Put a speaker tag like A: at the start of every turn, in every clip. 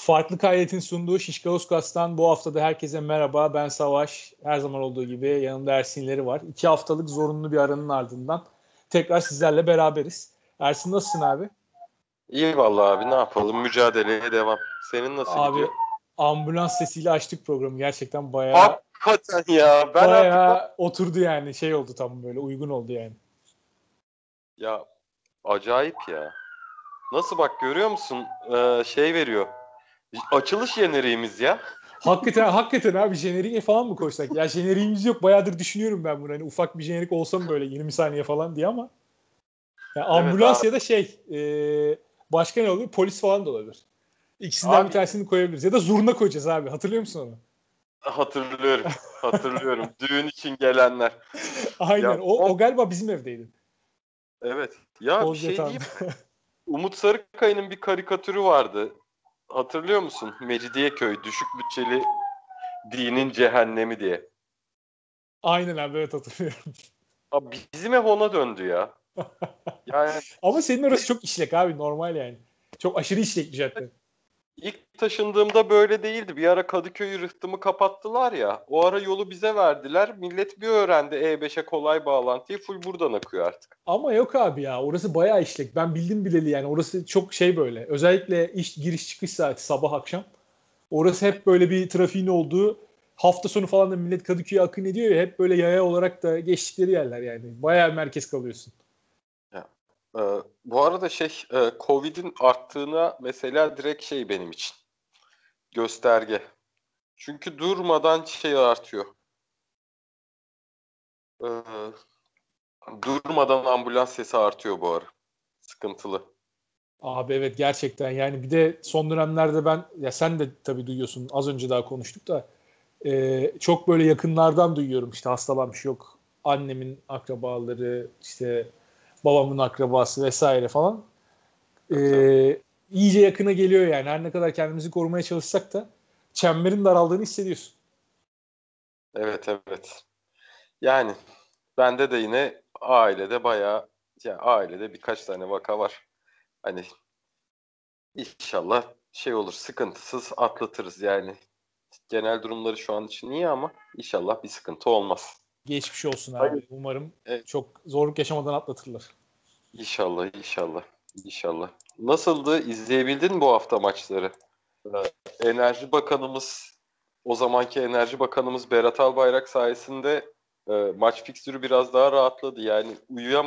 A: Farklı Kaydet'in sunduğu Şişkausgas'tan bu hafta da herkese merhaba. Ben Savaş. Her zaman olduğu gibi yanımda Ersinleri var. 2 haftalık zorunlu bir aranın ardından tekrar sizlerle beraberiz. Ersin nasılsın abi?
B: İyi vallahi abi, ne yapalım, mücadeleye devam. Senin nasıl
A: Abi
B: gidiyor?
A: ambulans sesiyle açtık programı. Gerçekten
B: Hakikaten ya, ben artık
A: oturdu yani. Şey oldu, tam böyle uygun oldu yani.
B: ya acayip ya. Nasıl, bak görüyor musun? Şey veriyor. Açılış jeneriğimiz ya.
A: Hakikaten abi jeneriğe falan mı koysak? Ya jeneriğimiz yok. Bayağıdır düşünüyorum ben bunu. Hani ufak bir jenerik olsa mı böyle 20 saniye falan diye ama. Yani
B: Evet
A: ambulans
B: abi.
A: ya da başka ne olur? Polis falan da olabilir. İkisinden bir
B: Abi
A: tanesini koyabiliriz. Ya da zurna koyacağız abi. Hatırlıyor musun onu?
B: hatırlıyorum. Hatırlıyorum. Düğün için gelenler.
A: Aynen.
B: Ya
A: O galiba bizim evdeydi.
B: evet. Ya bir
A: Koz
B: şey
A: yatağında.
B: diyeyim. Umut Sarıkaya'nın bir karikatürü vardı. Hatırlıyor musun? Mecidiyeköy düşük bütçeli dinin cehennemi diye.
A: Aynen abi, evet hatırlıyorum.
B: Abi bizim ev ona döndü ya. Yani
A: Ama senin orası çok işlek abi, normal yani. Çok aşırı işlekmiş hatta.
B: İlk taşındığımda böyle değildi. Bir ara Kadıköy rıhtımı kapattılar ya. O ara yolu bize verdiler. Millet bir öğrendi E5'e kolay bağlantıyı. Full buradan akıyor artık.
A: Ama yok abi ya, orası bayağı işlek. Ben bildim bileli yani, orası çok şey böyle. Özellikle iş giriş çıkış saati sabah akşam. Orası hep böyle bir trafiğin olduğu, hafta sonu falan da millet Kadıköy'e akın ediyor ya, hep böyle yaya olarak da geçtikleri yerler yani. Bayağı merkez kalıyorsun.
B: Ya, bu arada Covid'in arttığına mesela direkt şey benim için gösterge. Çünkü durmadan şey artıyor. E, durmadan ambulans sesi artıyor bu ara. Sıkıntılı.
A: Abi evet, gerçekten yani. Bir de son dönemlerde ben, ya sen de tabii duyuyorsun, az önce daha konuştuk da çok böyle yakınlardan duyuyorum, işte hastalanmış, yok annemin akrabaları, işte babamın akrabası vesaire falan.
B: Tabii tabii.
A: İyice yakına geliyor yani, her ne kadar kendimizi korumaya çalışsak da çemberin daraldığını hissediyorsun.
B: Evet evet. Yani bende de yine ailede bayağı, ya ailede birkaç tane vaka var. Hani inşallah şey olur, sıkıntısız atlatırız yani. Genel durumları şu an için iyi ama inşallah bir sıkıntı olmaz.
A: Geçmiş olsun
B: Hayır.
A: abi, umarım
B: Evet,
A: çok zorluk yaşamadan atlatırlar.
B: inşallah inşallah inşallah. Nasıldı? İzleyebildin mi bu hafta maçları? Enerji Bakanımız, o zamanki Enerji Bakanımız Berat Albayrak sayesinde maç fikstürü biraz daha rahatladı. Yani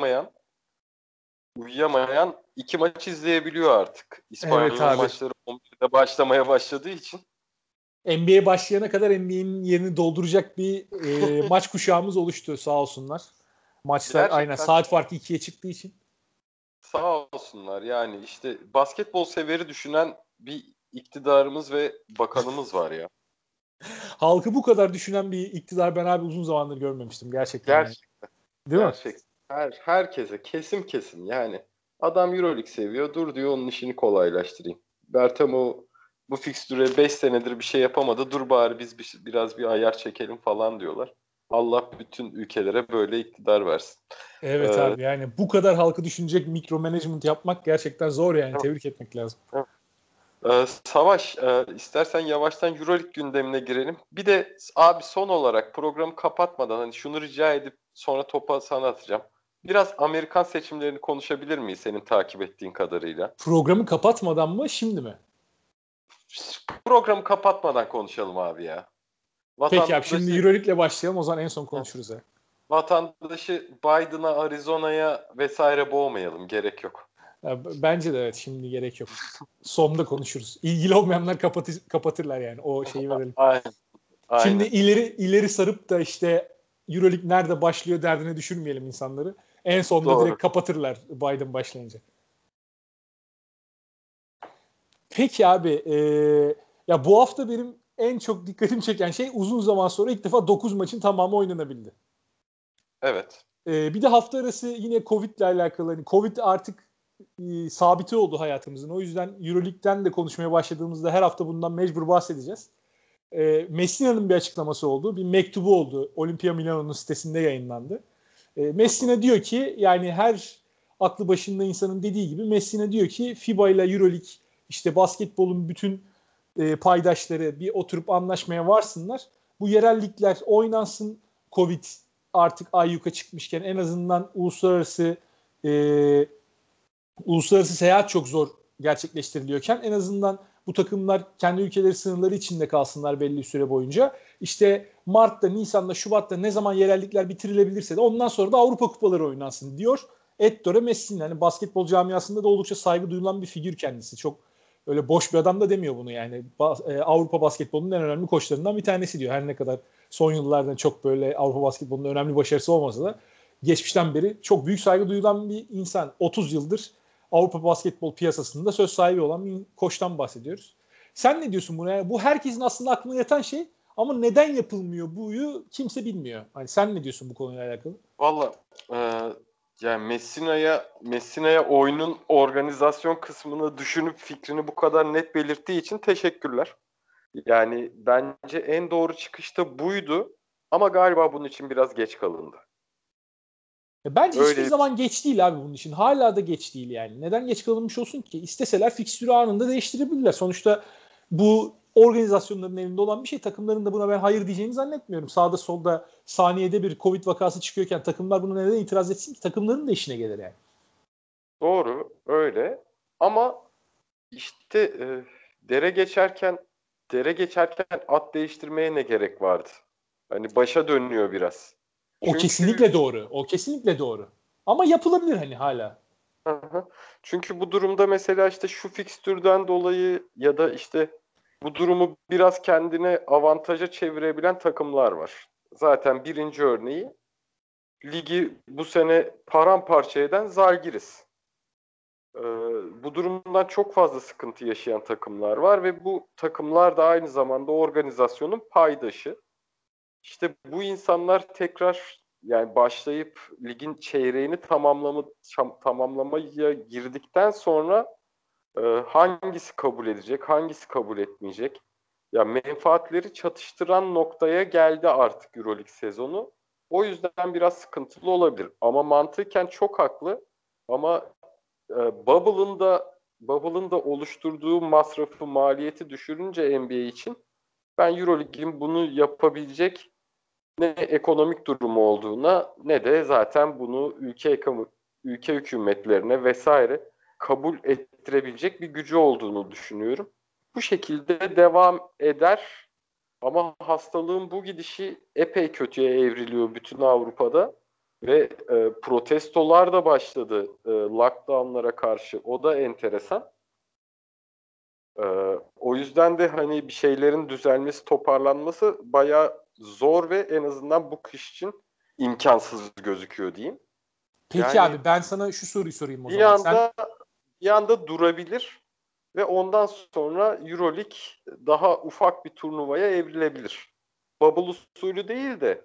B: uyuyamayan iki maç izleyebiliyor artık.
A: Evet
B: İspanyol
A: abi.
B: maçları 11'de başlamaya başladığı için.
A: NBA başlayana kadar NBA'nin yerini dolduracak bir maç kuşağımız oluştu, sağ olsunlar. Maçlar aynen
B: Gerçekten
A: saat farkı 2'ye çıktığı için.
B: sağ olsunlar. Yani işte basketbol severi düşünen bir iktidarımız ve bakanımız var ya.
A: Halkı bu kadar düşünen bir iktidar ben abi uzun zamandır görmemiştim gerçekten yani.
B: Gerçek,
A: Değil mi?
B: gerçek. Herkese kesim yani. Adam EuroLeague seviyor. Dur diyor, onun işini kolaylaştırayım. Bertamo bu fikstüre 5 senedir bir şey yapamadı. Dur bari biz biraz bir ayar çekelim falan diyorlar. Allah bütün ülkelere böyle iktidar versin.
A: Evet
B: Ee,
A: abi, yani bu kadar halkı düşünecek mikro management yapmak gerçekten zor yani, tebrik etmek lazım.
B: Savaş, istersen yavaştan EuroLeague gündemine girelim. Bir de abi son olarak programı kapatmadan hani şunu rica edip sonra topa sana atacağım. Biraz Amerikan seçimlerini konuşabilir miyiz senin takip ettiğin kadarıyla?
A: Programı kapatmadan mı, şimdi mi?
B: Programı kapatmadan konuşalım abi ya.
A: Peki abi, şimdi
B: Vatandaşı
A: Euroleague'le başlayalım, o zaman en son konuşuruz ya.
B: vatandaşı Biden'a, Arizona'ya vesaire boğmayalım. Gerek yok.
A: Bence de evet, şimdi gerek yok. Sonda konuşuruz. İlgili olmayanlar kapatırlar yani, o şeyi verelim.
B: Aynen.
A: Şimdi
B: Aynen.
A: ileri sarıp da işte Euroleague nerede başlıyor derdine düşürmeyelim insanları. En sonunda
B: Doğru.
A: direkt kapatırlar Biden başlayınca. Peki abi, ya bu hafta benim en çok dikkatimi çeken şey, uzun zaman sonra ilk defa 9 maçın tamamı oynanabildi.
B: Evet.
A: Bir de hafta arası yine Covid ile alakalı. Hani Covid artık sabiti oldu hayatımızın. O yüzden Euroleague'den de konuşmaya başladığımızda her hafta bundan mecbur bahsedeceğiz. Messina'nın bir açıklaması oldu. Bir mektubu oldu. Olimpia Milano'nun sitesinde yayınlandı. Messina diyor ki, yani her aklı başında insanın dediği gibi, Messina diyor ki FIBA ile Euroleague, işte basketbolun bütün paydaşları bir oturup anlaşmaya varsınlar. Bu yerel ligler oynansın. Covid artık ayyuka çıkmışken en azından uluslararası seyahat çok zor gerçekleştiriliyorken en azından bu takımlar kendi ülkeleri sınırları içinde kalsınlar belli bir süre boyunca. İşte Mart'ta, Nisan'da, Şubat'ta ne zaman yerellikler bitirilebilirse de ondan sonra da Avrupa kupaları oynansın diyor. Ettore Messina. Yani basketbol camiasında da oldukça saygı duyulan bir figür kendisi. Çok öyle boş bir adam da demiyor bunu yani. Avrupa basketbolunun en önemli koçlarından bir tanesi diyor. Her ne kadar son yıllarda çok böyle Avrupa basketbolunun önemli başarısı olmasa da geçmişten beri çok büyük saygı duyulan bir insan. 30 yıldır Avrupa basketbol piyasasında söz sahibi olan bir koçtan bahsediyoruz. Sen ne diyorsun buna? Yani bu herkesin aslında aklına yatan şey ama neden yapılmıyor buyu kimse bilmiyor. Hani sen ne diyorsun bu konuyla alakalı?
B: Valla yani Messina'ya oyunun organizasyon kısmını düşünüp fikrini bu kadar net belirttiği için teşekkürler. Yani bence en doğru çıkış da buydu ama galiba bunun için biraz geç kalındı.
A: Bence hiçbir zaman geç değil abi bunun için. Hala da geç değil yani. Neden geç kalınmış olsun ki? İsteseler fikstürü anında değiştirebilirler. Sonuçta bu organizasyonların elinde olan bir şey. Takımların da buna ben hayır diyeceğini zannetmiyorum. Sağda solda saniyede bir Covid vakası çıkıyorken takımlar buna neden itiraz etsin ki? Takımların da işine gelir yani.
B: Doğru öyle ama işte dere geçerken at değiştirmeye ne gerek vardı? Hani başa dönüyor biraz.
A: O kesinlikle doğru. O kesinlikle doğru. Ama yapılabilir hani hala.
B: Çünkü bu durumda mesela işte şu fikstürden dolayı ya da işte bu durumu biraz kendine avantaja çevirebilen takımlar var. Zaten birinci örneği ligi bu sene paramparça eden Zalgiris. Bu durumdan çok fazla sıkıntı yaşayan takımlar var ve bu takımlar da aynı zamanda organizasyonun paydaşı. İşte bu insanlar tekrar yani başlayıp ligin çeyreğini tamamlamaya girdikten sonra hangisi kabul edecek, hangisi kabul etmeyecek? Ya menfaatleri çatıştıran noktaya geldi artık EuroLeague sezonu. O yüzden biraz sıkıntılı olabilir. Ama mantıken çok haklı. Ama Bubble'ın da oluşturduğu masrafı, maliyeti düşürünce NBA için ben EuroLeague'in bunu yapabilecek ne ekonomik durumu olduğuna ne de zaten bunu ülke hükümetlerine vesaire kabul ettirebilecek bir gücü olduğunu düşünüyorum. Bu şekilde devam eder ama hastalığın bu gidişi epey kötüye evriliyor bütün Avrupa'da ve protestolar da başladı lockdownlara karşı. O da enteresan. O yüzden de hani bir şeylerin düzelmesi, toparlanması bayağı zor ve en azından bu kış için imkansız gözüküyor diyeyim.
A: Peki
B: Yani
A: abi ben sana şu soruyu sorayım o
B: bir
A: zaman.
B: anda durabilir ve ondan sonra EuroLeague daha ufak bir turnuvaya evrilebilir. Bubble usulü değil de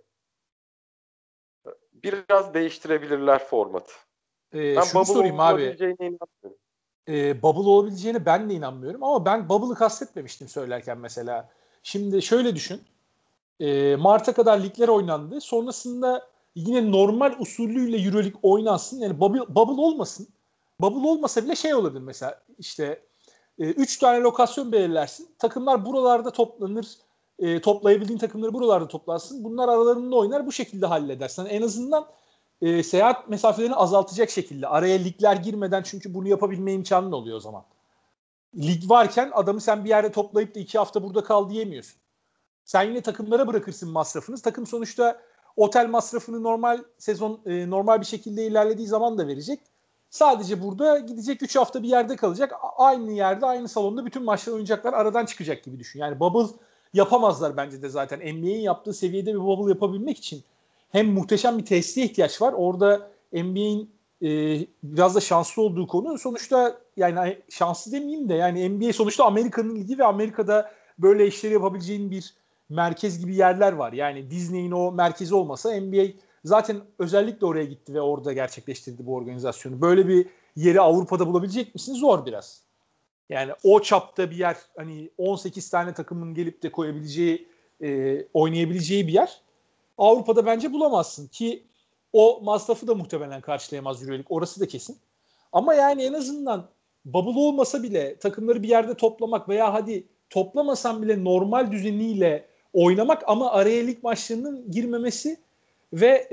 B: biraz değiştirebilirler formatı. Ben
A: Şunu
B: bubble
A: sorayım abi.
B: olabileceğine inanmıyorum.
A: Bubble olabileceğine ben de inanmıyorum ama ben bubble'ı kastetmemiştim söylerken mesela. Şimdi şöyle düşün. Mart'a kadar ligler oynandı. Sonrasında yine normal usulüyle EuroLeague oynansın. Yani bubble olmasın. Bubble olmasa bile şey olabilir mesela. İşte 3 tane lokasyon belirlersin. Takımlar buralarda toplanır. Toplayabildiğin takımları buralarda toplarsın. Bunlar aralarında oynar. Bu şekilde halledersin. Yani en azından seyahat mesafelerini azaltacak şekilde. Araya ligler girmeden çünkü bunu yapabilme imkanın oluyor o zaman. Lig varken adamı sen bir yerde toplayıp da 2 hafta burada kal diyemiyorsun. Sen yine takımlara bırakırsın masrafını. Takım sonuçta otel masrafını normal sezon normal bir şekilde ilerlediği zaman da verecek. Sadece burada gidecek 3 hafta bir yerde kalacak. Aynı yerde, aynı salonda bütün maçlar oynayacaklar. Aradan çıkacak gibi düşün. Yani bubble yapamazlar bence de zaten. NBA'in yaptığı seviyede bir bubble yapabilmek için hem muhteşem bir tesise ihtiyaç var. Orada NBA'in biraz da şanslı olduğu konu sonuçta yani şanslı demeyeyim de yani NBA sonuçta Amerika'nın ligi ve Amerika'da böyle işleri yapabileceğin bir merkez gibi yerler var. Yani Disney'in o merkezi olmasa NBA zaten özellikle oraya gitti ve orada gerçekleştirdi bu organizasyonu. Böyle bir yeri Avrupa'da bulabilecek misin? Zor biraz. Yani o çapta bir yer hani 18 tane takımın gelip de koyabileceği oynayabileceği bir yer Avrupa'da bence bulamazsın ki o masrafı da muhtemelen karşılayamaz EuroLeague. Orası da kesin. Ama yani en azından bubble olmasa bile takımları bir yerde toplamak veya hadi toplamasan bile normal düzeniyle oynamak ama araya lig maçlarının girmemesi ve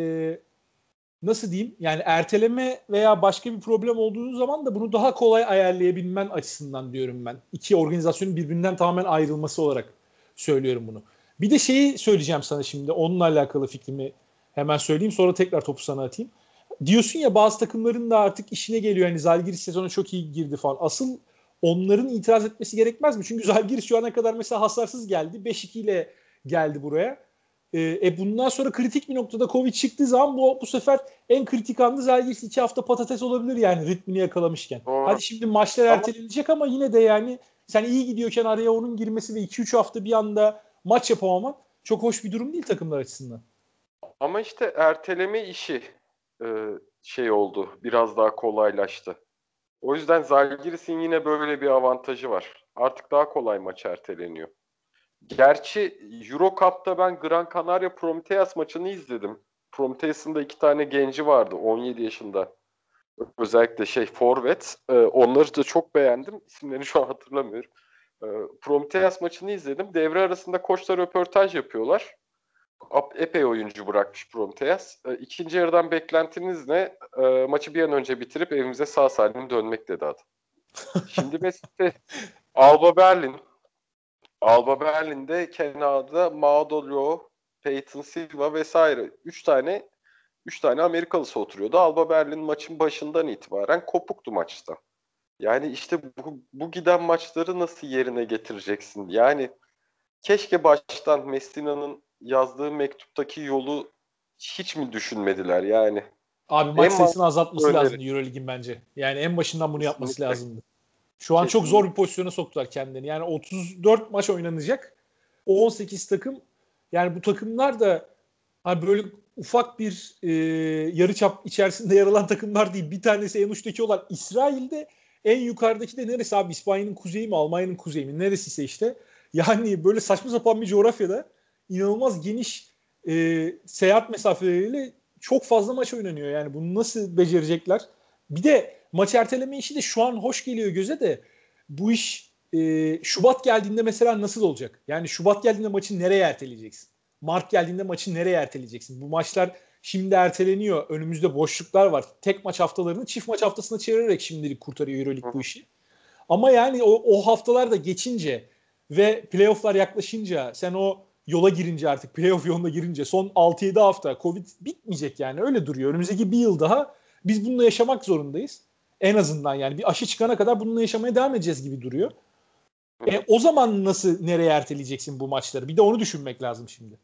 A: nasıl diyeyim, yani erteleme veya başka bir problem olduğu zaman da bunu daha kolay ayarlayabilmen açısından diyorum ben. İki organizasyonun birbirinden tamamen ayrılması olarak söylüyorum bunu. Bir de şeyi söyleyeceğim sana şimdi. Onunla alakalı fikrimi hemen söyleyeyim. Sonra tekrar topu sana atayım. Diyorsun ya bazı takımların da artık işine geliyor. Yani Zalgiris sezona çok iyi girdi falan. Asıl onların itiraz etmesi gerekmez mi? Çünkü Zalgiris şu ana kadar mesela hasarsız geldi. 5-2 ile geldi buraya. Bundan sonra kritik bir noktada Covid çıktığı zaman bu sefer en kritik anda Zalgiris 2 hafta patates olabilir yani ritmini yakalamışken.
B: Doğru.
A: Hadi şimdi maçlar
B: Ama
A: ertelenecek ama yine de yani sen iyi gidiyorken araya onun girmesi ve 2-3 hafta bir anda maç yapamaman çok hoş bir durum değil takımlar açısından.
B: Ama işte erteleme işi şey oldu. Biraz daha kolaylaştı. O yüzden Zalgiris'in yine böyle bir avantajı var. Artık daha kolay maç erteleniyor. Gerçi Euro Cup'ta ben Gran Canaria Prometheas maçını izledim. Prometheas'ın da 2 tane genci vardı 17 yaşında. Özellikle forvet. Onları da çok beğendim. İsimlerini şu an hatırlamıyorum. Prometheas maçını izledim. Devre arasında koçlar röportaj yapıyorlar. Epey oyuncu bırakmış Prometheas. İkinci yarıdan beklentiniz ne? Maçı bir an önce bitirip evimize sağ salim dönmek dedi adam. Şimdi mesela Alba Berlin. Alba Berlin'de kenarda Maudolio, Peyton Silva vesaire. Üç tane Amerikalısı oturuyordu. Alba Berlin maçın başından itibaren kopuktu maçta. Yani işte bu giden maçları nasıl yerine getireceksin? Yani keşke baştan Messina'nın yazdığı mektuptaki yolu hiç mi düşünmediler yani?
A: Abi maç
B: En
A: sayısını azaltması
B: mantıklı öneri.
A: lazımdı Euroleague'in bence. Yani en başından bunu yapması
B: Kesinlikle.
A: lazımdı. Şu an çok zor bir
B: Kesinlikle.
A: pozisyona soktular kendilerini. Yani 34 maç oynanacak. O 18 takım, yani bu takımlar da hani böyle ufak bir yarıçap içerisinde yer alan takımlar değil. Bir tanesi en uçtaki olan İsrail'de, en yukarıdaki de neresi abi? İspanya'nın kuzeyi mi? Almanya'nın kuzeyi mi? Neresiyse işte. Yani böyle saçma sapan bir coğrafyada inanılmaz geniş seyahat mesafeleriyle çok fazla maç oynanıyor. Yani bunu nasıl becerecekler? Bir de maç erteleme işi de şu an hoş geliyor göze de bu iş Şubat geldiğinde mesela nasıl olacak? Yani Şubat geldiğinde maçı nereye erteleyeceksin? Mart geldiğinde maçı nereye erteleyeceksin? Bu maçlar şimdi erteleniyor. Önümüzde boşluklar var. Tek maç haftalarını çift maç haftasına çevirerek şimdilik kurtarıyor EuroLeague bu işi. Ama yani o haftalar da geçince ve playofflar yaklaşınca, sen o yola girince, artık playoff yoluna girince son 6-7 hafta Covid bitmeyecek yani, öyle duruyor. Önümüzdeki bir yıl daha biz bununla yaşamak zorundayız. En azından yani bir aşı çıkana kadar bununla yaşamaya devam edeceğiz gibi duruyor. O zaman nasıl, nereye erteleyeceksin bu maçları? Bir de onu düşünmek lazım şimdi.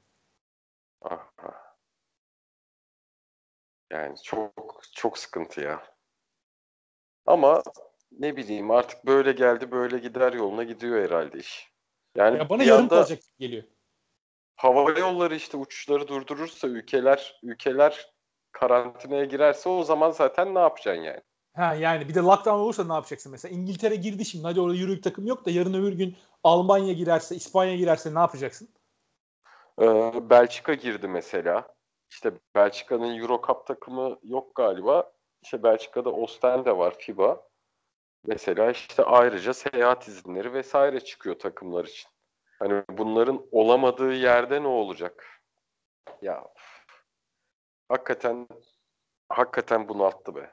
B: Yani çok çok sıkıntı ya. Ama ne bileyim artık böyle geldi böyle gider yoluna gidiyor herhalde iş. Yani
A: Ya bana
B: bir
A: yarım
B: anda
A: kalacak gibi geliyor.
B: hava yolları işte uçuşları durdurursa ülkeler karantinaya girerse o zaman zaten ne yapacaksın yani?
A: Ha, yani bir de lockdown olursa ne yapacaksın mesela? İngiltere girdi şimdi. Hadi orada yürüyük takım yok da yarın öbür gün Almanya girerse, İspanya girerse ne yapacaksın?
B: Belçika girdi mesela. İşte Belçika'nın Euro Cup takımı yok galiba. İşte Belçika'da Ostende var FIBA. Mesela işte ayrıca seyahat izinleri vesaire çıkıyor takımlar için. Hani bunların olamadığı yerde ne olacak? Ya hakikaten hakikaten bunalttı be.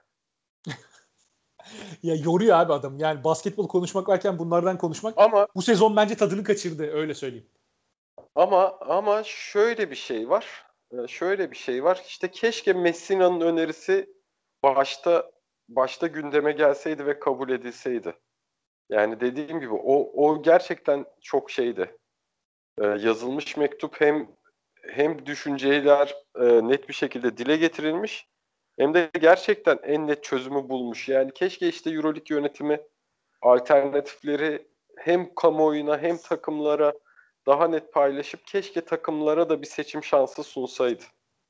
A: Ya yoruyor abi adam. Yani basketbol konuşmak varken bunlardan konuşmak
B: Ama
A: bu sezon bence tadını kaçırdı, öyle söyleyeyim.
B: ama şöyle bir şey var. Şöyle bir şey var. İşte keşke Messina'nın önerisi başta gündeme gelseydi ve kabul edilseydi. Yani dediğim gibi o gerçekten çok şeydi. Yazılmış mektup hem düşünceler net bir şekilde dile getirilmiş hem de gerçekten en net çözümü bulmuş. Yani keşke işte EuroLeague yönetimi alternatifleri hem kamuoyuna hem takımlara daha net paylaşıp keşke takımlara da bir seçim şansı sunsaydı.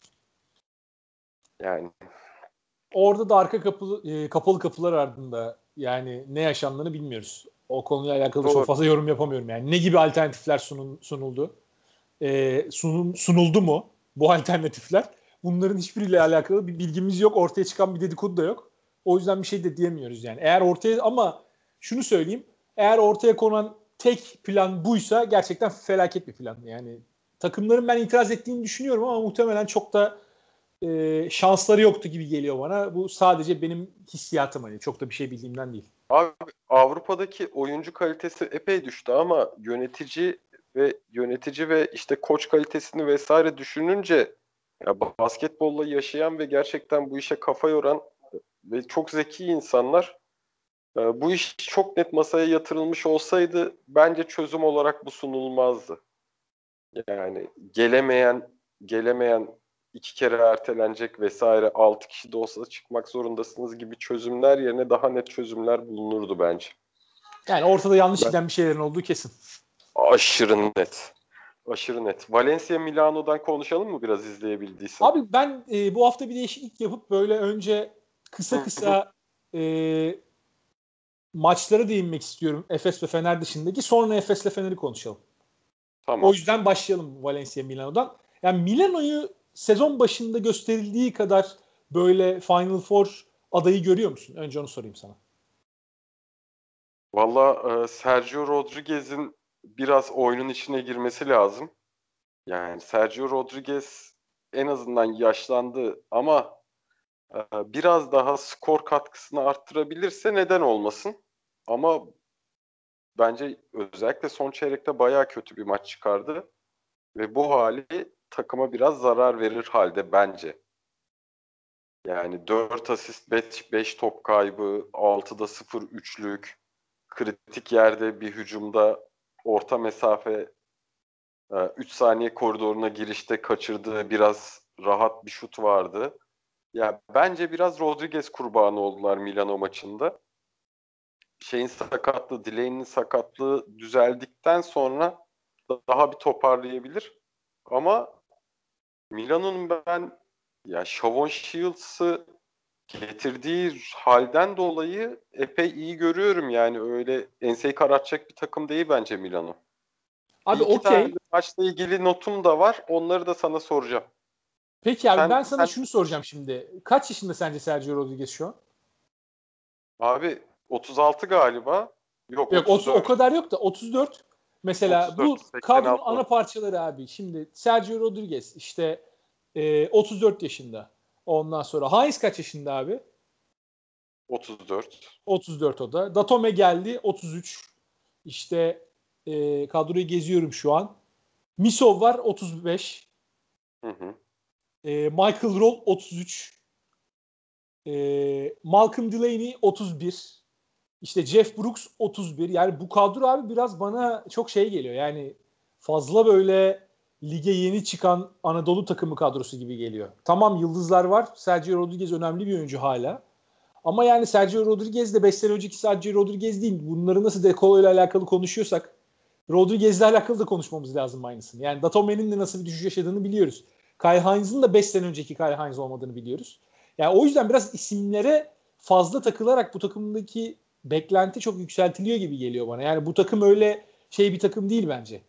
B: Yani
A: Orada da arka kapalı kapılar ardında yani ne yaşandığını bilmiyoruz. O konuyla alakalı çok
B: doğru.
A: fazla yorum yapamıyorum yani. Ne gibi alternatifler sunuldu? Sunuldu mu bu alternatifler? Bunların hiçbiriyle alakalı bir bilgimiz yok. Ortaya çıkan bir dedikodu da yok. O yüzden bir şey de diyemiyoruz yani. Eğer ortaya, ama şunu söyleyeyim. Eğer ortaya konan tek plan buysa gerçekten felaket bir plan. Yani takımların ben itiraz ettiğini düşünüyorum ama muhtemelen çok da şansları yoktu gibi geliyor bana. Bu sadece benim hissiyatım, hani çok da bir şey bildiğimden değil.
B: Abi Avrupa'daki oyuncu kalitesi epey düştü ama yönetici ve işte koç kalitesini vesaire düşününce ya basketbolla yaşayan ve gerçekten bu işe kafa yoran ve çok zeki insanlar, bu iş çok net masaya yatırılmış olsaydı bence çözüm olarak bu sunulmazdı. Yani gelemeyen 2 kere ertelenecek vesaire, 6 kişi de olsa çıkmak zorundasınız gibi çözümler yerine daha net çözümler bulunurdu bence.
A: Yani ortada yanlış
B: Ben
A: giden bir şeylerin olduğu kesin.
B: aşırı net. Aşırı net. Valencia Milano'dan konuşalım mı biraz izleyebildiysen?
A: Abi ben bu hafta bir değişiklik yapıp böyle önce kısa kısa maçlara değinmek istiyorum. Efes ve Fener dışındaki. Sonra Efes'le Fener'i konuşalım. O
B: Tamam.
A: yüzden başlayalım Valencia Milano'dan. Yani Milano'yu sezon başında gösterildiği kadar böyle Final Four adayı görüyor musun? Önce onu sorayım sana.
B: Valla Sergio Rodriguez'in biraz oyunun içine girmesi lazım. Yani Sergio Rodriguez en azından yaşlandı ama biraz daha skor katkısını arttırabilirse neden olmasın? Ama bence özellikle son çeyrekte bayağı kötü bir maç çıkardı. Ve bu hali takıma biraz zarar verir halde bence. Yani 4 asist, 5 top kaybı, 6'da 0 üçlük, kritik yerde bir hücumda orta mesafe 3 saniye koridoruna girişte kaçırdığı biraz rahat bir şut vardı. Ya bence biraz Rodriguez kurbanı oldular Milano maçında. Delaney'nin sakatlığı düzeldikten sonra daha bir toparlayabilir. Ama Milano'nun ben ya Shavon Shields'ı getirdiği halden dolayı epey iyi görüyorum. Yani öyle enseyi karartacak bir takım değil bence Milano. Bir
A: Abi
B: iki tane
A: okey.
B: de maçla ilgili notum da var. Onları da sana soracağım.
A: Peki abi ben sana
B: Sen
A: şunu soracağım şimdi. Kaç yaşında sence Sergio Rodriguez şu an?
B: abi 36 galiba. Yok
A: Yok 30, o
B: 34.
A: kadar yok da 34. Mesela
B: 34,
A: bu kadronun
B: 86
A: ana
B: var.
A: parçaları abi. Şimdi Sergio Rodriguez işte 34 yaşında. Ondan sonra Heinz kaç yaşında abi?
B: 34.
A: 34 o da. Datome geldi 33. İşte kadroyu geziyorum şu an. Misov var 35.
B: Hı hı.
A: Michael Roll 33. Malcolm Delaney 31. İşte Jeff Brooks 31. Yani bu kadro abi biraz bana çok şey geliyor. Yani fazla böyle lige yeni çıkan Anadolu takımı kadrosu gibi geliyor. Tamam yıldızlar var. Sergio Rodriguez önemli bir oyuncu hala. Ama yani Sergio Rodriguez de 5 sene önceki Sergio Rodriguez değil. Bunları nasıl Dekolo ile alakalı konuşuyorsak Rodriguez'le alakalı da konuşmamız lazım aynısını. Yani Datome'nin de nasıl bir düşüş yaşadığını biliyoruz. Kai Hines'ın da 5 sene önceki Kai Hines olmadığını biliyoruz. Yani o yüzden biraz isimlere fazla takılarak bu takımdaki beklenti çok yükseltiliyor gibi geliyor bana. Yani bu takım öyle şey bir takım değil bence.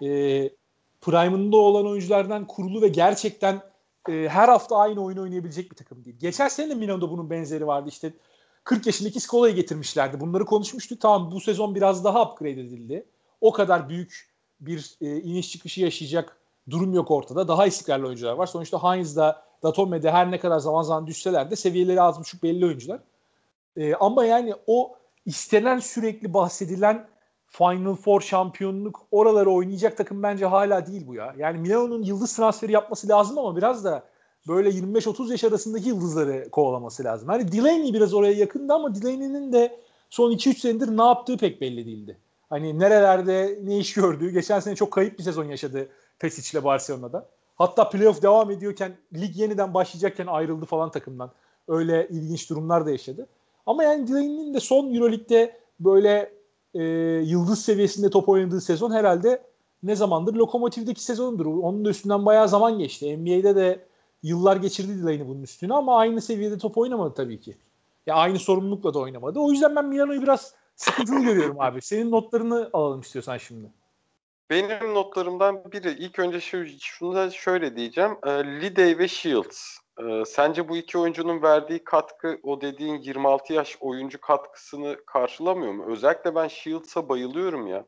A: Prime'ında olan oyunculardan kurulu ve gerçekten her hafta aynı oyunu oynayabilecek bir takım değil. Geçen sene de Milano'da bunun benzeri vardı. İşte 40 yaşındaki Scola'yı getirmişlerdi. Bunları konuşmuştuk. Tamam bu sezon biraz daha upgrade edildi. O kadar büyük bir iniş çıkışı yaşayacak durum yok ortada. Daha istikrarlı oyuncular var. Sonuçta Heinz'da, Datome'de her ne kadar zaman zaman düşseler de seviyeleri az buçuk belli oyuncular. Ama yani o istenen sürekli bahsedilen Final Four şampiyonluk oraları oynayacak takım bence hala değil bu ya. Yani Milano'nun yıldız transferi yapması lazım ama biraz da böyle 25-30 yaş arasındaki yıldızları kovalaması lazım. Hani Delaney biraz oraya yakındı ama Delaney'nin de son 2-3 senedir ne yaptığı pek belli değildi. Hani nerelerde ne iş gördüğü. Geçen sene çok kayıp bir sezon yaşadı Pesic'le Barcelona'da. Hatta playoff devam ediyorken, lig yeniden başlayacakken ayrıldı falan takımdan. Öyle ilginç durumlar da yaşadı. Ama yani Delaney'nin de son Euroleague'de böyle yıldız seviyesinde top oynadığı sezon herhalde ne zamandır Lokomotiv'deki sezondur. Onun da üstünden bayağı zaman geçti. NBA'de de yıllar geçirdi Delaney bunun üstüne ama aynı seviyede top oynamadı tabii ki. Ya aynı sorumlulukla da oynamadı. O yüzden ben Milano'yu biraz sıkıntılı görüyorum abi. Senin notlarını alalım istiyorsan şimdi.
B: Benim notlarımdan biri ilk önce şunu da şöyle diyeceğim. Lidey ve Shields. Sence bu iki oyuncunun verdiği katkı o dediğin 26 yaş oyuncu katkısını karşılamıyor mu? Özellikle ben Shields'a bayılıyorum ya.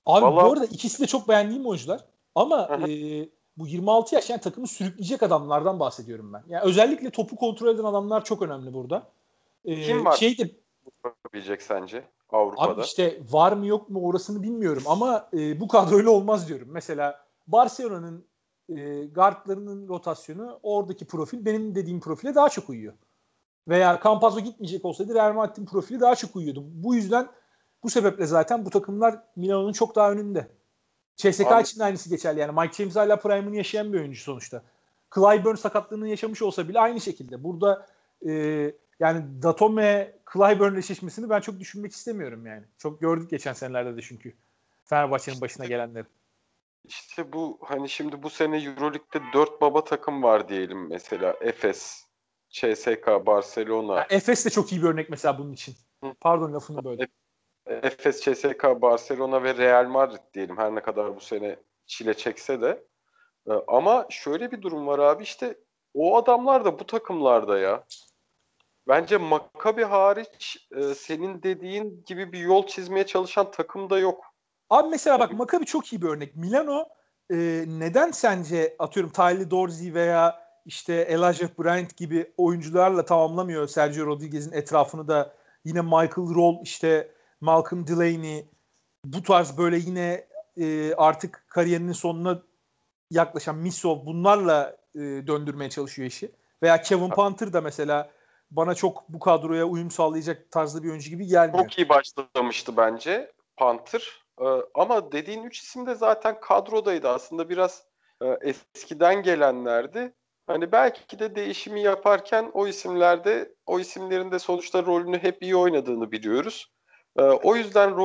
A: Abi bu
B: Vallahi
A: arada ikisi de çok beğendiğim oyuncular. Ama bu 26 yaş yani takımı sürükleyecek adamlardan bahsediyorum ben. Yani özellikle topu kontrol eden adamlar çok önemli burada.
B: kim var
A: Şey de
B: yapabilecek sence
A: Abi
B: Avrupa'da?
A: işte var mı yok mu orasını bilmiyorum ama bu kadroyla olmaz diyorum. Mesela Barcelona'nın guardlarının rotasyonu oradaki profil benim dediğim profile daha çok uyuyor. Veya Campazzo gitmeyecek olsaydı Real Madrid'in profili daha çok uyuyordu. Bu yüzden bu sebeple zaten bu takımlar Milano'nun çok daha önünde. CSKA
B: An
A: için de aynısı geçerli. Yani Mike James hala prime'ını yaşayan bir oyuncu sonuçta. Clyburn sakatlığını yaşamış olsa bile aynı şekilde. Burada yani Datome Clyburn eşleşmesini ben çok düşünmek istemiyorum yani. Çok gördük geçen senelerde de çünkü. Fenerbahçe'nin başına gelenleri.
B: işte bu hani şimdi bu sene EuroLeague'de 4 baba takım var diyelim mesela. Efes, CSKA,
A: Yani
B: Barcelona.
A: Efes de çok iyi bir örnek mesela bunun için. Pardon lafını böldüm.
B: Efes, CSKA, Barcelona ve Real Madrid diyelim. Her ne kadar bu sene çile çekse de. Ama şöyle bir durum var abi, işte o adamlar da bu takımlarda ya. Bence Maccabi hariç senin dediğin gibi bir yol çizmeye çalışan takım da yok.
A: Abi mesela bak Maccabi çok iyi bir örnek. Milano neden sence atıyorum Tyler Dorsey veya işte Elijah Bryant gibi oyuncularla tamamlamıyor Sergio Rodriguez'in etrafını da yine Michael Roll işte Malcolm Delaney bu tarz böyle yine artık kariyerinin sonuna yaklaşan Misov bunlarla döndürmeye çalışıyor işi. Veya Kevin Panther da mesela bana çok bu kadroya uyum sağlayacak tarzda bir oyuncu gibi gelmiyor.
B: Çok iyi başlamıştı bence Panther. Ama dediğin 3 isim de zaten kadrodaydı. Aslında biraz eskiden gelenlerdi. Hani belki de değişimi yaparken o isimlerin de sonuçta rolünü hep iyi oynadığını biliyoruz. O yüzden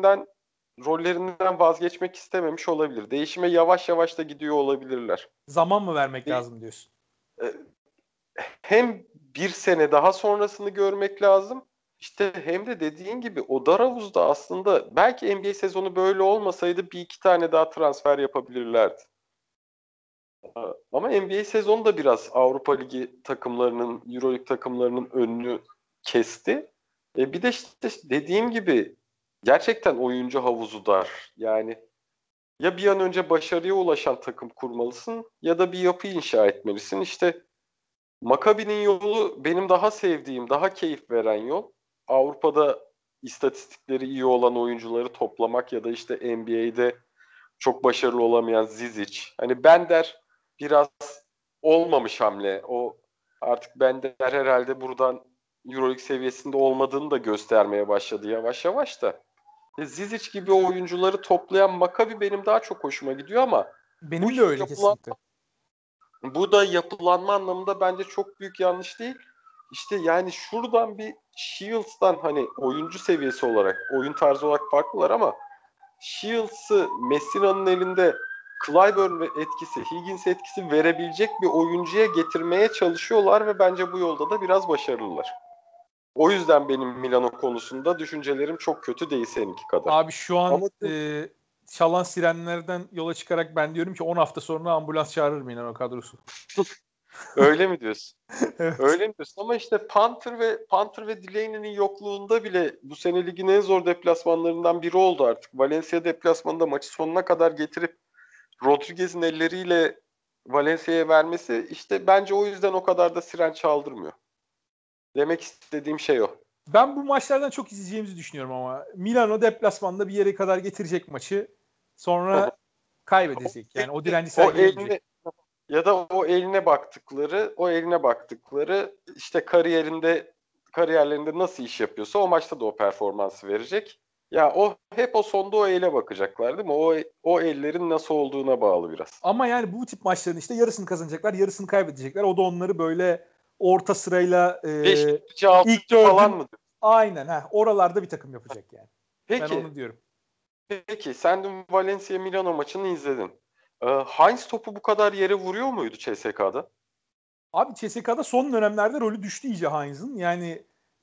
B: rollerinden vazgeçmek istememiş olabilir. Değişime yavaş yavaş da gidiyor olabilirler.
A: Zaman mı vermek
B: E,
A: lazım diyorsun?
B: e, Hem bir sene daha sonrasını görmek lazım. İşte hem de dediğin gibi o dar havuzda aslında belki NBA sezonu böyle olmasaydı bir iki tane daha transfer yapabilirlerdi. Ama NBA sezonu da biraz Avrupa Ligi takımlarının, Euroleague takımlarının önünü kesti. Bir de işte dediğim gibi gerçekten oyuncu havuzu dar. Yani ya bir an önce başarıya ulaşan takım kurmalısın ya da bir yapı inşa etmelisin. İşte Maccabi'nin yolu benim daha sevdiğim, daha keyif veren yol. Avrupa'da istatistikleri iyi olan oyuncuları toplamak ya da işte NBA'de çok başarılı olamayan Zizic. Hani Bender biraz olmamış hamle. O artık Bender herhalde buradan EuroLeague seviyesinde olmadığını da göstermeye başladı yavaş yavaş da. Zizic gibi oyuncuları toplayan Maccabi benim daha çok hoşuma gidiyor ama bu
A: Benim de öyle
B: yapılan
A: kesinlikle.
B: bu da yapılanma anlamında bence çok büyük yanlış değil. İşte yani şuradan bir Shields'tan hani oyuncu seviyesi olarak, oyun tarzı olarak farklılar ama Shields'ı Messina'nın elinde Clyburn ve etkisi, Higgins etkisi verebilecek bir oyuncuya getirmeye çalışıyorlar ve bence bu yolda da biraz başarılılar. O yüzden benim Milano konusunda düşüncelerim çok kötü değil seninki kadar.
A: Abi şu an
B: Ama
A: çalan sirenlerden yola çıkarak ben diyorum ki 10 hafta sonra ambulans çağırır Milano kadrosu.
B: öyle mi diyorsun?
A: Evet.
B: Öyle mi diyorsun? Ama işte Panther ve Delaney'nin yokluğunda bile bu sene ligin en zor deplasmanlarından biri oldu artık. Valencia deplasmanında maçı sonuna kadar getirip Rodriguez'in elleriyle Valencia'ya vermesi işte bence o yüzden o kadar da siren çaldırmıyor. Demek istediğim şey o.
A: Ben bu maçlardan çok izleyeceğimizi düşünüyorum ama Milano deplasmanda bir yere kadar getirecek maçı. Sonra kaybedecek. Yani o direnci
B: O
A: sergileyemeyecek.
B: eline ya da o eline baktıkları işte kariyerlerinde nasıl iş yapıyorsa o maçta da o performansı verecek. Ya o hep o sonda o ele bakacaklar değil mi? O ellerin nasıl olduğuna bağlı biraz.
A: Ama yani bu tip maçların işte yarısını kazanacaklar, yarısını kaybedecekler. O da onları böyle orta sırayla
B: 5. 6.
A: ilk
B: falan
A: dördün
B: mı?
A: aynen oralarda bir takım yapacak yani. Ben
B: Peki,
A: onu diyorum.
B: peki sen dün Valencia Milano maçını izledin. Heinz topu bu kadar yere vuruyor muydu CSK'da?
A: Abi CSK'da son dönemlerde rolü düştü iyice Heinz'ın. Yani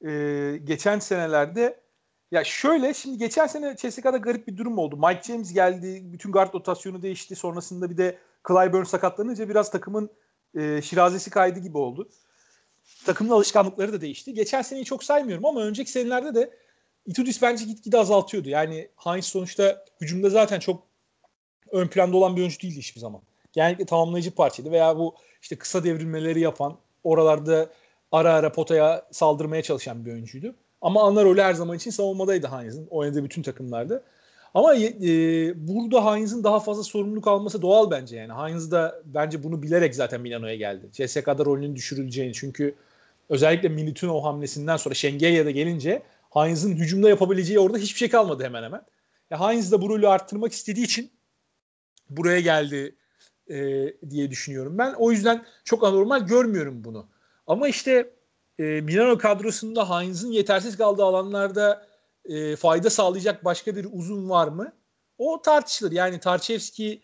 A: geçen senelerde ya şöyle şimdi geçen sene CSK'da garip bir durum oldu. Mike James geldi. Bütün guard rotasyonu değişti. Sonrasında bir de Clyburn sakatlanınca biraz takımın şirazesi kaydı gibi oldu. Takımın alışkanlıkları da değişti. Geçen seneyi çok saymıyorum ama önceki senelerde de Itudis bence gitgide azaltıyordu. Yani Heinz sonuçta hücumda zaten çok ön planda olan bir oyuncu değildi hiçbir zaman. Genellikle tamamlayıcı parçaydı veya bu işte kısa devrilmeleri yapan, oralarda ara ara potaya saldırmaya çalışan bir oyuncuydu. Ama ana rolü her zaman için savunmadaydı Heinz'in. Oynadığı bütün takımlarda. Ama burada Heinz'in daha fazla sorumluluk alması doğal bence yani. Heinz da bence bunu bilerek zaten Milano'ya geldi. CSK'da rolünün düşürüleceğini. Çünkü özellikle Militinov hamlesinden sonra Şengelya'da gelince Heinz'in hücumda yapabileceği orada hiçbir şey kalmadı hemen hemen. Heinz de bu rolü arttırmak istediği için buraya geldi diye düşünüyorum ben. O yüzden çok anormal görmüyorum bunu. Ama işte Milano kadrosunda Heinz'in yetersiz kaldığı alanlarda fayda sağlayacak başka bir uzun var mı? O tartışılır. Yani Tarçevski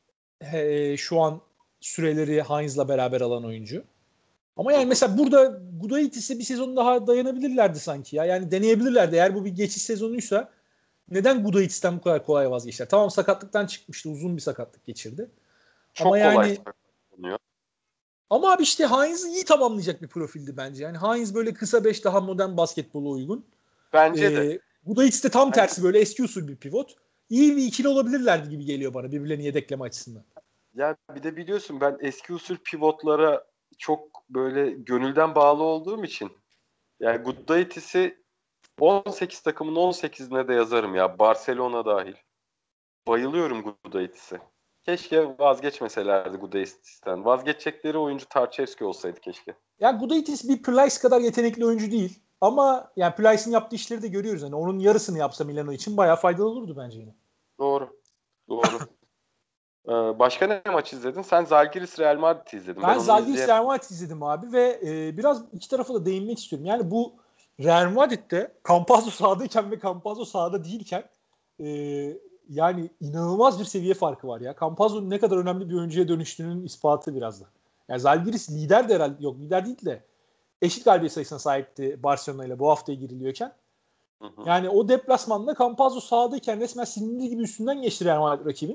A: şu an süreleri Heinz'la beraber alan oyuncu. Ama yani mesela burada Gudaitis'e bir sezon daha dayanabilirlerdi sanki ya. Yani deneyebilirlerdi. Eğer bu bir geçiş sezonuysa neden Gudaitis'ten bu kadar kolay vazgeçtiler? Tamam sakatlıktan çıkmıştı. Uzun bir sakatlık geçirdi. Ama
B: Çok kolay
A: yani
B: sakatlanıyor.
A: ama abi işte Heinz iyi tamamlayacak bir profildi bence. Yani Heinz böyle kısa 5 daha modern basketbola uygun.
B: Bence de.
A: Gudaitis de tam
B: Bence
A: tersi böyle eski usul bir pivot. İyi bir ikili olabilirlerdi gibi geliyor bana birbirlerini yedekleme açısından.
B: Ya bir de biliyorsun ben eski usul pivotlara çok böyle gönülden bağlı olduğum için yani Gudaitis'i 18 takımın 18'ine de yazarım ya. Barcelona dahil. Bayılıyorum Gudaitis'e. Keşke vazgeçmeselerdi Gudaitis'ten. Vazgeçecekleri oyuncu Tarçevski olsaydı keşke.
A: Ya Gudaitis bir Plyce kadar yetenekli oyuncu değil. Ama yani Plyce'in yaptığı işleri de görüyoruz. Yani onun yarısını yapsa Milano için bayağı faydalı olurdu bence yine.
B: Doğru. Doğru. Başka ne maç izledin? Sen Zalgiris Real Madrid'i izledin. Ben
A: Ben
B: onu
A: Zalgiris Real Madrid izledim abi ve biraz iki tarafa da değinmek istiyorum. Yani bu Real Madrid'de Campazzo sahadayken ve Campazzo sahada değilken e, yani inanılmaz bir seviye farkı var ya. Campazzo'nun ne kadar önemli bir oyuncuya dönüştüğünün ispatı biraz da. Yani Zalgiris lider de herhalde yok lider değil de eşit galibiyet sayısına sahipti Barcelona ile bu haftaya giriliyorken. Yani o deplasmanda Campazzo sahadayken resmen silindiği gibi üstünden geçti Real Madrid rakibin.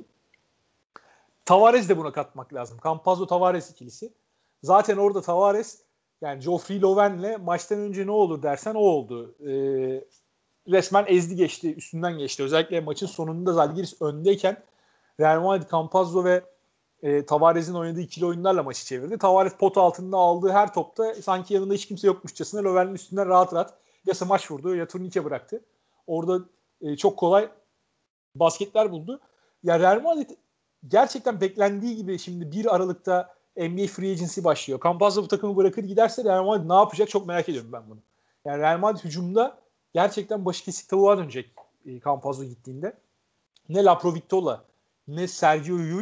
A: Tavares de buna katmak lazım. Campazzo-Tavares ikilisi. Zaten orada Tavares yani Geoffrey Löwen'le maçtan önce ne olur dersen o oldu. Resmen ezdi geçti, üstünden geçti. Özellikle maçın sonunda Zalgiris öndeyken Real Madrid Campazzo ve Tavares'in oynadığı ikili oyunlarla maçı çevirdi. Tavares pot altında aldığı her topta sanki yanında hiç kimse yokmuşçasına Löwen'in üstünden rahat rahat ya smaç vurdu ya turnike bıraktı. Orada çok kolay basketler buldu. Ya Real Madrid gerçekten beklendiği gibi şimdi 1 Aralık'ta NBA Free Agency başlıyor. Campazzo bu takımı bırakır giderse Real Madrid ne yapacak çok merak ediyorum ben bunu. Yani Real Madrid hücumda gerçekten başı kesik tavuğa dönecek Campazzo gittiğinde. Ne Laprovittola, ne Sergio Llull,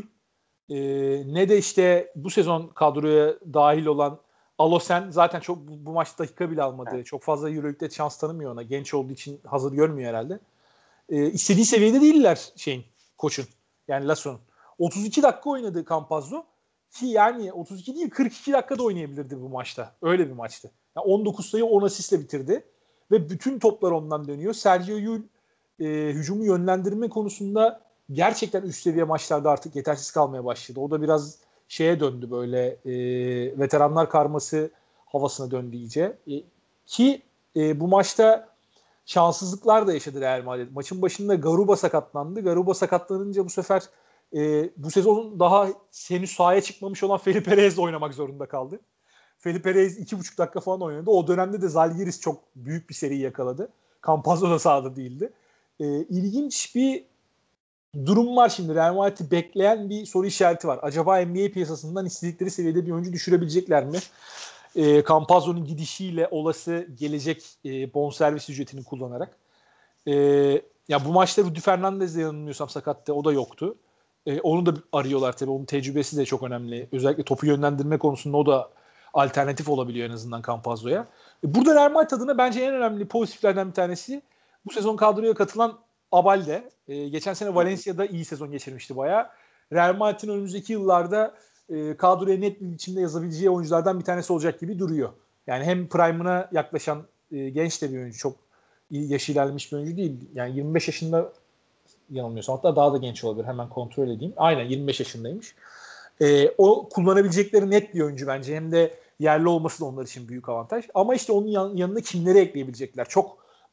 A: ne de işte bu sezon kadroya dahil olan Alosen zaten çok bu maçta dakika bile almadı. Evet. Çok fazla Euroleague'de şans tanımıyor ona. Genç olduğu için hazır görmüyor herhalde. İstediği seviyede değiller koçun. Yani Lasso'nun. 32 dakika oynadı Campazzo. Ki yani 32 değil 42 dakikada oynayabilirdi bu maçta. Öyle bir maçtı. Yani 19 sayı 10 asistle bitirdi. Ve bütün toplar ondan dönüyor. Sergio Llull hücumu yönlendirme konusunda gerçekten üst seviye maçlarda artık yetersiz kalmaya başladı. O da biraz şeye döndü böyle veteranlar karması havasına döndü iyice. Ki bu maçta şanssızlıklar da yaşadı Real Madrid. Maçın başında Garuba sakatlandı. Garuba sakatlanınca bu sefer bu sezonun daha henüz sahaya çıkmamış olan Felipe Reyes'le oynamak zorunda kaldı. Felipe Reyes 2,5 dakika falan oynadı. O dönemde de Zalgiris çok büyük bir seri yakaladı. Campazzo da sahada değildi. İlginç bir durum var şimdi. Real Madrid'i bekleyen bir soru işareti var. Acaba NBA piyasasından istedikleri seviyede bir oyuncu düşürebilecekler mi? Campazzo'nun gidişiyle olası gelecek bonservis ücretini kullanarak. Ya bu maçta Rudy Fernandez'le yanılmıyorsam sakattı. O da yoktu. Onu da arıyorlar tabii. Onun tecrübesi de çok önemli. Özellikle topu yönlendirme konusunda o da alternatif olabiliyor en azından Campazzo'ya. Burada Real Madrid adına bence en önemli pozitiflerden bir tanesi bu sezon kadroya katılan Abalde. Geçen sene Valencia'da iyi sezon geçirmişti bayağı. Real Madrid'in önümüzdeki yıllarda kadroya net bir biçimde yazabileceği oyunculardan bir tanesi olacak gibi duruyor. Yani hem prime'ına yaklaşan genç de bir oyuncu. Çok iyi yaşı ilerlemiş bir oyuncu değil. Yani 25 yaşında yanılmıyorsam hatta daha da genç olabilir. Hemen kontrol edeyim. Aynen 25 yaşındaymış. O kullanabilecekleri net bir oyuncu bence. Hem de yerli olması da onlar için büyük avantaj. Ama işte onun yanına kimleri ekleyebilecekler? Çok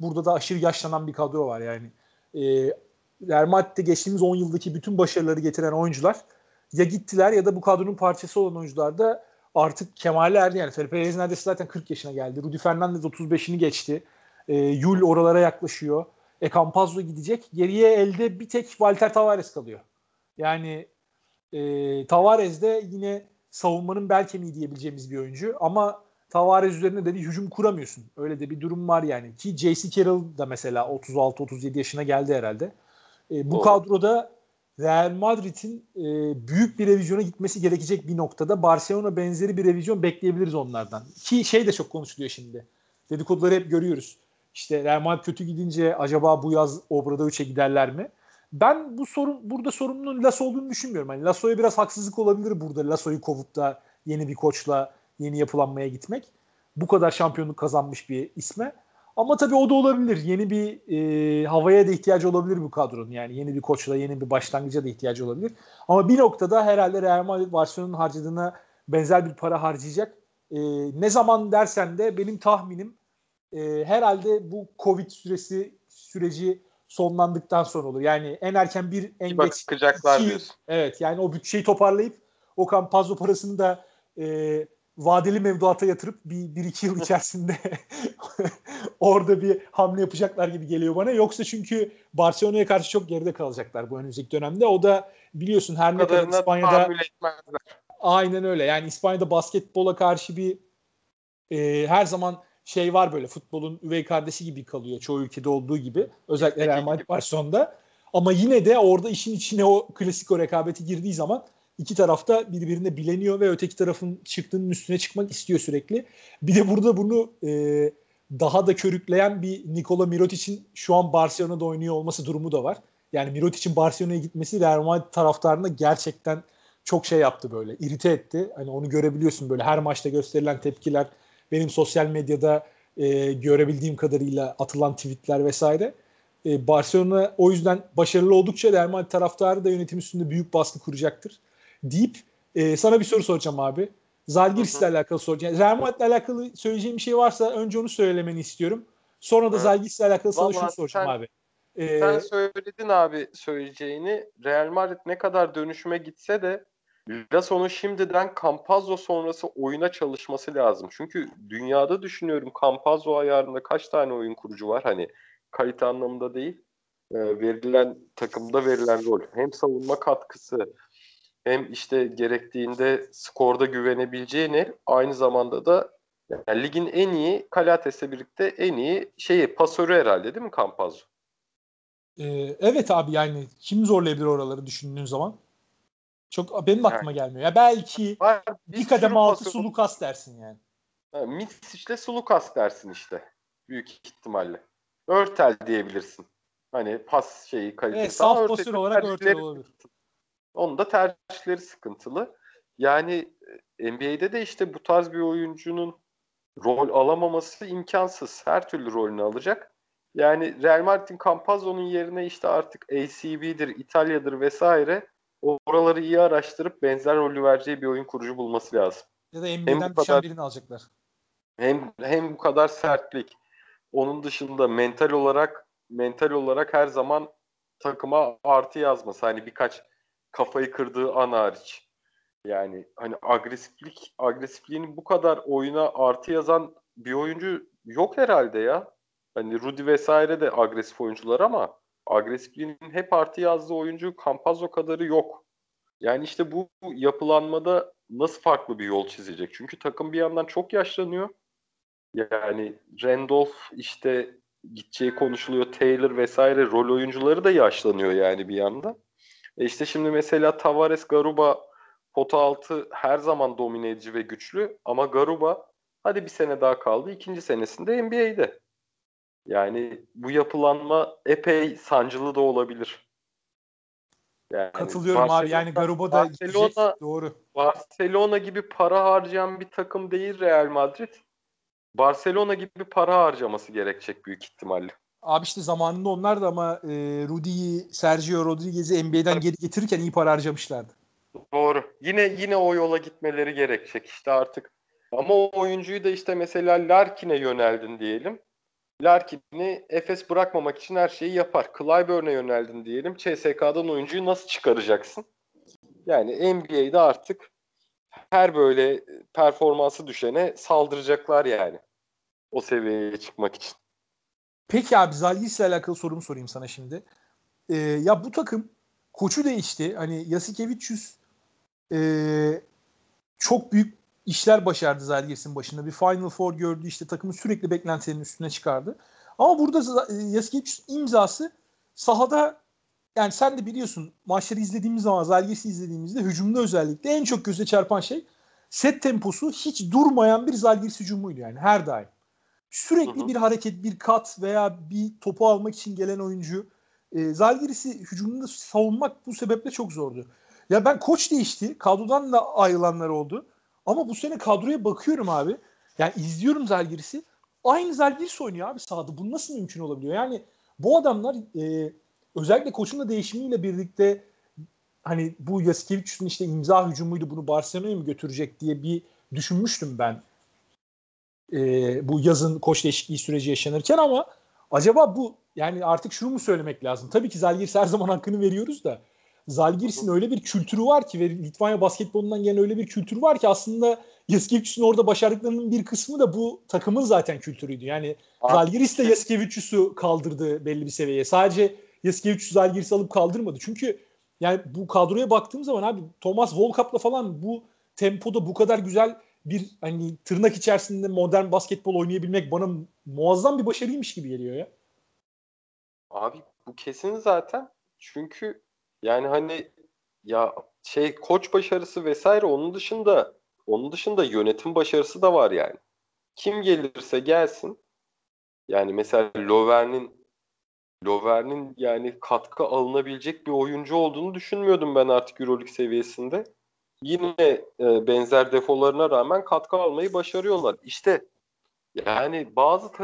A: burada da aşırı yaşlanan bir kadro var yani. Real Madrid'de geçtiğimiz 10 yıldaki bütün başarıları getiren oyuncular ya gittiler ya da bu kadronun parçası olan oyuncular da artık kemale erdi. Yani Felipe Perez neredeyse zaten 40 yaşına geldi. Rudy Fernandez 35'ini geçti. Yul oralara yaklaşıyor. Campazzo gidecek. Geriye elde bir tek Walter Tavares kalıyor. Yani Tavares de yine savunmanın bel kemiği diyebileceğimiz bir oyuncu. Ama Tavares üzerine de bir hücum kuramıyorsun. Öyle de bir durum var yani. Ki J.C. Carroll da mesela 36-37 yaşına geldi herhalde. Bu kadroda Real Madrid'in büyük bir revizyona gitmesi gerekecek bir noktada Barcelona benzeri bir revizyon bekleyebiliriz onlardan. Ki şey de çok konuşuluyor şimdi. Dedikoduları hep görüyoruz. İşte Real Madrid kötü gidince acaba bu yaz Obradoviç'e giderler mi? Ben burada sorumlunun Lasso olduğunu düşünmüyorum. Yani Lasso'ya biraz haksızlık olabilir burada. Lasso'yu kovup da yeni bir koçla yeni yapılanmaya gitmek. Bu kadar şampiyonluk kazanmış bir isme. Ama tabii o da olabilir. Yeni bir havaya da ihtiyacı olabilir bu kadronun. Yani yeni bir koçla, yeni bir başlangıca da ihtiyacı olabilir. Ama bir noktada herhalde Real Madrid Barcelona'nın harcadığına benzer bir para harcayacak. Ne zaman dersen de benim tahminim herhalde bu Covid süreci sonlandıktan sonra olur. Yani en erken en geç
B: bakacaklar
A: 2 yıl.
B: diyorsun.
A: Evet, yani o bütçeyi toparlayıp o Campazzo parasını da vadeli mevduata yatırıp bir iki yıl içerisinde orada bir hamle yapacaklar gibi geliyor bana. Yoksa çünkü Barcelona'ya karşı çok geride kalacaklar bu önümüzdeki dönemde. O da biliyorsun her ne kadar İspanya'da aynen öyle. Yani İspanya'da basketbola karşı bir her zaman şey var böyle futbolun üvey kardeşi gibi kalıyor çoğu ülkede olduğu gibi. Özellikle Real Madrid Barcelona'da. Ama yine de orada işin içine o klasik o rekabeti girdiği zaman iki tarafta birbirine bileniyor ve öteki tarafın çıktığının üstüne çıkmak istiyor sürekli. Bir de burada bunu daha da körükleyen bir Nikola Mirotic'in şu an Barcelona'da oynuyor olması durumu da var. Yani Mirotic'in Barcelona'ya gitmesi Real Madrid taraftarına gerçekten çok şey yaptı böyle. İrite etti. Hani onu görebiliyorsun böyle her maçta gösterilen tepkiler, benim sosyal medyada görebildiğim kadarıyla atılan tweetler vesaire. Barcelona o yüzden başarılı oldukça Real Madrid taraftarı da yönetim üstünde büyük baskı kuracaktır deyip sana bir soru soracağım abi. Zalgiris'le alakalı soracağım. Real Madrid'le alakalı söyleyeceğim bir şey varsa önce onu söylemeni istiyorum. Sonra da Zalgiris'le alakalı sana şunu soracağım abi.
B: Sen söyledin abi söyleyeceğini. Real Madrid ne kadar dönüşüme gitse de Lasso'nun şimdiden Campazzo sonrası oyuna çalışması lazım. Çünkü dünyada düşünüyorum Campazzo ayarında kaç tane oyun kurucu var? Hani kalite anlamında değil. Verilen takımda verilen rol. Hem savunma katkısı hem işte gerektiğinde skorda güvenebileceğini aynı zamanda da yani ligin en iyi Calates'le birlikte en iyi pasörü herhalde değil mi Campazzo?
A: Evet abi yani kim zorlayabilir oraları düşündüğün zaman? Çok benim aklıma gelmiyor. Ya belki
B: var,
A: bir
B: bir
A: kademe
B: sürü
A: altı
B: pasör.
A: Sulukas dersin yani.
B: Mitsic'le Sulukas dersin işte. Büyük ihtimalle. Örtel diyebilirsin. Hani pas
A: Evet,
B: kalitesi ama
A: saf pasör
B: Örtel'in
A: olarak Örtel
B: tercihleri
A: olabilir.
B: onun da tercihleri sıkıntılı. Yani NBA'de de işte bu tarz bir oyuncunun rol alamaması imkansız. Her türlü rolünü alacak. Yani Real Madrid'in Campazzo'nun yerine işte artık ACB'dir, İtalya'dır vesaire oraları iyi araştırıp benzer rolü vereceği bir oyun kurucu bulması lazım.
A: Ya da
B: Hem bu
A: NBA'den düşen
B: kadar
A: birini alacaklar.
B: hem bu kadar sertlik. Onun dışında mental olarak her zaman takıma artı yazması. Hani birkaç kafayı kırdığı an hariç. Yani hani agresifliğini bu kadar oyuna artı yazan bir oyuncu yok herhalde ya. Hani Rudy vesaire de agresif oyuncular ama agresifliğinin hep artı yazdığı oyuncu Campazzo kadarı yok. Yani işte bu yapılanmada nasıl farklı bir yol çizecek? Çünkü takım bir yandan çok yaşlanıyor. Yani Randolph işte gideceği konuşuluyor. Taylor vesaire rol oyuncuları da yaşlanıyor yani bir yanda. İşte şimdi mesela Tavares, Garuba pota altı her zaman domine edici ve güçlü ama Garuba hadi bir sene daha kaldı. İkinci senesinde NBA'de. Yani bu yapılanma epey sancılı da olabilir. Yani
A: Katılıyorum abi. Yani Garuba da gidecek. Doğru.
B: Barcelona gibi para harcayan bir takım değil Real Madrid. Barcelona gibi para harcaması gerekecek büyük ihtimalle.
A: Abi işte zamanında onlar da ama Rudy'yi, Sergio Rodriguez'i NBA'den geri getirirken iyi para harcamışlardı.
B: Doğru. Yine o yola gitmeleri gerekecek işte artık. Ama o oyuncuyu da işte mesela Larkin'e yöneldin diyelim. Larkin'i Efes bırakmamak için her şeyi yapar. Clyburn'e yöneldin diyelim. CSK'dan oyuncuyu nasıl çıkaracaksın? Yani NBA'de artık her böyle performansı düşene saldıracaklar yani. O seviyeye çıkmak için.
A: Peki abi Zalgiris'le alakalı sorumu sorayım sana şimdi. Ya bu takım koçu değişti. Hani Jasikevicius çok büyük işler başardı Zalgiris'in başında. Bir Final Four gördü, işte takımı sürekli beklentilerin üstüne çıkardı. Ama burada Jasikevicius imzası sahada, yani sen de biliyorsun, maçları izlediğimiz zaman, Zalgiris'i izlediğimizde hücumda özellikle en çok göze çarpan şey set temposu hiç durmayan bir Zalgiris hücumuydu yani her daim. Sürekli bir hareket, bir kat veya bir topu almak için gelen oyuncu. Zalgiris'i hücumunda savunmak bu sebeple çok zordu. Ya ben, koç değişti. Kadrodan da ayrılanlar oldu. Ama bu sene kadroya bakıyorum abi. Yani izliyorum Zalgiris'i. Aynı Zalgiris oynuyor abi sahada. Bu nasıl mümkün olabiliyor? Yani bu adamlar özellikle koçun da değişimiyle birlikte, hani bu Jasikevicius'un işte imza hücumuydu, bunu Barcelona'ya mı götürecek diye bir düşünmüştüm ben bu yazın koç değişikliği süreci yaşanırken. Ama acaba bu, yani artık şunu mu söylemek lazım? Tabii ki Zalgiris her zaman hakkını veriyoruz da Zalgiris'in öyle bir kültürü var ki ve Litvanya basketbolundan gelen öyle bir kültür var ki aslında Jasikevicius'un orada başardıklarının bir kısmı da bu takımın zaten kültürüydü. Yani Zalgiris de Jasikevicius'u kaldırdı belli bir seviyeye. Sadece Jasikevicius Zalgiris'i alıp kaldırmadı. Çünkü yani bu kadroya baktığım zaman abi, Thomas Volkap'la falan bu tempoda bu kadar güzel bir, hani tırnak içerisinde modern basketbol oynayabilmek bana muazzam bir başarıymış gibi geliyor ya.
B: Abi bu kesin zaten. Çünkü yani hani ya koç başarısı vesaire, onun dışında yönetim başarısı da var yani. Kim gelirse gelsin. Yani mesela Lovern'in yani katkı alınabilecek bir oyuncu olduğunu düşünmüyordum ben artık EuroLeague seviyesinde. Yine benzer defolarına rağmen katkı almayı başarıyorlar. İşte yani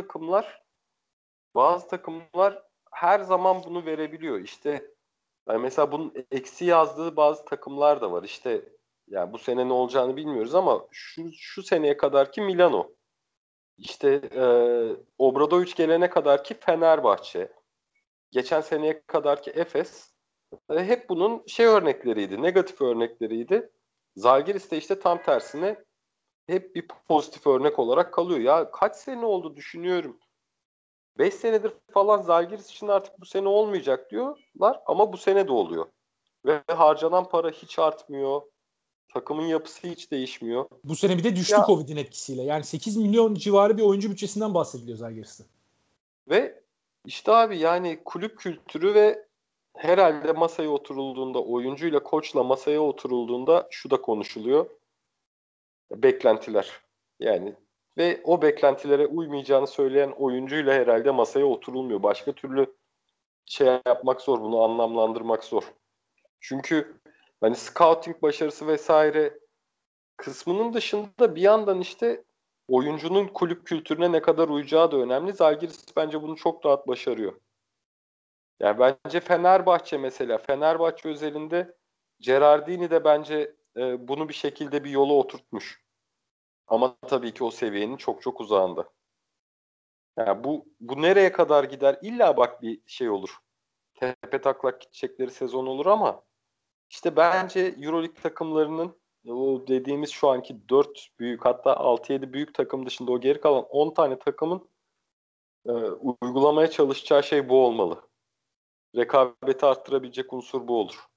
B: bazı takımlar her zaman bunu verebiliyor. İşte yani mesela bunun eksi yazdığı bazı takımlar da var. İşte yani bu sene ne olacağını bilmiyoruz ama şu seneye kadarki Milano. İşte Obradović gelene kadarki Fenerbahçe. Geçen seneye kadarki Efes. Hep bunun örnekleriydi, negatif örnekleriydi. Zalgiris de işte tam tersine hep bir pozitif örnek olarak kalıyor. Ya kaç sene oldu düşünüyorum. 5 senedir falan Zalgiris için artık bu sene olmayacak diyorlar ama bu sene de oluyor. Ve harcanan para hiç artmıyor. Takımın yapısı hiç değişmiyor.
A: Bu sene bir de düştü
B: Ya
A: Covid'in etkisiyle. Yani 8 milyon civarı bir oyuncu bütçesinden bahsediliyor Zalgiris'te.
B: ve işte abi yani kulüp kültürü ve herhalde masaya oturulduğunda, oyuncuyla koçla masaya oturulduğunda şu da konuşuluyor. Beklentiler. Yani ve o beklentilere uymayacağını söyleyen oyuncuyla herhalde masaya oturulmuyor. Başka türlü yapmak zor, bunu anlamlandırmak zor. Çünkü hani scouting başarısı vesaire kısmının dışında bir yandan işte oyuncunun kulüp kültürüne ne kadar uyacağı da önemli. Zalgiris bence bunu çok rahat başarıyor. Yani bence Fenerbahçe özelinde Gerardini de bence bunu bir şekilde bir yola oturtmuş. Ama tabii ki o seviyenin çok çok uzağında. Yani bu nereye kadar gider? İlla bak bir şey olur. Tepe taklak gidecekleri sezon olur ama işte bence EuroLeague takımlarının o dediğimiz şu anki 4 büyük, hatta 6-7 büyük takım dışında o geri kalan 10 tane takımın uygulamaya çalışacağı şey bu olmalı. Rekabeti arttırabilecek unsur bu olur.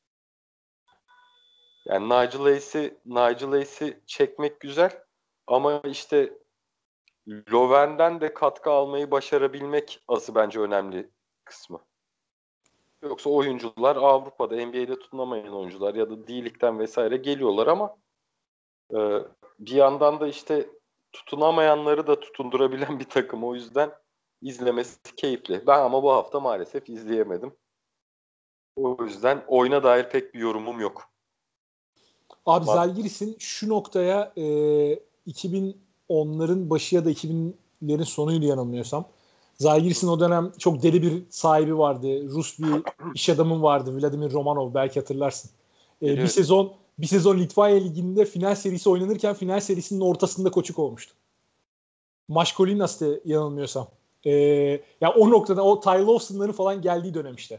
B: Yani Nigel Hayes'i çekmek güzel ama işte Lovern'den de katkı almayı başarabilmek asıl bence önemli kısmı. Yoksa oyuncular Avrupa'da, NBA'de tutunamayan oyuncular ya da D-League'den vesaire geliyorlar ama bir yandan da işte tutunamayanları da tutundurabilen bir takım. O yüzden izlemesi keyifli. Ben ama bu hafta maalesef izleyemedim. O yüzden oyuna dair pek bir yorumum yok.
A: Abi Zalgiris'in şu noktaya 2010'ların başı ya da 2000'lerin sonuydu yanılmıyorsam. Zalgiris'in o dönem çok deli bir sahibi vardı. Rus bir iş adamı vardı. Vladimir Romanov, belki hatırlarsın. Bir sezon Litvanya Ligi'nde final serisi oynanırken final serisinin ortasında koçu kovmuştu. Maşkolinas'tı yanılmıyorsam. Ya o noktada o Ty Lawson'ların falan geldiği dönem işte.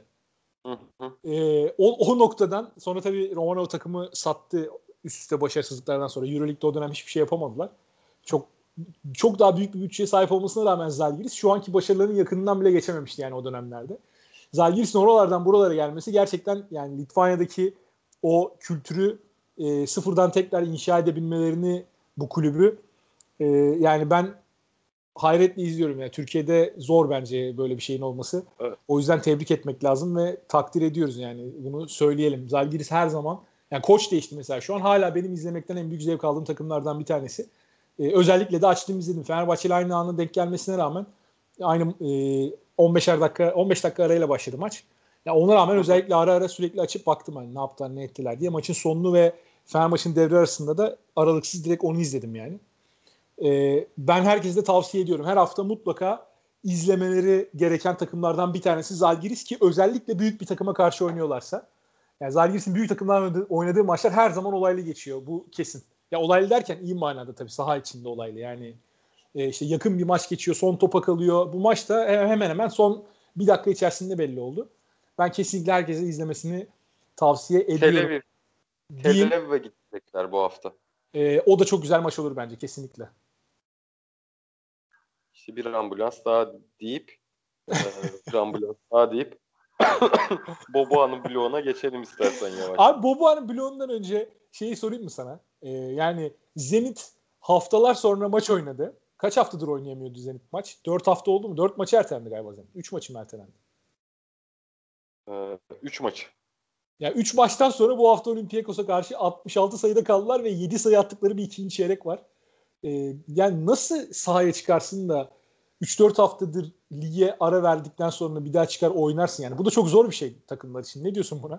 A: O noktadan sonra tabii Romanov takımı sattı üst üste başarısızlıklardan sonra. Euroleague'de o dönem hiçbir şey yapamadılar. Çok çok daha büyük bir bütçeye sahip olmasına rağmen Zalgiris şu anki başarılarının yakınından bile geçememişti yani o dönemlerde. Zalgiris'in oralardan buralara gelmesi gerçekten yani Litvanya'daki o kültürü sıfırdan tekrar inşa edebilmelerini bu kulübü yani ben hayretle izliyorum. Yani Türkiye'de zor bence böyle bir şeyin olması.
B: Evet.
A: O yüzden tebrik etmek lazım ve takdir ediyoruz yani. Bunu söyleyelim. Zalgiris her zaman yani koç değişti mesela. Şu an hala benim izlemekten en büyük zevk aldığım takımlardan bir tanesi. Özellikle de açtım izledim. Fenerbahçe ile aynı anda denk gelmesine rağmen aynı 15 dakika arayla başladı maç. Ya ona rağmen özellikle ara ara sürekli açıp baktım hani ne yaptılar ne ettiler diye. Maçın sonunu ve Fenerbahçe'nin devre arasında da aralıksız direkt onu izledim yani. Ben herkese de tavsiye ediyorum. Her hafta mutlaka izlemeleri gereken takımlardan bir tanesi Zalgiris ki özellikle büyük bir takıma karşı oynuyorlarsa. Yani Zalgiris'in büyük takımlarla oynadığı maçlar her zaman olaylı geçiyor. Bu kesin. Ya olaylı derken iyi manada tabii saha içinde olaylı. Yani işte yakın bir maç geçiyor, son topa kalıyor. Bu maç da hemen hemen son bir dakika içerisinde belli oldu. Ben kesinlikle herkese izlemesini tavsiye ediyorum.
B: Tel Aviv'e gidecekler bu hafta.
A: O da çok güzel maç olur bence kesinlikle.
B: İşte bir ambulans daha deyip Boboa'nın bloğuna geçelim istersen yavaş.
A: Abi Boboa'nın bloğundan önce şeyi sorayım mı sana? Yani Zenit haftalar sonra maç oynadı. Kaç haftadır oynayamıyordu Zenit maç? 4 hafta oldu mu? 4 maçı ertelendi galiba Zenit. 3 maçı mı ertelendi?
B: 3 maçı.
A: Yani 3 maçtan sonra bu hafta Olympiakos'a karşı 66 sayıda kaldılar ve 7 sayı attıkları bir ikinci çeyrek var. Yani nasıl sahaya çıkarsın da 3-4 haftadır lige ara verdikten sonra bir daha çıkar oynarsın yani. Bu da çok zor bir şey takımlar için. Ne diyorsun buna?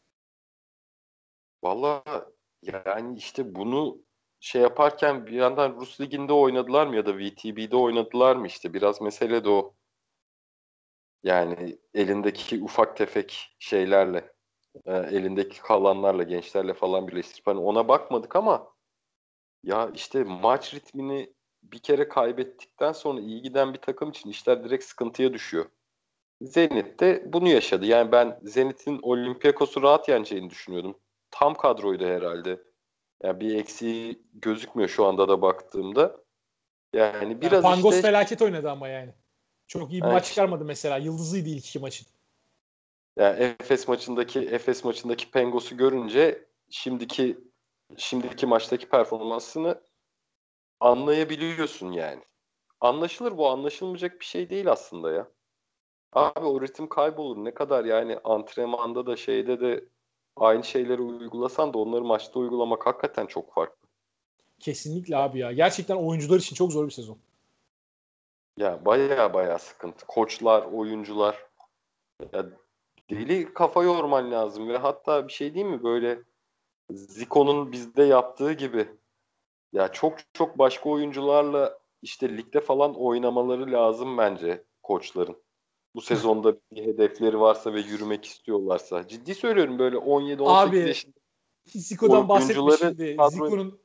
B: Vallahi yani işte bunu şey yaparken bir yandan Rus Ligi'nde oynadılar mı ya da VTB'de oynadılar mı işte biraz mesele de o. Yani elindeki ufak tefek şeylerle, elindeki kalanlarla, gençlerle falan birleştirip hani ona bakmadık ama ya işte maç ritmini bir kere kaybettikten sonra iyi giden bir takım için işler direkt sıkıntıya düşüyor. Zenit de bunu yaşadı. Yani ben Zenit'in Olympiakos'u rahat yeneceğini düşünüyordum. Tam kadroydu herhalde. Yani bir eksiği gözükmüyor şu anda da baktığımda. Yani
A: Yani
B: biraz
A: Pangos
B: işte
A: felaket oynadı ama yani. Çok iyi bir
B: yani
A: maç çıkarmadı mesela. Yıldızıydı ilk iki maçın.
B: yani Efes maçındaki Pengos'u görünce şimdiki maçtaki performansını anlayabiliyorsun yani. Anlaşılır, bu anlaşılmayacak bir şey değil aslında ya. Abi o ritim kaybolur. Ne kadar yani antrenmanda da şeyde de aynı şeyleri uygulasan da onları maçta uygulamak hakikaten çok farklı.
A: Kesinlikle abi ya. Gerçekten oyuncular için çok zor bir sezon.
B: Ya baya sıkıntı. Koçlar, oyuncular. Ya deli kafa yorman lazım ve hatta bir şey değil mi böyle Zico'nun bizde yaptığı gibi ya çok çok başka oyuncularla işte ligde falan oynamaları lazım bence koçların. Bu sezonda bir hedefleri varsa ve yürümek istiyorlarsa. Ciddi söylüyorum böyle 17-18
A: Abi
B: yaşında
A: Zico'dan bahsetme
B: oyuncuları
A: şimdi.
B: kadro.
A: Zico'nun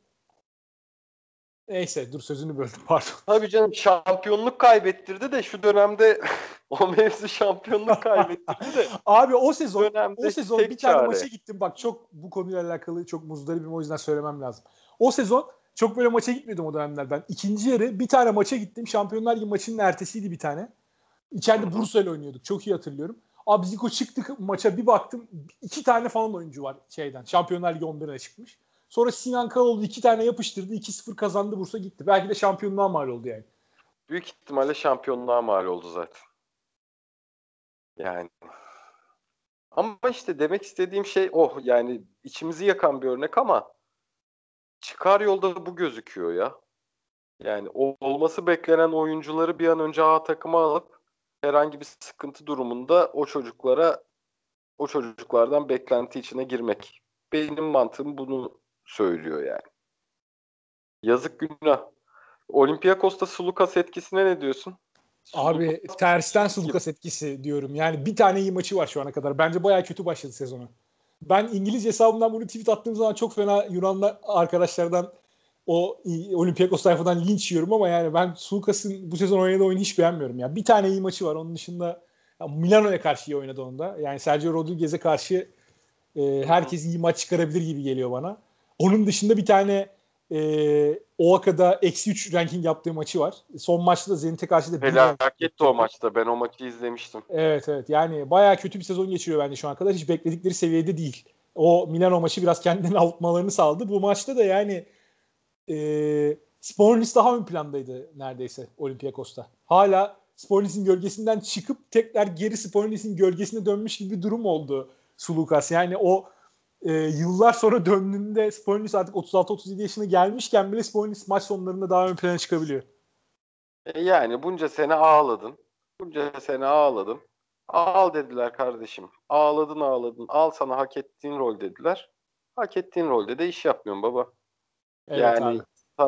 A: neyse dur sözünü böldüm pardon.
B: Tabii canım şampiyonluk kaybettirdi de şu dönemde o mevzu şampiyonluk kaybettirdi de
A: Abi
B: şu
A: o
B: dönemde
A: sezon bir
B: tek
A: tane maça
B: çare.
A: gittim. Bak çok bu konuyla alakalı çok muzdaribim o yüzden söylemem lazım. O sezon çok böyle maça gitmedim o dönemler ben. İkinci yarı bir tane maça gittim. Şampiyonlar Ligi maçının ertesiydi bir tane. İçeride Bursa ile oynuyorduk. Çok iyi hatırlıyorum. Abi Zico çıktık maça bir baktım. 2 tane falan oyuncu var şeyden. Şampiyonlar Ligi 11'e çıkmış. Sonra Sinan Kaloğlu 2 tane yapıştırdı. 2-0 kazandı Bursa gitti. Belki de şampiyonluğa mal oldu yani.
B: Büyük ihtimalle şampiyonluğa mal oldu zaten. Yani ama işte demek istediğim şey yani içimizi yakan bir örnek ama çıkar yolda bu gözüküyor ya. Yani olması beklenen oyuncuları bir an önce A takıma alıp herhangi bir sıkıntı durumunda o çocuklardan beklenti içine girmek. Benim mantığım bunu söylüyor yani. Yazık günah. Olympiakos'ta Sulukas etkisine ne diyorsun?
A: Abi
B: Sulukas
A: tersten Sulukas etkisi diyorum. Yani bir tane iyi maçı var şu ana kadar. Bence bayağı kötü başladı sezonu. Ben İngiliz hesabımdan bunu tweet attığım zaman çok fena Yunanlı arkadaşlardan Olympiakos tayfadan linç yiyorum ama yani ben Sulukas'ın bu sezon oynadığı oyunu hiç beğenmiyorum ya. Bir tane iyi maçı var. Onun dışında Milano'ya karşı iyi oynadı onda. Yani Sergio Rodriguez'e karşı herkes iyi maç çıkarabilir gibi geliyor bana. Onun dışında bir tane Oaka'da -3 ranking yaptığı maçı var. Son maçta da Zenit'e karşı da 1 ranking
B: Felaketti o maçta. Ben o maçı izlemiştim.
A: Evet. Yani bayağı kötü bir sezon geçiriyor bence şu ana kadar. Hiç bekledikleri seviyede değil. O Milano maçı biraz kendilerini avutmalarını sağladı. Bu maçta da yani Spornis daha ön plandaydı neredeyse Olympiakos'ta. Hala Spornis'in gölgesinden çıkıp tekrar geri Spornis'in gölgesine dönmüş gibi bir durum oldu Sulukas. Yani o yıllar sonra döndüğünde Spornis artık 36-37 yaşına gelmişken bile Spornis maç sonlarında daha ön plana çıkabiliyor.
B: Yani bunca sene ağladın. Bunca sene ağladın. Al dediler kardeşim. Ağladın. Al sana hak ettiğin rol dediler. Hak ettiğin rolde de iş yapmıyorsun baba.
A: Evet abi.
B: Yani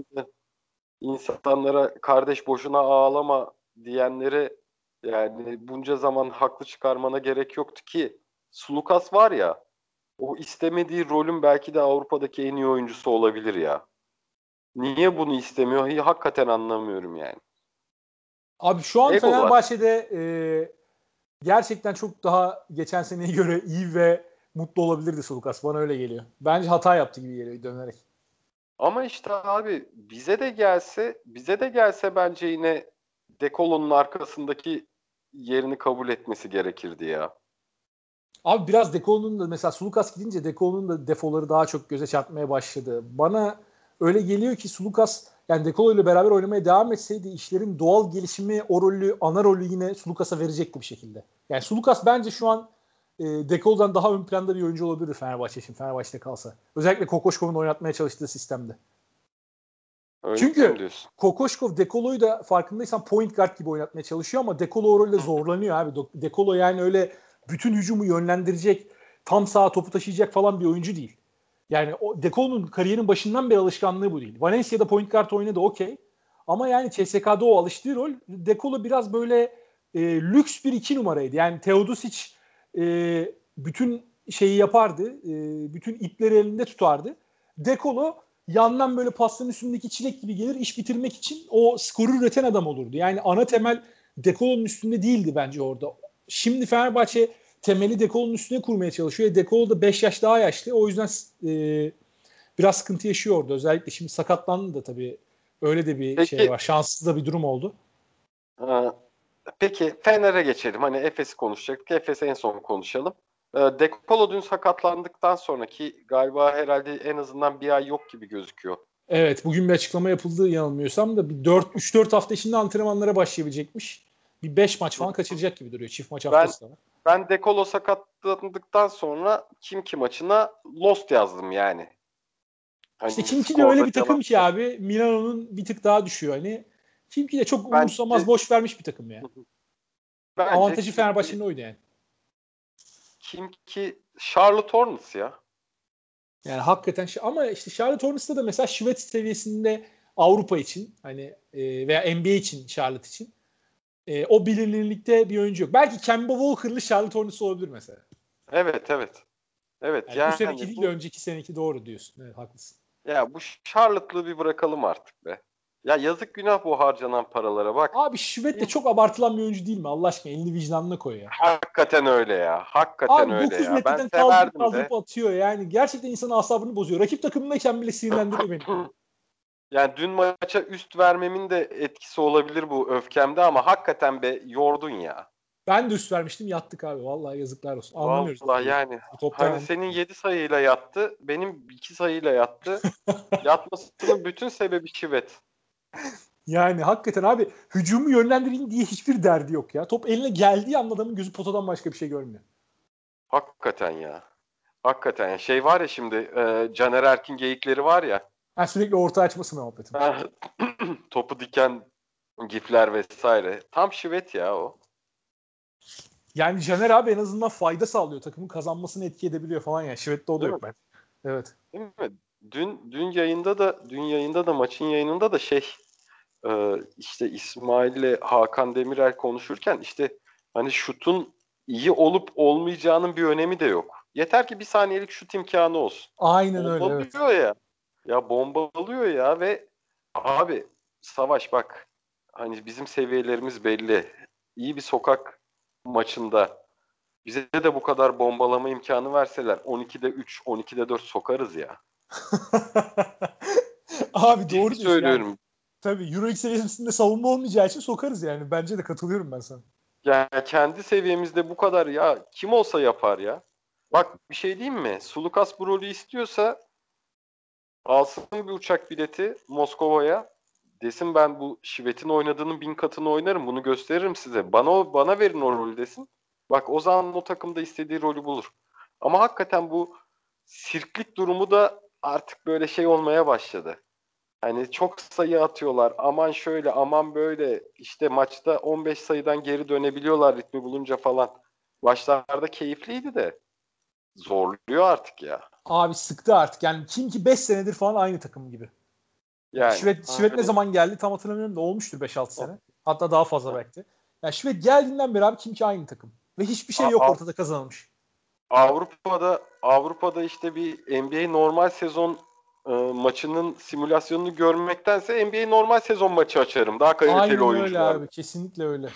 B: insanlara kardeş boşuna ağlama diyenlere yani bunca zaman haklı çıkarmana gerek yoktu ki. Sulukas var ya, o istemediği rolün belki de Avrupa'daki en iyi oyuncusu olabilir ya. Niye bunu istemiyor? Hakikaten anlamıyorum yani.
A: Abi şu an
B: Ego var.
A: Fenerbahçe'de gerçekten çok daha geçen seneye göre iyi ve mutlu olabilirdi Sulukas. Bana öyle geliyor. Bence hata yaptı gibi geliyor dönerek.
B: Ama işte abi bize de gelse bence yine De Colo'nun arkasındaki yerini kabul etmesi gerekirdi ya.
A: Abi biraz De Colo'nun da mesela Sulukas gidince De Colo'nun da defoları daha çok göze çarpmaya başladı. Bana öyle geliyor ki Sulukas yani De Colo ile beraber oynamaya devam etseydi işlerin doğal gelişimi o rolü, ana rolü yine Sulukas'a verecekti bir şekilde. Yani Sulukas bence şu an De Colo'dan daha ön planda bir oyuncu olabilir Fenerbahçe için. Fenerbahçe'de kalsa. Özellikle Kokoşkov'un oynatmaya çalıştığı sistemde.
B: Öyle mi
A: Çünkü
B: diyorsun?
A: Kokoşkov De Colo'yu da farkındaysan point guard gibi oynatmaya çalışıyor ama De Colo o rolde zorlanıyor abi. De Colo yani öyle bütün hücumu yönlendirecek, tam sağa topu taşıyacak falan bir oyuncu değil. Yani o De Colo'nun kariyerin başından beri alışkanlığı bu değil. Valencia'da point guard oynadı okey. Ama yani CSK'da o alıştığı rol De Colo biraz böyle lüks bir 2 numaraydı. Yani Teodosic bütün şeyi yapardı. Bütün ipleri elinde tutardı. De Colo yandan böyle pasların üstündeki çilek gibi gelir iş bitirmek için o skoru üreten adam olurdu. Yani ana temel De Colo'nun üstünde değildi bence orada. Şimdi Fenerbahçe temeli De Colo'nun üstüne kurmaya çalışıyor. De Colo da 5 yaş daha yaşlı. O yüzden biraz sıkıntı yaşıyor orada. Özellikle şimdi sakatlandı da tabii. Öyle de bir şey
B: Peki
A: var. Şanssız da bir durum oldu.
B: e, peki Fener'e geçelim. Hani Efes'i konuşacaktık. Efes'i en son konuşalım. De Colo dün sakatlandıktan sonraki galiba herhalde en azından bir ay yok gibi gözüküyor.
A: Evet, bugün bir açıklama yapıldı yanılmıyorsam da bir 3-4 hafta içinde antrenmanlara başlayabilecekmiş. Bir 5 maç falan kaçıracak gibi duruyor. Çift maç
B: Ben
A: haftası da var.
B: ben De Colo sakatlandıktan sonra Kimki maçına Lost yazdım yani.
A: İşte
B: Hani
A: Kimki de öyle
B: skorda
A: bir
B: falan.
A: takım ki abi Milano'nun bir tık daha düşüyor. Hani Kimki de çok umursamaz
B: Bence
A: boş vermiş bir takım ya.
B: bence
A: Avantajı Fenerbahçe'nin oydu yani.
B: Kimki Charlotte Hornets ya.
A: Yani hakikaten ama işte Charlotte Hornets'ta da mesela Şivet seviyesinde Avrupa için hani veya NBA için Charlotte için o bilinirlikte bir oyuncu yok. Belki Kemba Walker'lı Charlotte Hornets olabilir mesela.
B: Evet. Evet
A: Yani bu seneki
B: yani
A: değil de
B: bu
A: önceki seneki doğru diyorsun. Evet, haklısın.
B: ya bu Charlotte'lığı bir bırakalım artık be. Ya yazık günah bu harcanan paralara bak.
A: Abi Şivet de çok abartılan bir oyuncu değil mi? Allah aşkına elini vicdanına koy ya.
B: Hakikaten öyle ya. Hakikaten
A: Abi
B: öyle
A: 9
B: ya. Ben
A: metreden kaldırıp
B: severdim de.
A: kaldırıp atıyor. Yani gerçekten insanın asabını bozuyor. Rakip takımındayken bile sinirlendiriyor beni.
B: Yani dün maça üst vermemin de etkisi olabilir bu öfkemde ama hakikaten be yordun ya.
A: Ben de üst vermiştim yattık abi. Vallahi yazıklar olsun. Anlamıyoruz
B: Vallahi
A: zaten.
B: yani
A: Bu toptan
B: hani
A: anlamıyoruz.
B: senin 7 sayıyla yattı, benim 2 sayıyla yattı. Yatmasının bütün sebebi Şivet.
A: Yani hakikaten abi hücumu yönlendireyim diye hiçbir derdi yok ya. Top eline geldiği anda adamın gözü potadan başka bir şey görmüyor.
B: Hakikaten ya. Hakikaten ya. Şey var ya şimdi Caner Erkin geyikleri var ya.
A: Ha, sürekli orta açması muhabbetim.
B: Topu diken gifler vesaire. Tam şivet ya o.
A: Yani Caner abi en azından fayda sağlıyor. Takımın kazanmasını etki edebiliyor falan ya. Şivet'te o da
B: Değil mi?
A: yok ben. Evet.
B: Değil mi? Dün yayında da maçın yayınında da işte İsmail'le Hakan Demirel konuşurken işte hani şutun iyi olup olmayacağının bir önemi de yok. Yeter ki bir saniyelik şut imkanı olsun.
A: Aynen öyle evet.
B: Olabiliyor ya. Ya bombalıyor ya ve abi Savaş bak hani bizim seviyelerimiz belli. İyi bir sokak maçında bize de bu kadar bombalama imkanı verseler 12'de 3, 12'de 4 sokarız ya.
A: Abi
B: Ciddi
A: doğru diyorsun yani.
B: söylüyorum.
A: Tabii Euroleague seviyesinde savunma olmayacağı için sokarız yani. Bence de katılıyorum ben sana.
B: Yani kendi seviyemizde bu kadar ya kim olsa yapar ya. Bak bir şey diyeyim mi? Sulukas bu rolü istiyorsa alsın bir uçak bileti Moskova'ya. Desin ben bu Şivet'in oynadığının 1000 katını oynarım. Bunu gösteririm size. Bana verin o rolü desin. Bak o zaman o takımda istediği rolü bulur. Ama hakikaten bu sirklik durumu da artık böyle şey olmaya başladı. Hani çok sayı atıyorlar. Aman şöyle, aman böyle. İşte maçta 15 sayıdan geri dönebiliyorlar ritmi bulunca falan. Başlarda keyifliydi de zorluyor artık ya.
A: Abi sıktı artık. Yani kim ki 5 senedir falan aynı takım gibi. Yani
B: Yani
A: Şivet ne
B: hani
A: zaman geldi tam hatırlamıyorum da olmuştur 5-6 sene. Hatta daha fazla belki de. Yani Şivet geldiğinden beri abi kim ki aynı takım. Ve hiçbir şey yok
B: A-
A: ortada kazanılmış.
B: Avrupa'da işte bir NBA normal sezon maçının simülasyonunu görmektense NBA normal sezon maçı açarım. Daha kaliteli
A: Aynen öyle
B: oyuncularla.
A: abi. Kesinlikle öyle.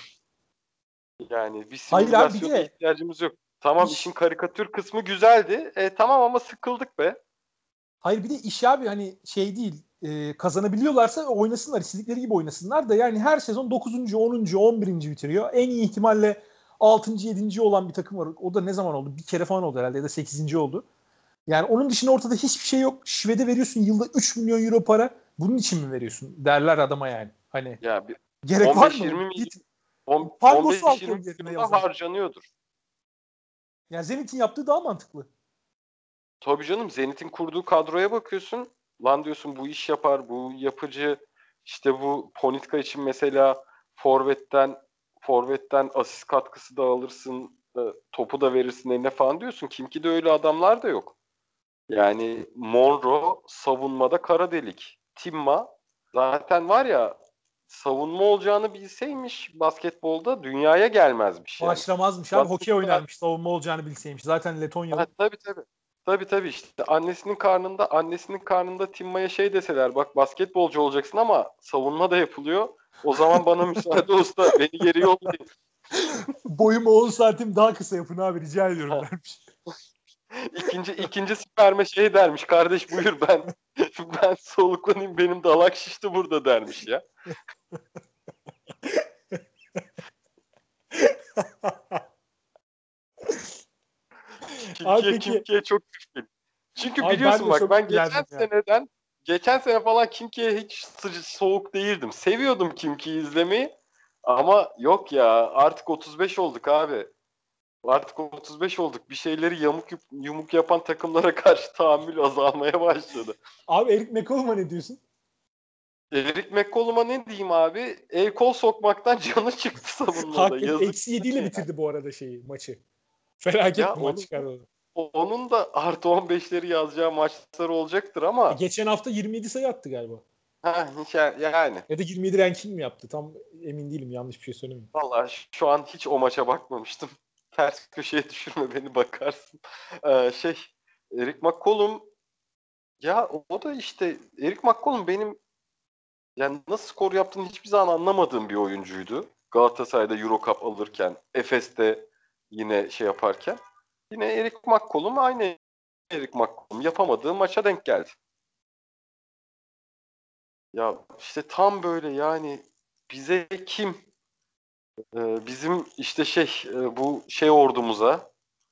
B: Yani bir
A: Hayır abi bir
B: simülasyona
A: de
B: ihtiyacımız yok. Tamam işin
A: iş
B: karikatür kısmı güzeldi. Tamam ama sıkıldık be.
A: hayır bir de iş abi hani şey değil kazanabiliyorlarsa oynasınlar. İstedikleri gibi oynasınlar da yani her sezon 9. 10. 11. bitiriyor. En iyi ihtimalle 6. 7. olan bir takım var. O da ne zaman oldu? Bir kere falan oldu herhalde ya da 8. oldu. Yani onun dışında ortada hiçbir şey yok. Şved'e veriyorsun yılda 3 milyon euro para. Bunun için mi veriyorsun? Derler adama yani. Hani
B: Ya bir
A: gerek var mı?
B: 15-20 milyon
A: Git Pangos'u al
B: 15-20
A: koy yerine
B: milyon da
A: yazdan.
B: harcanıyordur.
A: Yani Zenit'in yaptığı daha mantıklı.
B: Tabii canım Zenit'in kurduğu kadroya bakıyorsun. Lan diyorsun bu iş yapar, bu yapıcı. İşte bu Ponitka için mesela forvetten asist katkısı da alırsın, topu da verirsin eline falan diyorsun. Kim ki de öyle adamlar da yok. Yani Monroe savunmada kara delik. Timma zaten var ya savunma olacağını bilseymiş basketbolda dünyaya gelmezmiş yani.
A: Başlamazmış abi. Hokey
B: Basketbol
A: oynarmış savunma olacağını bilseymiş. Zaten
B: ha,
A: Letonyalı.
B: tabii tabii. Tabii işte annesinin karnında Timma'ya şey deseler bak basketbolcu olacaksın ama savunma da yapılıyor. O zaman bana müsaade usta beni geri yollayın.
A: Boyumu 10 santim daha kısa yapın abi rica ediyorum dermiş.
B: İkinci sperme şey dermiş kardeş buyur ben soluklanayım benim dalak şişti burada dermiş ya.
A: Abi
B: Kimkiye
A: peki
B: Kimkiye çok düşkün. Çünkü
A: abi ben
B: biliyorsun
A: de
B: bak
A: çok
B: ben
A: etkilendim ya.
B: geçen sene falan Kimki'ye hiç soğuk değildim. Seviyordum Kimki'yi izlemeyi. Ama yok ya artık 35 olduk abi. Artık 35 olduk. Bir şeyleri yumuk yapan takımlara karşı tahammül azalmaya başladı.
A: Abi Eric McCollum'a ne diyorsun?
B: Eric McCollum'a ne diyeyim abi? El kol sokmaktan canı çıktı savunmada.
A: Hakikaten
B: Yazık
A: eksi 7 ile
B: ya.
A: bitirdi bu arada şeyi maçı. Felaket
B: Ya
A: bir maç çıkardı.
B: onun da artı 15'leri yazacağı maçlar olacaktır ama
A: Geçen hafta 27 sayı attı galiba.
B: yani
A: Ya da 27 ranking mi yaptı? Tam emin değilim. Yanlış bir şey söylemeyeyim.
B: vallahi şu an hiç o maça bakmamıştım. Ters köşeye düşürme beni bakarsın. Şey Eric McCollum ya o da işte Eric McCollum benim yani nasıl skor yaptığını hiçbir zaman anlamadığım bir oyuncuydu. Galatasaray'da Euro Cup alırken, Efes'te yine şey yaparken. Yine Eric McCollum aynı Eric McCollum yapamadığı maça denk geldi. Ya işte tam böyle yani bize kim bizim işte bu şey ordumuza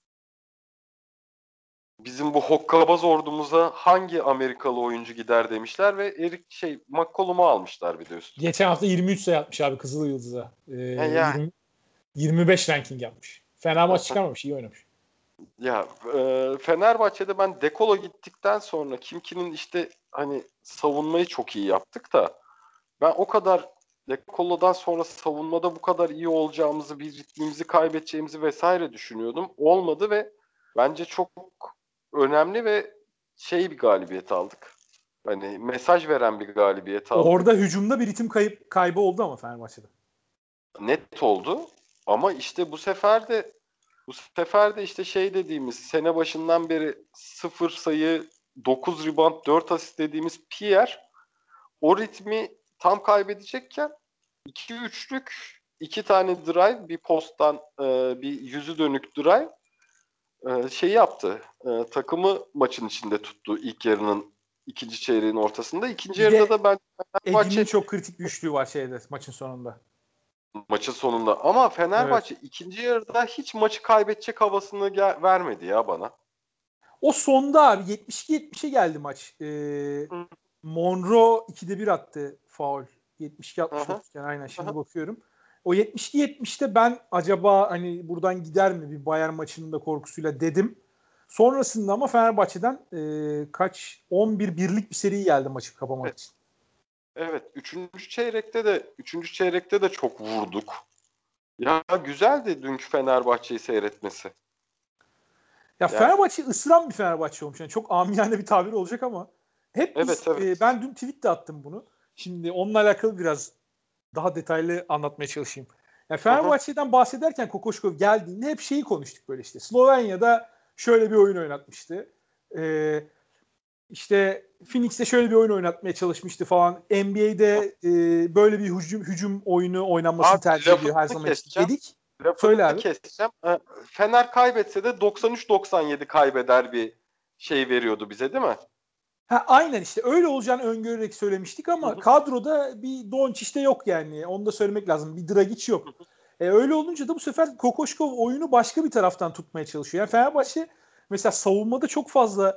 B: bizim bu hokkabaz ordumuza hangi Amerikalı oyuncu gider demişler ve McCollum'u almışlar bir de üstüne.
A: Geçen hafta 23 sayı atmış abi Kızıl Yıldız'a.
B: Yani
A: 25 ranking yapmış. Fena maç çıkarmamış. İyi oynamış.
B: ya Fenerbahçe'de ben Dekolo gittikten sonra Kimki'nin işte hani savunmayı çok iyi yaptık da ben o kadar Dekolo'dan sonra savunmada bu kadar iyi olacağımızı, bir ritmimizi kaybedeceğimizi vesaire düşünüyordum. Olmadı ve bence çok önemli ve bir galibiyet aldık. Hani mesaj veren bir galibiyet aldık.
A: Orada hücumda bir ritim kaybı oldu ama Fenerbahçe'de.
B: Net oldu. Ama işte bu sefer de işte dediğimiz sene başından beri sıfır sayı 9 rebound 4 asist dediğimiz Pierre o ritmi tam kaybedecekken 2-3'lük 2 tane drive, bir posttan bir yüzü dönük drive şey yaptı. Takımı maçın içinde tuttu ilk yarının ikinci çeyreğin ortasında. İkinci
A: Bir
B: yarıda
A: de
B: da ben
A: Eddie'nin çok kritik bir üçlüğü var maçın sonunda.
B: Maçın sonunda. Ama Fenerbahçe
A: Evet.
B: ikinci yarıda hiç maçı kaybedecek havasını vermedi ya bana.
A: O sonda abi 72-70'e geldi maç. Monroe 2'de 1 attı faul. 72-69 yani aynen şimdi bakıyorum. O 72-70'te ben acaba hani buradan gider mi bir Bayern maçının da korkusuyla dedim. Sonrasında ama Fenerbahçe'den 11 birlik bir seri geldi maçı kapamak için.
B: Evet. Üçüncü çeyrekte de çok vurduk. Ya güzeldi dünkü Fenerbahçe'yi seyretmesi.
A: Ya Fenerbahçe ısıran bir Fenerbahçe olmuş. Yani çok amiyane bir tabir olacak ama hep biz ben dün tweet de attım bunu. Şimdi onunla alakalı biraz daha detaylı anlatmaya çalışayım. Yani Fenerbahçe'den bahsederken Kokoşkov geldiğinde hep şeyi konuştuk böyle işte. Slovenya'da şöyle bir oyun oynatmıştı. İşte Phoenix'te şöyle bir oyun oynatmaya çalışmıştı falan. NBA'de böyle bir hücum oyunu oynanmasını tercih ediyor her zaman için dedik. Söyle abi.
B: Keseceğim. Fener kaybetse de 93-97 kaybeder bir şey veriyordu bize değil mi?
A: Aynen işte öyle olacağını öngörerek söylemiştik ama kadroda bir Doncic de yok yani. Onu da söylemek lazım. Bir Dragic yok. Öyle olunca da bu sefer Kokoşkov oyunu başka bir taraftan tutmaya çalışıyor. Yani Fenerbahçe mesela savunmada çok fazla